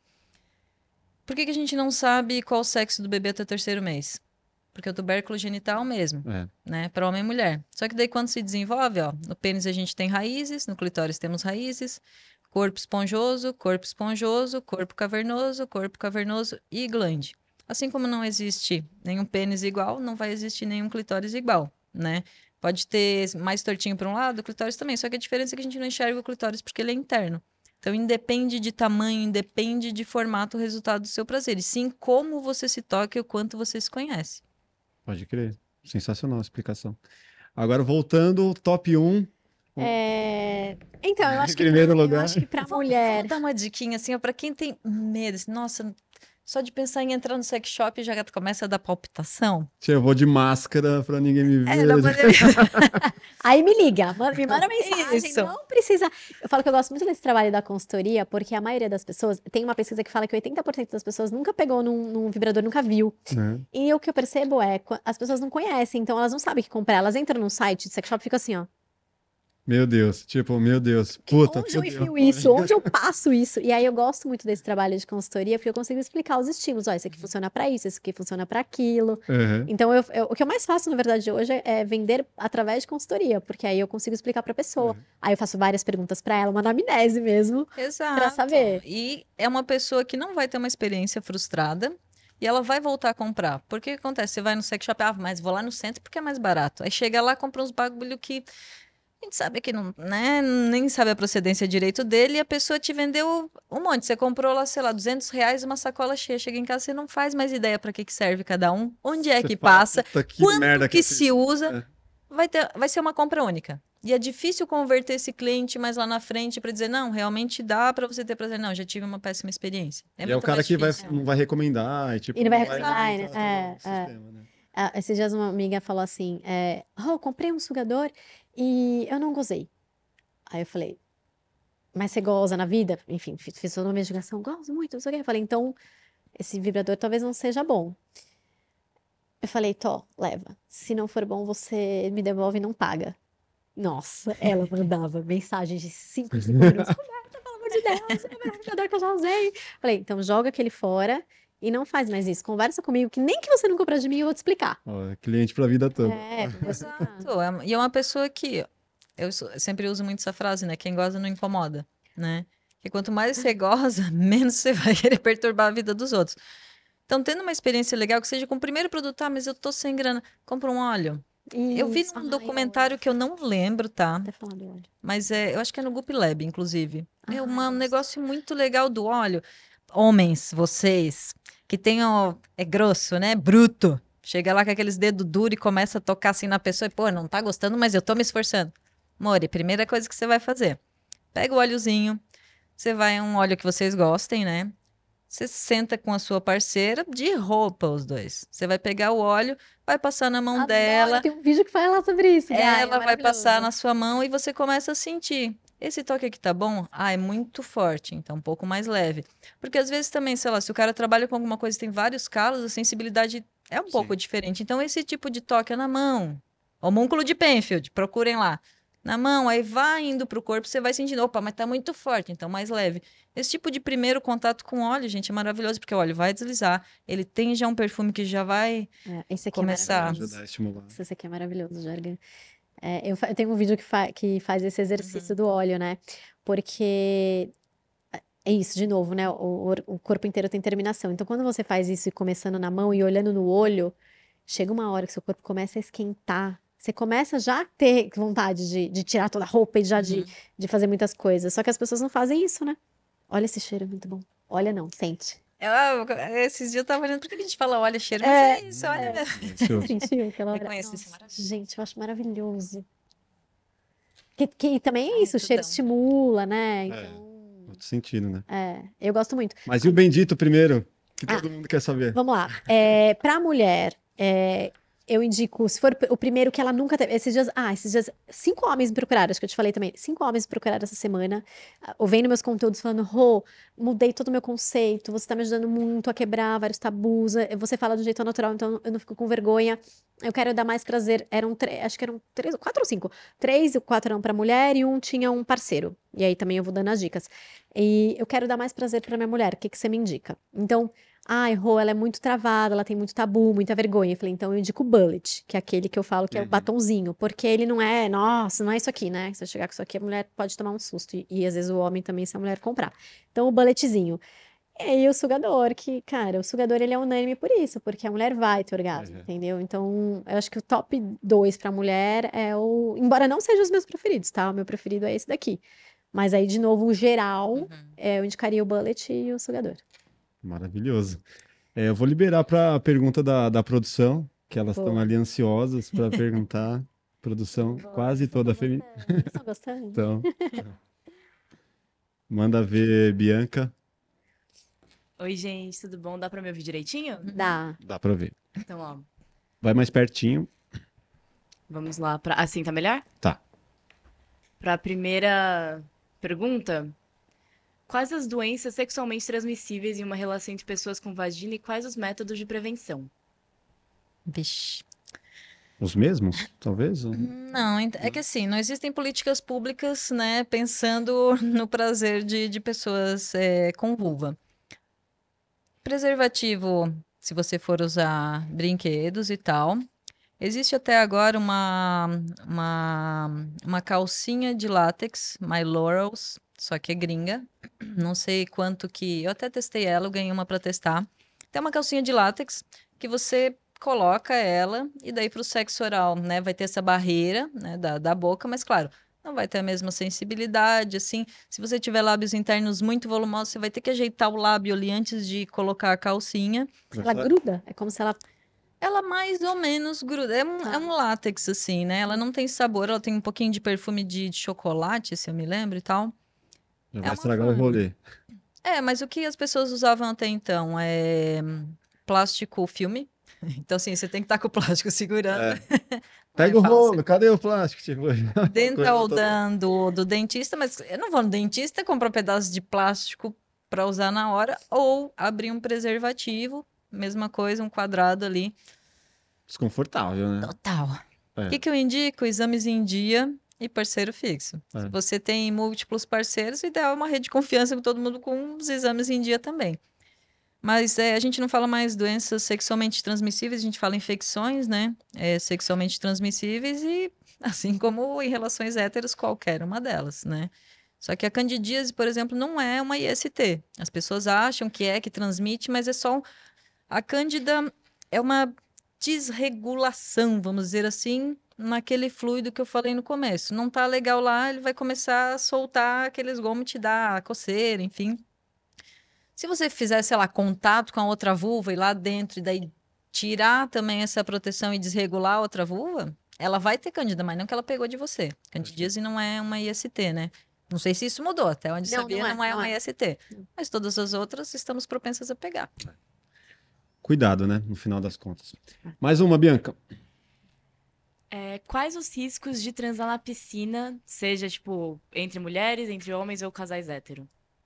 Por que que a gente não sabe qual o sexo do bebê até o 3º mês? Porque o tubérculo genital mesmo, É. né? Para homem e mulher. Só que daí quando se desenvolve, ó, no pênis a gente tem raízes, no clitóris temos raízes, corpo esponjoso, corpo cavernoso e glande. Assim como não existe nenhum pênis igual, não vai existir nenhum clitóris igual, né? Pode ter mais tortinho para um lado, o clitóris também. Só que a diferença é que a gente não enxerga o clitóris porque ele é interno. Então, independe de tamanho, independe de formato o resultado do seu prazer. E sim como você se toca e o quanto você se conhece. Pode crer. Sensacional a explicação. Agora, voltando, top 1. Então, eu acho Em primeiro eu lugar. acho que pra Vou mulher. dar uma diquinha assim, ó, pra quem tem medo, assim, nossa, só de pensar em entrar no sex shop já começa a dar palpitação. Tia, eu vou de máscara pra ninguém me ver. Não, mas Aí me liga, me manda mensagem, Isso. não precisa. Eu falo que eu gosto muito desse trabalho da consultoria, porque a maioria das pessoas, tem uma pesquisa que fala que 80% das pessoas nunca pegou num vibrador, nunca viu. Né? E o que eu percebo é, as pessoas não conhecem, então elas não sabem o que comprar. Elas entram num site de sex shop e ficam assim, ó. Meu Deus, tipo, meu Deus. Puta, Onde eu fudeu. enfio isso? Onde eu passo isso? E aí eu gosto muito desse trabalho de consultoria, porque eu consigo explicar os estímulos. Ó, esse aqui funciona pra isso, esse aqui funciona pra aquilo. Uhum. Então, o que eu mais faço, na verdade, hoje é vender através de consultoria, porque aí eu consigo explicar pra pessoa. Aí eu faço várias perguntas pra ela, uma anamnese mesmo, Exato. pra saber. E é uma pessoa que não vai ter uma experiência frustrada e ela vai voltar a comprar. Porque o que acontece? Você vai no sex shop, mas vou lá no centro porque é mais barato. Aí chega lá, compra uns bagulho que a gente sabe que não, né, nem sabe a procedência direito dele e a pessoa te vendeu um monte. Você comprou lá, sei lá, R$200, uma sacola cheia. Chega em casa, você não faz mais ideia para que serve cada um, onde é Você que fala, passa, puta, que quanto merda que eu se fiz. usa. É. Vai ser uma compra única. E é difícil converter esse cliente mais lá na frente para dizer, não, realmente dá para você ter prazer. Não, já tive uma péssima experiência. E é o muito cara mais que difícil. não vai recomendar. E, tipo, E não vai recomendar, recomendar, né? todo o sistema, né? Esses dias uma amiga falou assim, eu comprei um sugador e eu não gozei. Aí eu falei, mas você goza na vida? Enfim, fiz toda uma investigação, gozo muito, não sei o quê. Eu falei, então, esse vibrador talvez não seja bom. Eu falei, leva. Se não for bom, você me devolve e não paga. Nossa, ela mandava mensagens de 5 segundos. Roberta, pelo amor de Deus, é o melhor vibrador que eu já usei. Falei, então joga aquele fora e não faz mais isso. Conversa comigo, que nem que você não comprar de mim, eu vou te explicar. Ó, cliente pra vida toda. Exato. E é uma pessoa que... Eu sempre uso muito essa frase, né? Quem goza não incomoda. né? Porque quanto mais você goza, menos você vai querer perturbar a vida dos outros. Então, tendo uma experiência legal, que seja com o primeiro produto, mas eu tô sem grana, compra um óleo. Eu vi Isso. num Ai, documentário que eu não lembro, tá? até falar do óleo. Mas eu acho que é no Goop Lab, inclusive. É um Gosto. negócio muito legal do óleo. Homens, vocês, que tem é grosso, né? Bruto. Chega lá com aqueles dedos duros e começa a tocar assim na pessoa e, pô, não tá gostando, mas eu tô me esforçando. More, primeira coisa que você vai fazer. Pega o óleozinho, você vai um óleo que vocês gostem, né? Você senta com a sua parceira, de roupa os dois. Você vai pegar o óleo, vai passar na mão dela, Tem um vídeo que fala sobre isso, Gai, é ela vai passar maravilhoso. na sua mão e você começa a sentir. Esse toque aqui tá bom? Ah, é muito forte, então um pouco mais leve. Porque às vezes também, sei lá, se o cara trabalha com alguma coisa e tem vários calos, a sensibilidade é um pouco diferente. Então esse tipo de toque é na mão. Homúnculo de Penfield, procurem lá. Na mão, aí vai indo pro corpo, você vai sentindo, opa, mas tá muito forte, então mais leve. Esse tipo de primeiro contato com óleo, gente, é maravilhoso, porque o óleo vai deslizar, ele tem já um perfume que já vai Esse aqui começar. é maravilhoso. Ajudar a estimular. Esse aqui é maravilhoso, Jargan. Eu tenho um vídeo que faz esse exercício do óleo, né? Porque é isso, de novo, né? O corpo inteiro tem terminação. Então, quando você faz isso e começando na mão e olhando no olho, chega uma hora que seu corpo começa a esquentar. Você começa já a ter vontade de tirar toda a roupa e já de fazer muitas coisas. Só que as pessoas não fazem isso, né? Olha esse cheiro, é muito bom. Olha não, sente. Esses dias eu tava olhando, por que a gente fala olha cheiro? Mas é isso, olha. Você sentiu aquela hora? Reconheço esse Nossa, maravilhoso. gente, eu acho maravilhoso. Que também é isso, o cheiro tudão. estimula, né? Então, Outro sentido, né? eu gosto muito. Mas e o bendito primeiro? Que todo mundo quer saber. Vamos lá. Pra mulher, eu indico, se for o primeiro que ela nunca teve. Esses dias, 5 homens me procuraram, acho que eu te falei também. 5 homens me procuraram essa semana, vendo meus conteúdos, falando: Rô, mudei todo o meu conceito, você tá me ajudando muito a quebrar vários tabus, você fala de um jeito natural, então eu não fico com vergonha. Eu quero dar mais prazer. Acho que eram 4 ou 5. 3 ou 4 eram pra mulher e um tinha um parceiro. E aí também eu vou dando as dicas. E eu quero dar mais prazer pra minha mulher, o que você me indica? Então. Ai, Rô, ela é muito travada, ela tem muito tabu, muita vergonha. Eu falei, então eu indico o Bullet, que é aquele que eu falo que é o batonzinho, porque ele não é, nossa, não é isso aqui, né? Se eu chegar com isso aqui, a mulher pode tomar um susto. E às vezes o homem também, se a mulher comprar. Então o Bulletzinho. E aí o sugador, que, cara, o sugador ele é unânime por isso, porque a mulher vai ter orgasmo, entendeu? Então, eu acho que o top 2 pra mulher é o. Embora não sejam os meus preferidos, tá? O meu preferido é esse daqui. Mas aí, de novo, o geral, eu indicaria o Bullet e o sugador. Maravilhoso. Eu vou liberar para a pergunta da produção, que elas estão ali ansiosas para perguntar. Produção quase toda feminina. Estão gostando? Então, manda ver, Bianca. Oi, gente, tudo bom? Dá pra me ouvir direitinho? Dá. Dá para ver. Então, ó, Vai mais pertinho. vamos lá pra... Assim, tá melhor? Tá. Pra primeira pergunta, quais as doenças sexualmente transmissíveis em uma relação entre pessoas com vagina e quais os métodos de prevenção? Vixe. Os mesmos, talvez? Não, é que assim, não existem políticas públicas, né, pensando no prazer de pessoas com vulva. Preservativo, se você for usar brinquedos e tal. Existe até agora uma calcinha de látex, My Laurels, só que é gringa. Não sei quanto que... Eu até testei ela, eu ganhei uma para testar. Tem uma calcinha de látex que você coloca ela e daí para o sexo oral, né? Vai ter essa barreira, né, da boca, mas claro, não vai ter a mesma sensibilidade, assim. Se você tiver lábios internos muito volumosos, você vai ter que ajeitar o lábio ali antes de colocar a calcinha. Ela gruda? É como se ela... Ela mais ou menos gruda. É um látex, assim, né? Ela não tem sabor, ela tem um pouquinho de perfume de chocolate, se eu me lembro e tal. Já vai estragar o rolê. Mas o que as pessoas usavam até então é plástico filme. Então, assim, você tem que estar com o plástico segurando. Pega o rolo, cadê o plástico? Tipo, Dental do dentista, mas eu não vou no dentista comprar um pedaço de plástico para usar na hora ou abrir um preservativo, mesma coisa, um quadrado ali. Desconfortável, né? Total. O que eu indico? Exames em dia e parceiro fixo. Se você tem múltiplos parceiros, o ideal é uma rede de confiança com todo mundo com os exames em dia também. Mas a gente não fala mais doenças sexualmente transmissíveis, a gente fala infecções, né? Sexualmente transmissíveis e, assim como em relações héteros, qualquer uma delas, né? Só que a candidíase, por exemplo, não é uma IST. As pessoas acham que transmite, mas é só... A cândida é uma desregulação, vamos dizer assim, naquele fluido que eu falei no começo. Não tá legal lá, ele vai começar a soltar aqueles gomos, te dar coceira, enfim. Se você fizer, sei lá, contato com a outra vulva e lá dentro, e daí tirar também essa proteção e desregular a outra vulva, ela vai ter cândida, mas não que ela pegou de você. Candidíase não é uma IST, né? Não sei se isso mudou, até onde Não, sabia, não é uma IST. Mas todas as outras estamos propensas a pegar. Cuidado, né? No final das contas. Mais uma, Bianca. Quais os riscos de transar na piscina, seja, tipo, entre mulheres, entre homens ou casais hétero?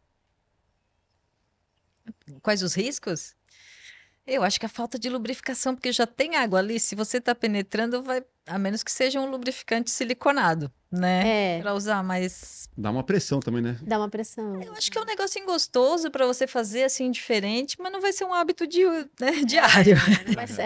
Quais os riscos? Eu acho que a falta de lubrificação, porque já tem água ali, se você está penetrando, vai, a menos que seja um lubrificante siliconado, né? É, Para usar, mas Dá uma pressão também, né? dá uma pressão. eu acho que é um negocinho gostoso para você fazer assim diferente, mas não vai ser um hábito diário. Não vai ser,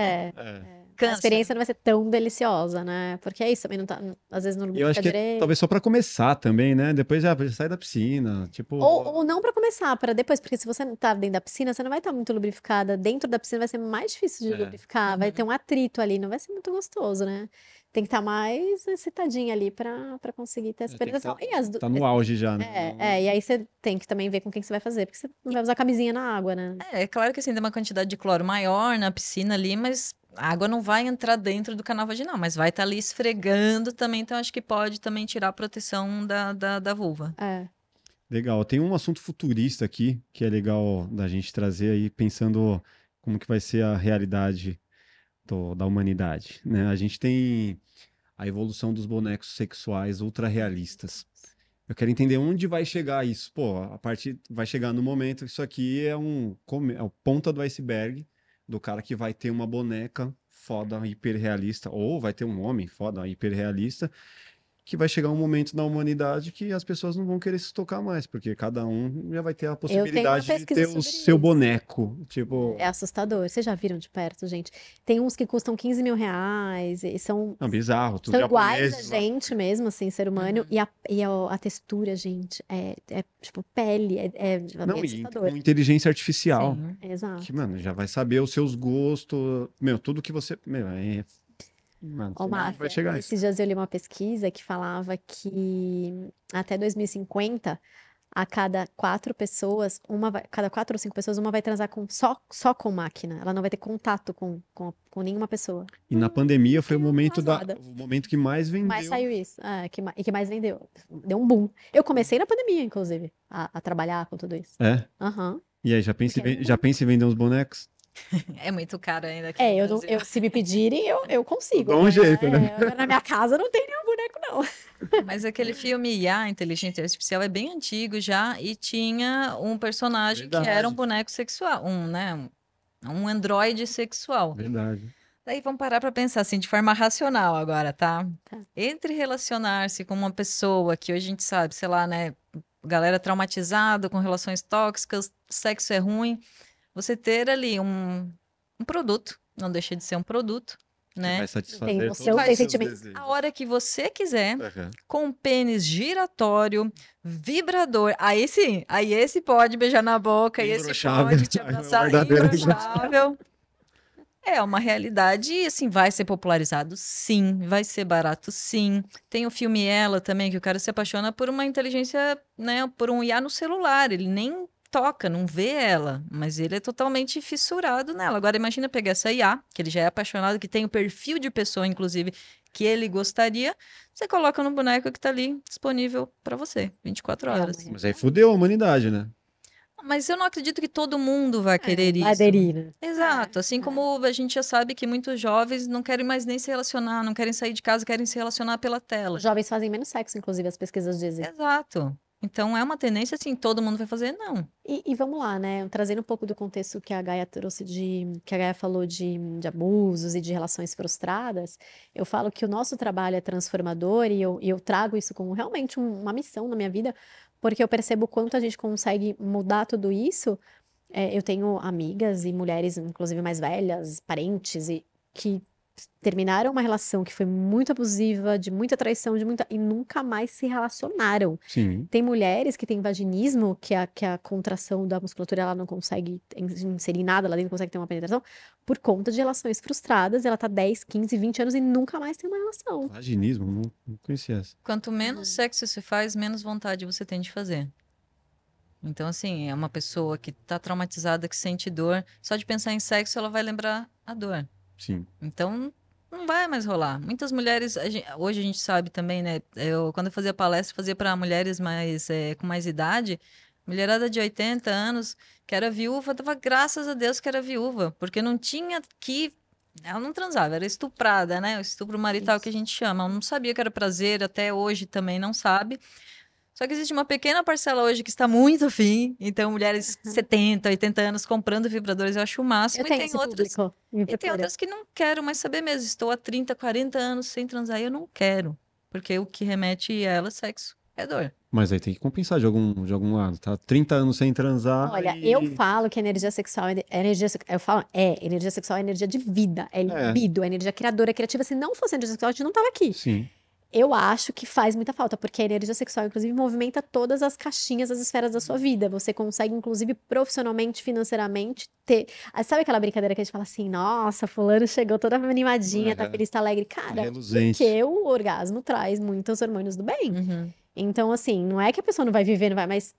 a Cansa. experiência não vai ser tão deliciosa, né? Porque é isso, também não tá, às vezes não E eu lubrifica acho que direito. talvez só pra começar também, né? Depois já sai da piscina, tipo... Ou não para começar, para depois, porque se você não tá dentro da piscina, você não vai estar muito lubrificada. Dentro da piscina vai ser mais difícil de lubrificar, vai ter um atrito ali, não vai ser muito gostoso, né? Tem que estar mais excitadinha ali para conseguir ter essa tem que penetração. E as Tá no auge já, né? e aí você tem que também ver com quem que você vai fazer, porque você não vai usar camisinha na água, né? É claro que assim, tem uma quantidade de cloro maior na piscina ali, mas a água não vai entrar dentro do canal vaginal, mas vai estar ali esfregando também, então acho que pode também tirar a proteção da vulva. É. Legal. Tem um assunto futurista aqui que é legal da gente trazer aí, pensando como que vai ser a realidade da humanidade, né? A gente tem a evolução dos bonecos sexuais ultra realistas. Eu quero entender onde vai chegar isso. Pô, a partir vai chegar no momento que isso aqui é a ponta do iceberg do cara que vai ter uma boneca foda, hiperrealista, ou vai ter um homem foda, hiperrealista, que vai chegar um momento na humanidade que as pessoas não vão querer se tocar mais, porque cada um já vai ter a possibilidade de pesquisa ter o sobre seu isso. boneco. Tipo, É assustador. Vocês já viram de perto, gente? Tem uns que custam 15 mil reais e são não, bizarro, tudo São iguais a japonês. gente mesmo, assim, ser humano. E a textura, gente, é tipo pele, é Não, e assustador. com inteligência artificial. Sim. Exato. Que, mano, já vai saber os seus gostos. Meu, tudo que você. Meu, mano, Ó, sei lá onde vai Máfia, chegar isso. esses dias eu li uma pesquisa que falava que até 2050, a cada 4 pessoas, cada 4 ou 5 pessoas, uma vai transar só com máquina. Ela não vai ter contato com nenhuma pessoa. E na pandemia foi o momento, arrasada. o momento que mais vendeu. Mas saiu isso. E que mais vendeu. Deu um boom. Eu comecei na pandemia, inclusive, a trabalhar com tudo isso. É? Aham. E aí, já pensa, Porque já pensa em vender uns bonecos? É muito caro ainda aqui no Brasil. Se me pedirem, eu consigo. Dá um mas, jeito, né? Na minha casa não tem nenhum boneco, não. Mas aquele filme IA, Inteligência Artificial, é bem antigo já e tinha um personagem que era Verdade. um boneco sexual, um androide sexual. Verdade. Daí vamos parar para pensar assim, de forma racional agora, tá? Tá. Entre relacionar-se com uma pessoa que hoje a gente sabe, sei lá, né, galera traumatizada, com relações tóxicas, sexo é ruim, você ter ali um produto, não deixa de ser um produto, Que né? vai satisfazer Tem todos o seu os seus sentimento. desejos. A hora que você quiser, Aham. com pênis giratório, vibrador. Aí sim, aí esse pode beijar na boca, aí esse Imbrochável. pode te abraçar, Verdadeiro imbrochável. É uma realidade e, assim, vai ser popularizado, sim. Vai ser barato, sim. Tem o filme Ela também, que o cara se apaixona por uma inteligência, né, por um IA no celular. Ele nem toca, não vê ela, mas ele é totalmente fissurado nela. Agora, imagina pegar essa IA, que ele já é apaixonado, que tem o perfil de pessoa, inclusive, que ele gostaria, você coloca no boneco que tá ali disponível para você, 24 horas. Mas aí fudeu a humanidade, né? Mas eu não acredito que todo mundo vai querer isso. Aderir, né? Exato, assim como a gente já sabe que muitos jovens não querem mais nem se relacionar, não querem sair de casa, querem se relacionar pela tela. Os jovens fazem menos sexo, inclusive, as pesquisas dizem. Exato. Então é uma tendência assim, todo mundo vai fazer? Não. E vamos lá, né? Trazendo um pouco do contexto que a Gaia trouxe que a Gaia falou de abusos e de relações frustradas, eu falo que o nosso trabalho é transformador e eu trago isso como realmente uma missão na minha vida, porque eu percebo o quanto a gente consegue mudar tudo isso. Eu tenho amigas e mulheres, inclusive mais velhas, parentes, que terminaram uma relação que foi muito abusiva, de muita traição, e nunca mais se relacionaram. Sim. Tem mulheres que têm vaginismo, que a contração da musculatura ela não consegue inserir nada lá dentro, não consegue ter uma penetração, por conta de relações frustradas. Ela tá 10, 15, 20 anos e nunca mais tem uma relação. Vaginismo, não conhecia essa. Quanto menos sexo se faz, menos vontade você tem de fazer. Então, assim, é uma pessoa que tá traumatizada, que sente dor. Só de pensar em sexo, ela vai lembrar a dor. Sim. Então, não vai mais rolar. Muitas mulheres, hoje a gente sabe também, né? Quando eu fazia palestra, fazia para mulheres com mais idade. Mulherada de 80 anos, que era viúva, dava graças a Deus que era viúva, porque não tinha que. Ela não transava, era estuprada, né? O estupro marital que a gente chama. Ela não sabia que era prazer, até hoje também não sabe. Só que existe uma pequena parcela hoje que está muito afim. Então, mulheres 70, 80 anos comprando vibradores, eu acho o máximo. Eu tenho esse público. E tem outras que não quero mais saber mesmo. Estou há 30, 40 anos sem transar e eu não quero. Porque o que remete a ela é sexo, é dor. Mas aí tem que compensar de algum lado, tá? 30 anos sem transar. Olha, eu falo que a energia sexual energia sexual é energia de vida, é libido, é energia criadora, criativa. Se não fosse energia sexual, a gente não tava aqui. Sim. Eu acho que faz muita falta, porque a energia sexual, inclusive, movimenta todas as caixinhas, as esferas da sua vida. Você consegue, inclusive, profissionalmente, financeiramente, ter. Sabe aquela brincadeira que a gente fala assim, nossa, fulano chegou toda animadinha, tá feliz, tá alegre. Cara, Reluzente. porque o orgasmo traz muitos hormônios do bem. Uhum. Então, assim, não é que a pessoa não vai viver, não vai, mas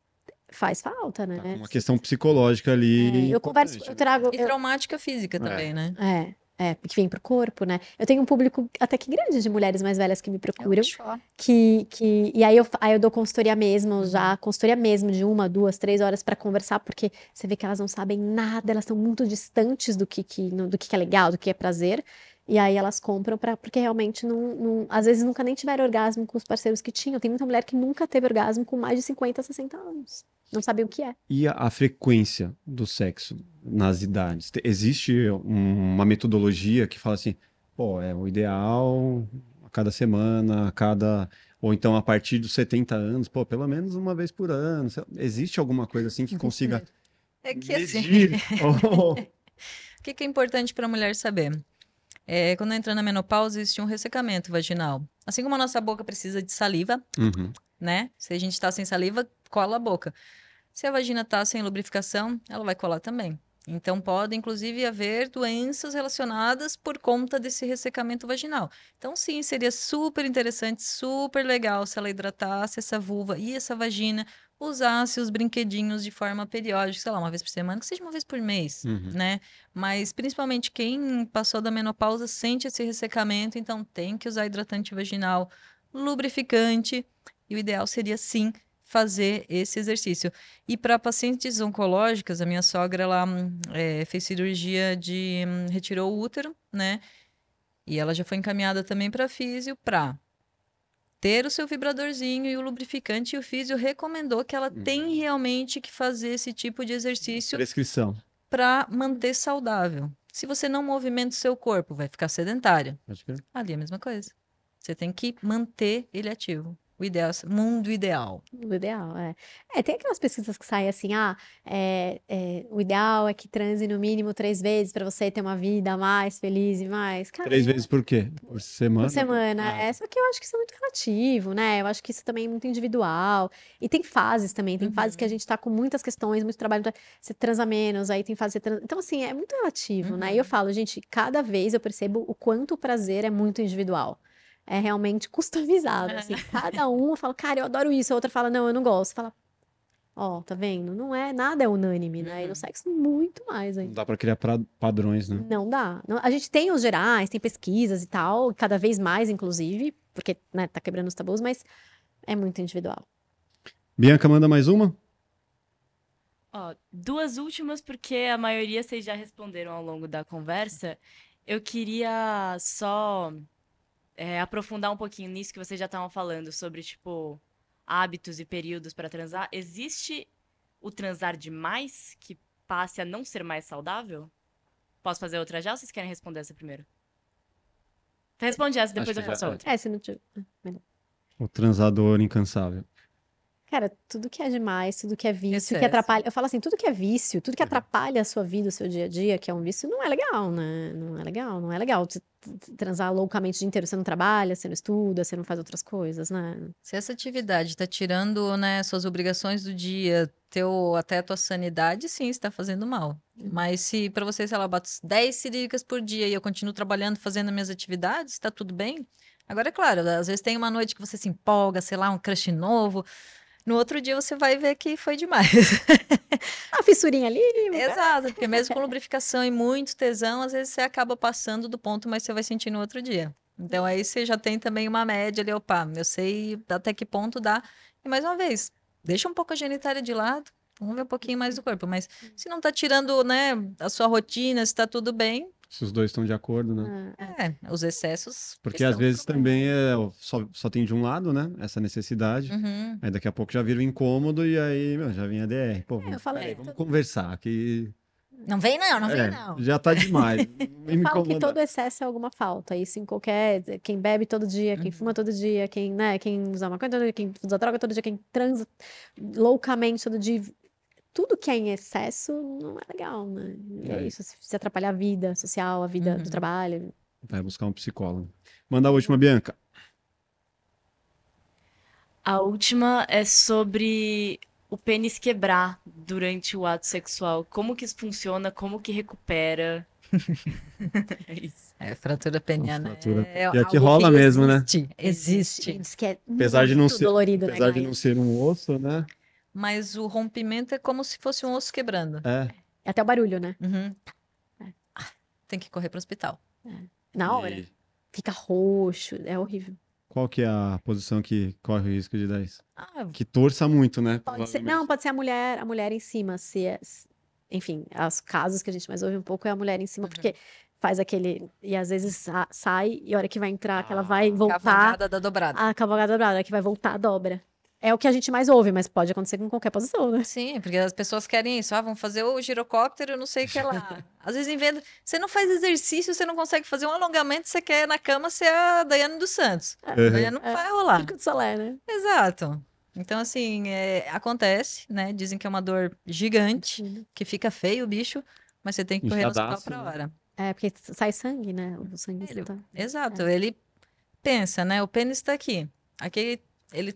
faz falta, Tá com né? uma questão psicológica ali. Eu converso, eu trago. E traumática física também, né? Que vem pro corpo, né? Eu tenho um público até que grande de mulheres mais velhas que me procuram, Ó. e aí eu dou consultoria mesmo, consultoria mesmo de 1, 2, 3 horas pra conversar, porque você vê que elas não sabem nada, elas estão muito distantes do que é legal, do que é prazer, e aí elas compram porque realmente às vezes nunca nem tiveram orgasmo com os parceiros que tinham. Tem muita mulher que nunca teve orgasmo com mais de 50, 60 anos. Não sabe o que é. E a frequência do sexo nas idades? Existe uma metodologia que fala assim, pô, é o ideal a cada semana, ou então a partir dos 70 anos, pô, pelo menos uma vez por ano. Existe alguma coisa assim que consiga É que assim, medir? o que é importante para a mulher saber? Quando entra na menopausa, existe um ressecamento vaginal. Assim como a nossa boca precisa de saliva, Uhum. né? Se a gente está sem saliva, cola a boca. Se a vagina está sem lubrificação, ela vai colar também. Então, pode, inclusive, haver doenças relacionadas por conta desse ressecamento vaginal. Então, sim, seria super interessante, super legal se ela hidratasse essa vulva e essa vagina, usasse os brinquedinhos de forma periódica, sei lá, uma vez por semana, que seja uma vez por mês, né? Mas, principalmente, quem passou da menopausa sente esse ressecamento, então tem que usar hidratante vaginal, lubrificante, e o ideal seria, sim, fazer esse exercício. E para pacientes oncológicas, a minha sogra ela fez cirurgia retirou o útero, né? E ela já foi encaminhada também para físio para ter o seu vibradorzinho e o lubrificante. E o físio recomendou que ela tem realmente que fazer esse tipo de exercício Prescrição. para manter saudável. Se você não movimenta o seu corpo, vai ficar sedentária. Acho que Ali é a mesma coisa. Você tem que manter ele ativo. O ideal, mundo ideal. O ideal, tem aquelas pesquisas que saem assim, o ideal é que transe no mínimo 3 vezes para você ter uma vida mais feliz e mais. Cara, 3 vezes por quê? Por semana? por semana. Só que eu acho que isso é muito relativo, né? Eu acho que isso também é muito individual. E tem fases também. Tem fases que a gente tá com muitas questões, muito trabalho. Você transa menos, aí tem fase que você transa. Então, assim, é muito relativo, né? E eu falo, gente, cada vez eu percebo o quanto o prazer é muito individual. É realmente customizado, assim. Cada um fala, cara, eu adoro isso. A outra fala, não, eu não gosto. Você fala, ó, tá vendo? Não é, nada é unânime, né? E no sexo, muito mais Não ainda. dá pra criar padrões, né? Não dá. A gente tem os gerais, tem pesquisas e tal, cada vez mais, inclusive, porque, né, tá quebrando os tabus, mas é muito individual. Bianca, manda mais uma? Ó, 2 últimas, porque a maioria vocês já responderam ao longo da conversa. Eu queria só aprofundar um pouquinho nisso que vocês já estavam falando, sobre, tipo, hábitos e períodos para transar. Existe o transar demais que passe a não ser mais saudável? Posso fazer outra já ou vocês querem responder essa primeiro? Responde essa, depois Acho eu que faço já a outra. Se não tiver. O transador incansável. Cara, tudo que é demais, tudo que é vício, que Excesso. atrapalha. Eu falo assim, tudo que é vício, tudo que atrapalha a sua vida, o seu dia a dia, que é um vício, não é legal, né? Não é legal, não é legal. Transar loucamente o dia inteiro, você não trabalha, você não estuda, você não faz outras coisas, né? Se essa atividade tá tirando, né, suas obrigações do dia, até a tua sanidade, sim, está fazendo mal. Mas se para você, sei lá, eu bato 10 cirílicas por dia e eu continuo trabalhando, fazendo minhas atividades, tá tudo bem. Agora, é claro, às vezes tem uma noite que você se empolga, sei lá, um crush novo. No outro dia você vai ver que foi demais. A fissurinha ali, Exato, porque mesmo com lubrificação e muito tesão, às vezes você acaba passando do ponto, mas você vai sentir no outro dia. Então aí você já tem também uma média ali, opa, eu sei até que ponto dá. E mais uma vez, deixa um pouco a genitália de lado, vamos ver um pouquinho mais do corpo. Mas se não tá tirando, né, a sua rotina, se tá tudo bem, Se os dois estão de acordo, né? os excessos. que Porque às são os vezes problemas. também só tem de um lado, né? Essa necessidade. Uhum. Aí daqui a pouco já vira um incômodo e aí, meu, já vem a DR. Pô, eu falo, vamos conversar, que Não vem não, não vem não. já tá demais. Não eu me falo que incomoda. todo excesso é alguma falta. Isso em qualquer. Quem bebe todo dia, quem fuma todo dia, quem, né, quem usa maconha todo dia, quem usa droga todo dia, quem transa loucamente todo dia. Tudo que é em excesso não é legal, né? E é isso, se atrapalhar a vida social, a vida do trabalho. Vai buscar um psicólogo. Manda a última, Bianca. A última é sobre o pênis quebrar durante o ato sexual. Como que isso funciona? Como que recupera? É isso. Fratura peniana Fratura. é E aqui algo rola que mesmo, né? Existe. Diz que é Apesar de não muito ser, dolorido, né, apesar de Gaia? não ser um osso, né? Mas o rompimento é como se fosse um osso quebrando. É. É até o barulho, né? Uhum. Tem que correr para o hospital. Na hora. E Fica roxo, é horrível. qual que é a posição que corre o risco de dar isso? Ah, Que torça muito, né? Pode ser, Provavelmente. não, pode ser a mulher em cima, enfim, os casos que a gente mais ouve um pouco é a mulher em cima, porque faz aquele, e às vezes sai, e a hora que vai entrar, que ela vai voltar, cavalgada da dobrada. a cavalgada dobrada, a hora que vai voltar, dobra. É o que a gente mais ouve, mas pode acontecer com qualquer posição, né? Sim, porque as pessoas querem isso. Ah, vamos fazer o girocóptero, não sei o que lá. Às vezes inventa. Você não faz exercício, você não consegue fazer um alongamento, você quer na cama ser a Daiane dos Santos. Aí não vai rolar. Circo de Solé, né? Exato. Então, assim, acontece, né? Dizem que é uma dor gigante, que fica feio o bicho, mas você tem que correr no hospital Inchadaço, pra né? hora. É, porque sai sangue, né? O sangue Ele- tá... Exato, ele pensa, né? O pênis está aqui. Aqui ele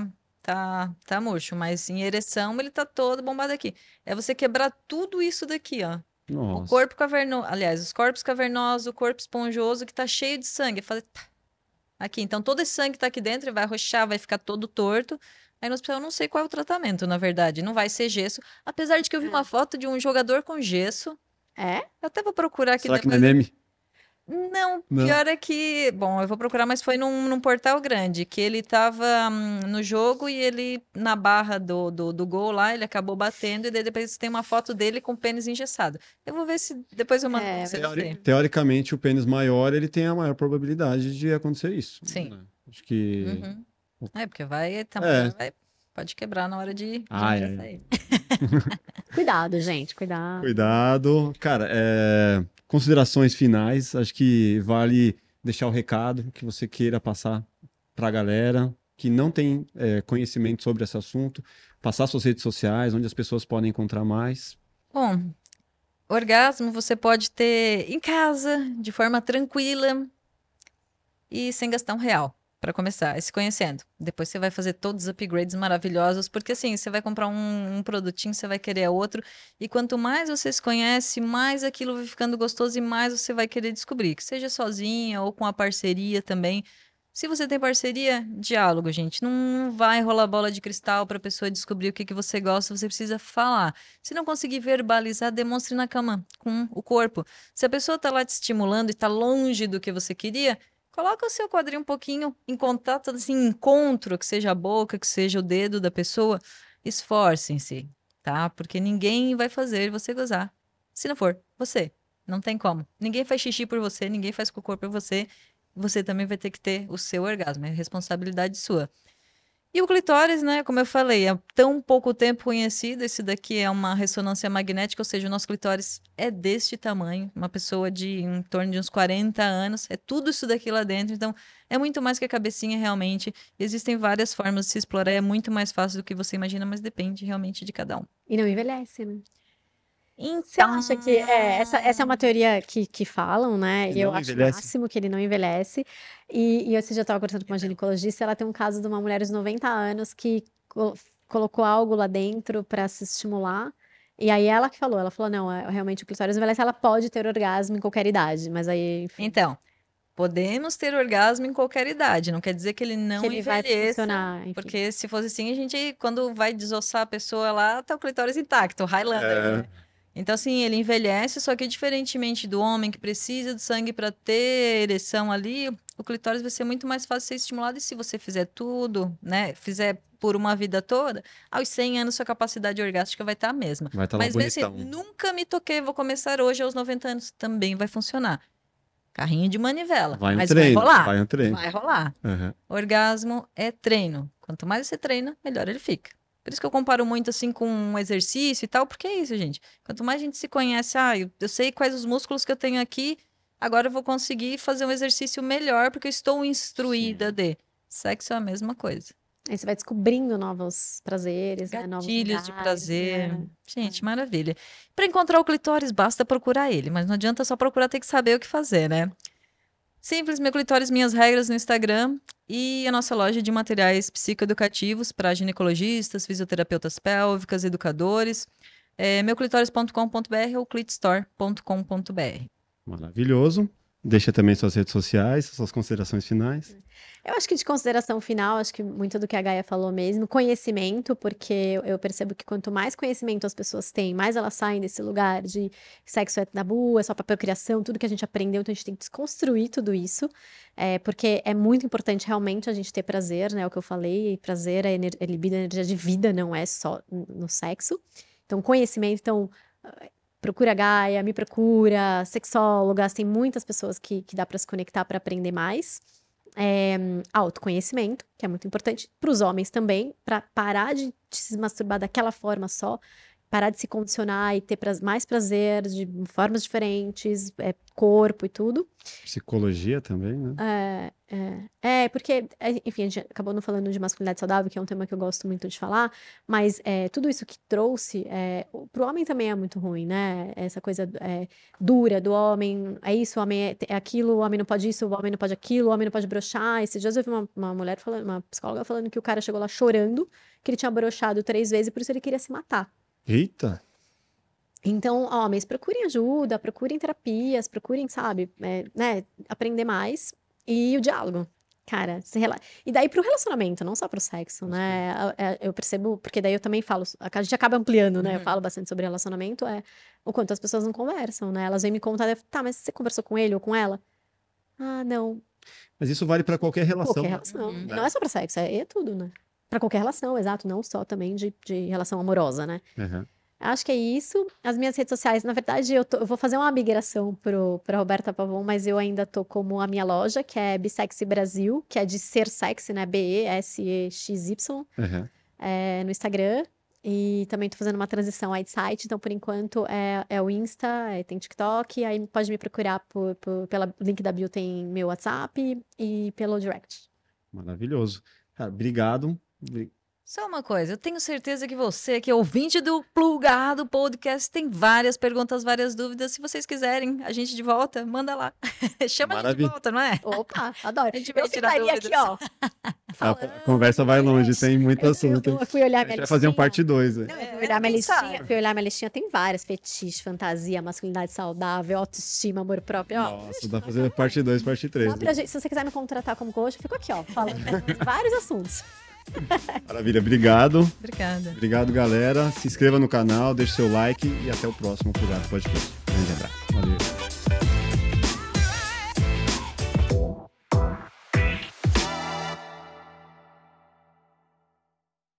tá murcho, mas em ereção ele tá todo bombado aqui. É você quebrar tudo isso daqui, ó. O Nossa. corpo cavernoso, aliás, os corpos cavernosos, o corpo esponjoso que tá cheio de sangue. Fazer aqui, então todo esse sangue tá aqui dentro, ele vai roxar, vai ficar todo torto. Aí no hospital eu não sei qual é o tratamento, na verdade. Não vai ser gesso. Apesar de que eu vi uma foto de um jogador com gesso. É? Eu até vou procurar aqui Será que não depois. é meme? Não, Não. pior é que, bom, eu vou procurar, mas foi num portal grande, que ele tava no jogo e ele, na barra do gol lá, ele acabou batendo e daí depois tem uma foto dele com o pênis engessado. Eu vou ver se depois eu mando pra você ver. Teoricamente, o pênis maior, ele tem a maior probabilidade de acontecer isso. Sim. Né? Acho que... Uhum. Porque vai, pode quebrar na hora de Ai, sair. Cuidado, gente, cuidado. Cuidado. Cara, considerações finais. Acho que vale deixar o recado que você queira passar para a galera que não tem conhecimento sobre esse assunto, passar suas redes sociais, onde as pessoas podem encontrar mais. Bom, orgasmo você pode ter em casa, de forma tranquila e sem gastar R$1. Para começar, se conhecendo. Depois você vai fazer todos os upgrades maravilhosos, porque assim, você vai comprar um produtinho, você vai querer outro, e quanto mais você se conhece, mais aquilo vai ficando gostoso e mais você vai querer descobrir, que seja sozinha ou com a parceria também. Se você tem parceria, diálogo, gente. Não vai rolar bola de cristal para a pessoa descobrir o que você gosta, você precisa falar. Se não conseguir verbalizar, demonstre na cama, com o corpo. Se a pessoa está lá te estimulando e está longe do que você queria, coloca o seu quadril um pouquinho em contato, assim, encontro, que seja a boca, que seja o dedo da pessoa. Esforcem-se, tá? Porque ninguém vai fazer você gozar. Se não for você, não tem como. Ninguém faz xixi por você, ninguém faz cocô por você. Você também vai ter que ter o seu orgasmo, é responsabilidade sua. E o clitóris, né, como eu falei, é tão pouco tempo conhecido, esse daqui é uma ressonância magnética, ou seja, o nosso clitóris é deste tamanho, uma pessoa de em torno de uns 40 anos, é tudo isso daqui lá dentro, então é muito mais que a cabecinha realmente, existem várias formas de se explorar, é muito mais fácil do que você imagina, mas depende realmente de cada um. E não envelhece, né? Você Então, acha que essa é uma teoria que falam, né? Que E eu não acho o envelhece. máximo que ele não envelhece. E eu já estava conversando com uma ginecologista, ela tem um caso de uma mulher de 90 anos que colocou algo lá dentro para se estimular. E aí ela falou, não, realmente o clitóris envelhece, ela pode ter orgasmo em qualquer idade, mas aí, enfim, então, podemos ter orgasmo em qualquer idade, não quer dizer que ele não que ele vai envelheça, funcionar, enfim. porque se fosse assim, a gente, quando vai desossar a pessoa lá, tá o clitóris intacto, o Highlander, né? Então, assim, ele envelhece, só que diferentemente do homem que precisa de sangue para ter ereção ali, o clitóris vai ser muito mais fácil de ser estimulado. E se você fizer tudo, né, fizer por uma vida toda, aos 100 anos sua capacidade orgástica vai estar a mesma. Vai estar lá Mas mesmo bonitão. assim, nunca me toquei, vou começar hoje aos 90 anos, também vai funcionar. Carrinho de manivela, Vai um mas treino, vai rolar. vai um treino. Vai rolar. Uhum. Orgasmo é treino. Quanto mais você treina, melhor ele fica. Por isso que eu comparo muito assim com um exercício e tal, porque é isso, gente. Quanto mais a gente se conhece, eu sei quais os músculos que eu tenho aqui, agora eu vou conseguir fazer um exercício melhor, porque eu estou instruída de. Sexo é a mesma coisa. Aí você vai descobrindo novos prazeres, né? Novos Gatilhos de lugares, prazer. né? Gente, maravilha. Para encontrar o clitóris, basta procurar ele, mas não adianta só procurar, tem que saber o que fazer, né? Simples, meu clitóris, minhas regras no Instagram e a nossa loja de materiais psicoeducativos para ginecologistas, fisioterapeutas pélvicas, educadores. Meuclitoris.com.br ou clitstore.com.br. Maravilhoso. Deixa também suas redes sociais, suas considerações finais. Eu acho que de consideração final, acho que muito do que a Gaia falou mesmo, conhecimento, porque eu percebo que quanto mais conhecimento as pessoas têm, mais elas saem desse lugar de sexo é tabu, é só para procriação, tudo que a gente aprendeu, então a gente tem que desconstruir tudo isso, porque é muito importante realmente a gente ter prazer, né, é o que eu falei, prazer é libido, é energia de vida, não é só no sexo. Então, conhecimento, procura Gaia, me procura, sexólogas, tem muitas pessoas que dá para se conectar para aprender mais. Autoconhecimento, que é muito importante, para os homens também, para parar de se masturbar daquela forma só, parar de se condicionar e ter mais prazer de formas diferentes, corpo e tudo. Psicologia também, né? Porque, enfim, a gente acabou não falando de masculinidade saudável, que é um tema que eu gosto muito de falar, mas tudo isso que trouxe, pro homem também é muito ruim, né? Essa coisa dura do homem, é isso, o homem é aquilo, o homem não pode isso, o homem não pode aquilo, o homem não pode broxar. Esses dias eu vi uma mulher falando, uma psicóloga falando que o cara chegou lá chorando, que ele tinha broxado 3 vezes e por isso ele queria se matar. Eita! Então, homens, procurem ajuda, procurem terapias, procurem, sabe, né, aprender mais. E o diálogo, cara, e daí pro relacionamento, não só pro sexo, né? Eu percebo, porque daí eu também falo, a gente acaba ampliando, né? Eu falo bastante sobre relacionamento, o quanto as pessoas não conversam, né? Elas vêm me contar, tá, mas você conversou com ele ou com ela? Ah, não. Mas isso vale para qualquer relação. Qualquer relação. Não é só pra sexo, é tudo, né? Pra qualquer relação, exato, não só também de relação amorosa, né? Uhum. Acho que é isso. As minhas redes sociais, na verdade, eu vou fazer uma migração pra Roberta Pavon, mas eu ainda tô como a minha loja, que é Bissexy Brasil, que é de ser sexy, né? BESEXY, no Instagram. E também tô fazendo uma transição aí de site, então por enquanto é o Insta, tem TikTok, aí pode me procurar pelo link da bio, tem meu WhatsApp e pelo direct. Maravilhoso. Cara, obrigado. Só uma coisa, eu tenho certeza que você, que é ouvinte do Plugado Podcast, tem várias perguntas, várias dúvidas. Se vocês quiserem, a gente de volta, manda lá. Chama a gente de volta, não é? Opa, adoro. A gente vai Eu tirar ficaria dúvidas. aqui, ó. A conversa vai longe, tem muito assunto. Eu fui olhar minha vai fazer um listinha. parte 2. Não, eu fui olhar minha listinha, tem várias, fetiche, fantasia, masculinidade saudável, autoestima, amor próprio, ó. Nossa, dá pra fazer parte 2, parte 3. Se você quiser me contratar como coach, eu fico aqui, ó, falando vários assuntos. Maravilha, obrigado. Obrigada. Obrigado, galera. Se inscreva no canal, deixe seu like e até o próximo Plugado Podcast. Grande abraço. Valeu.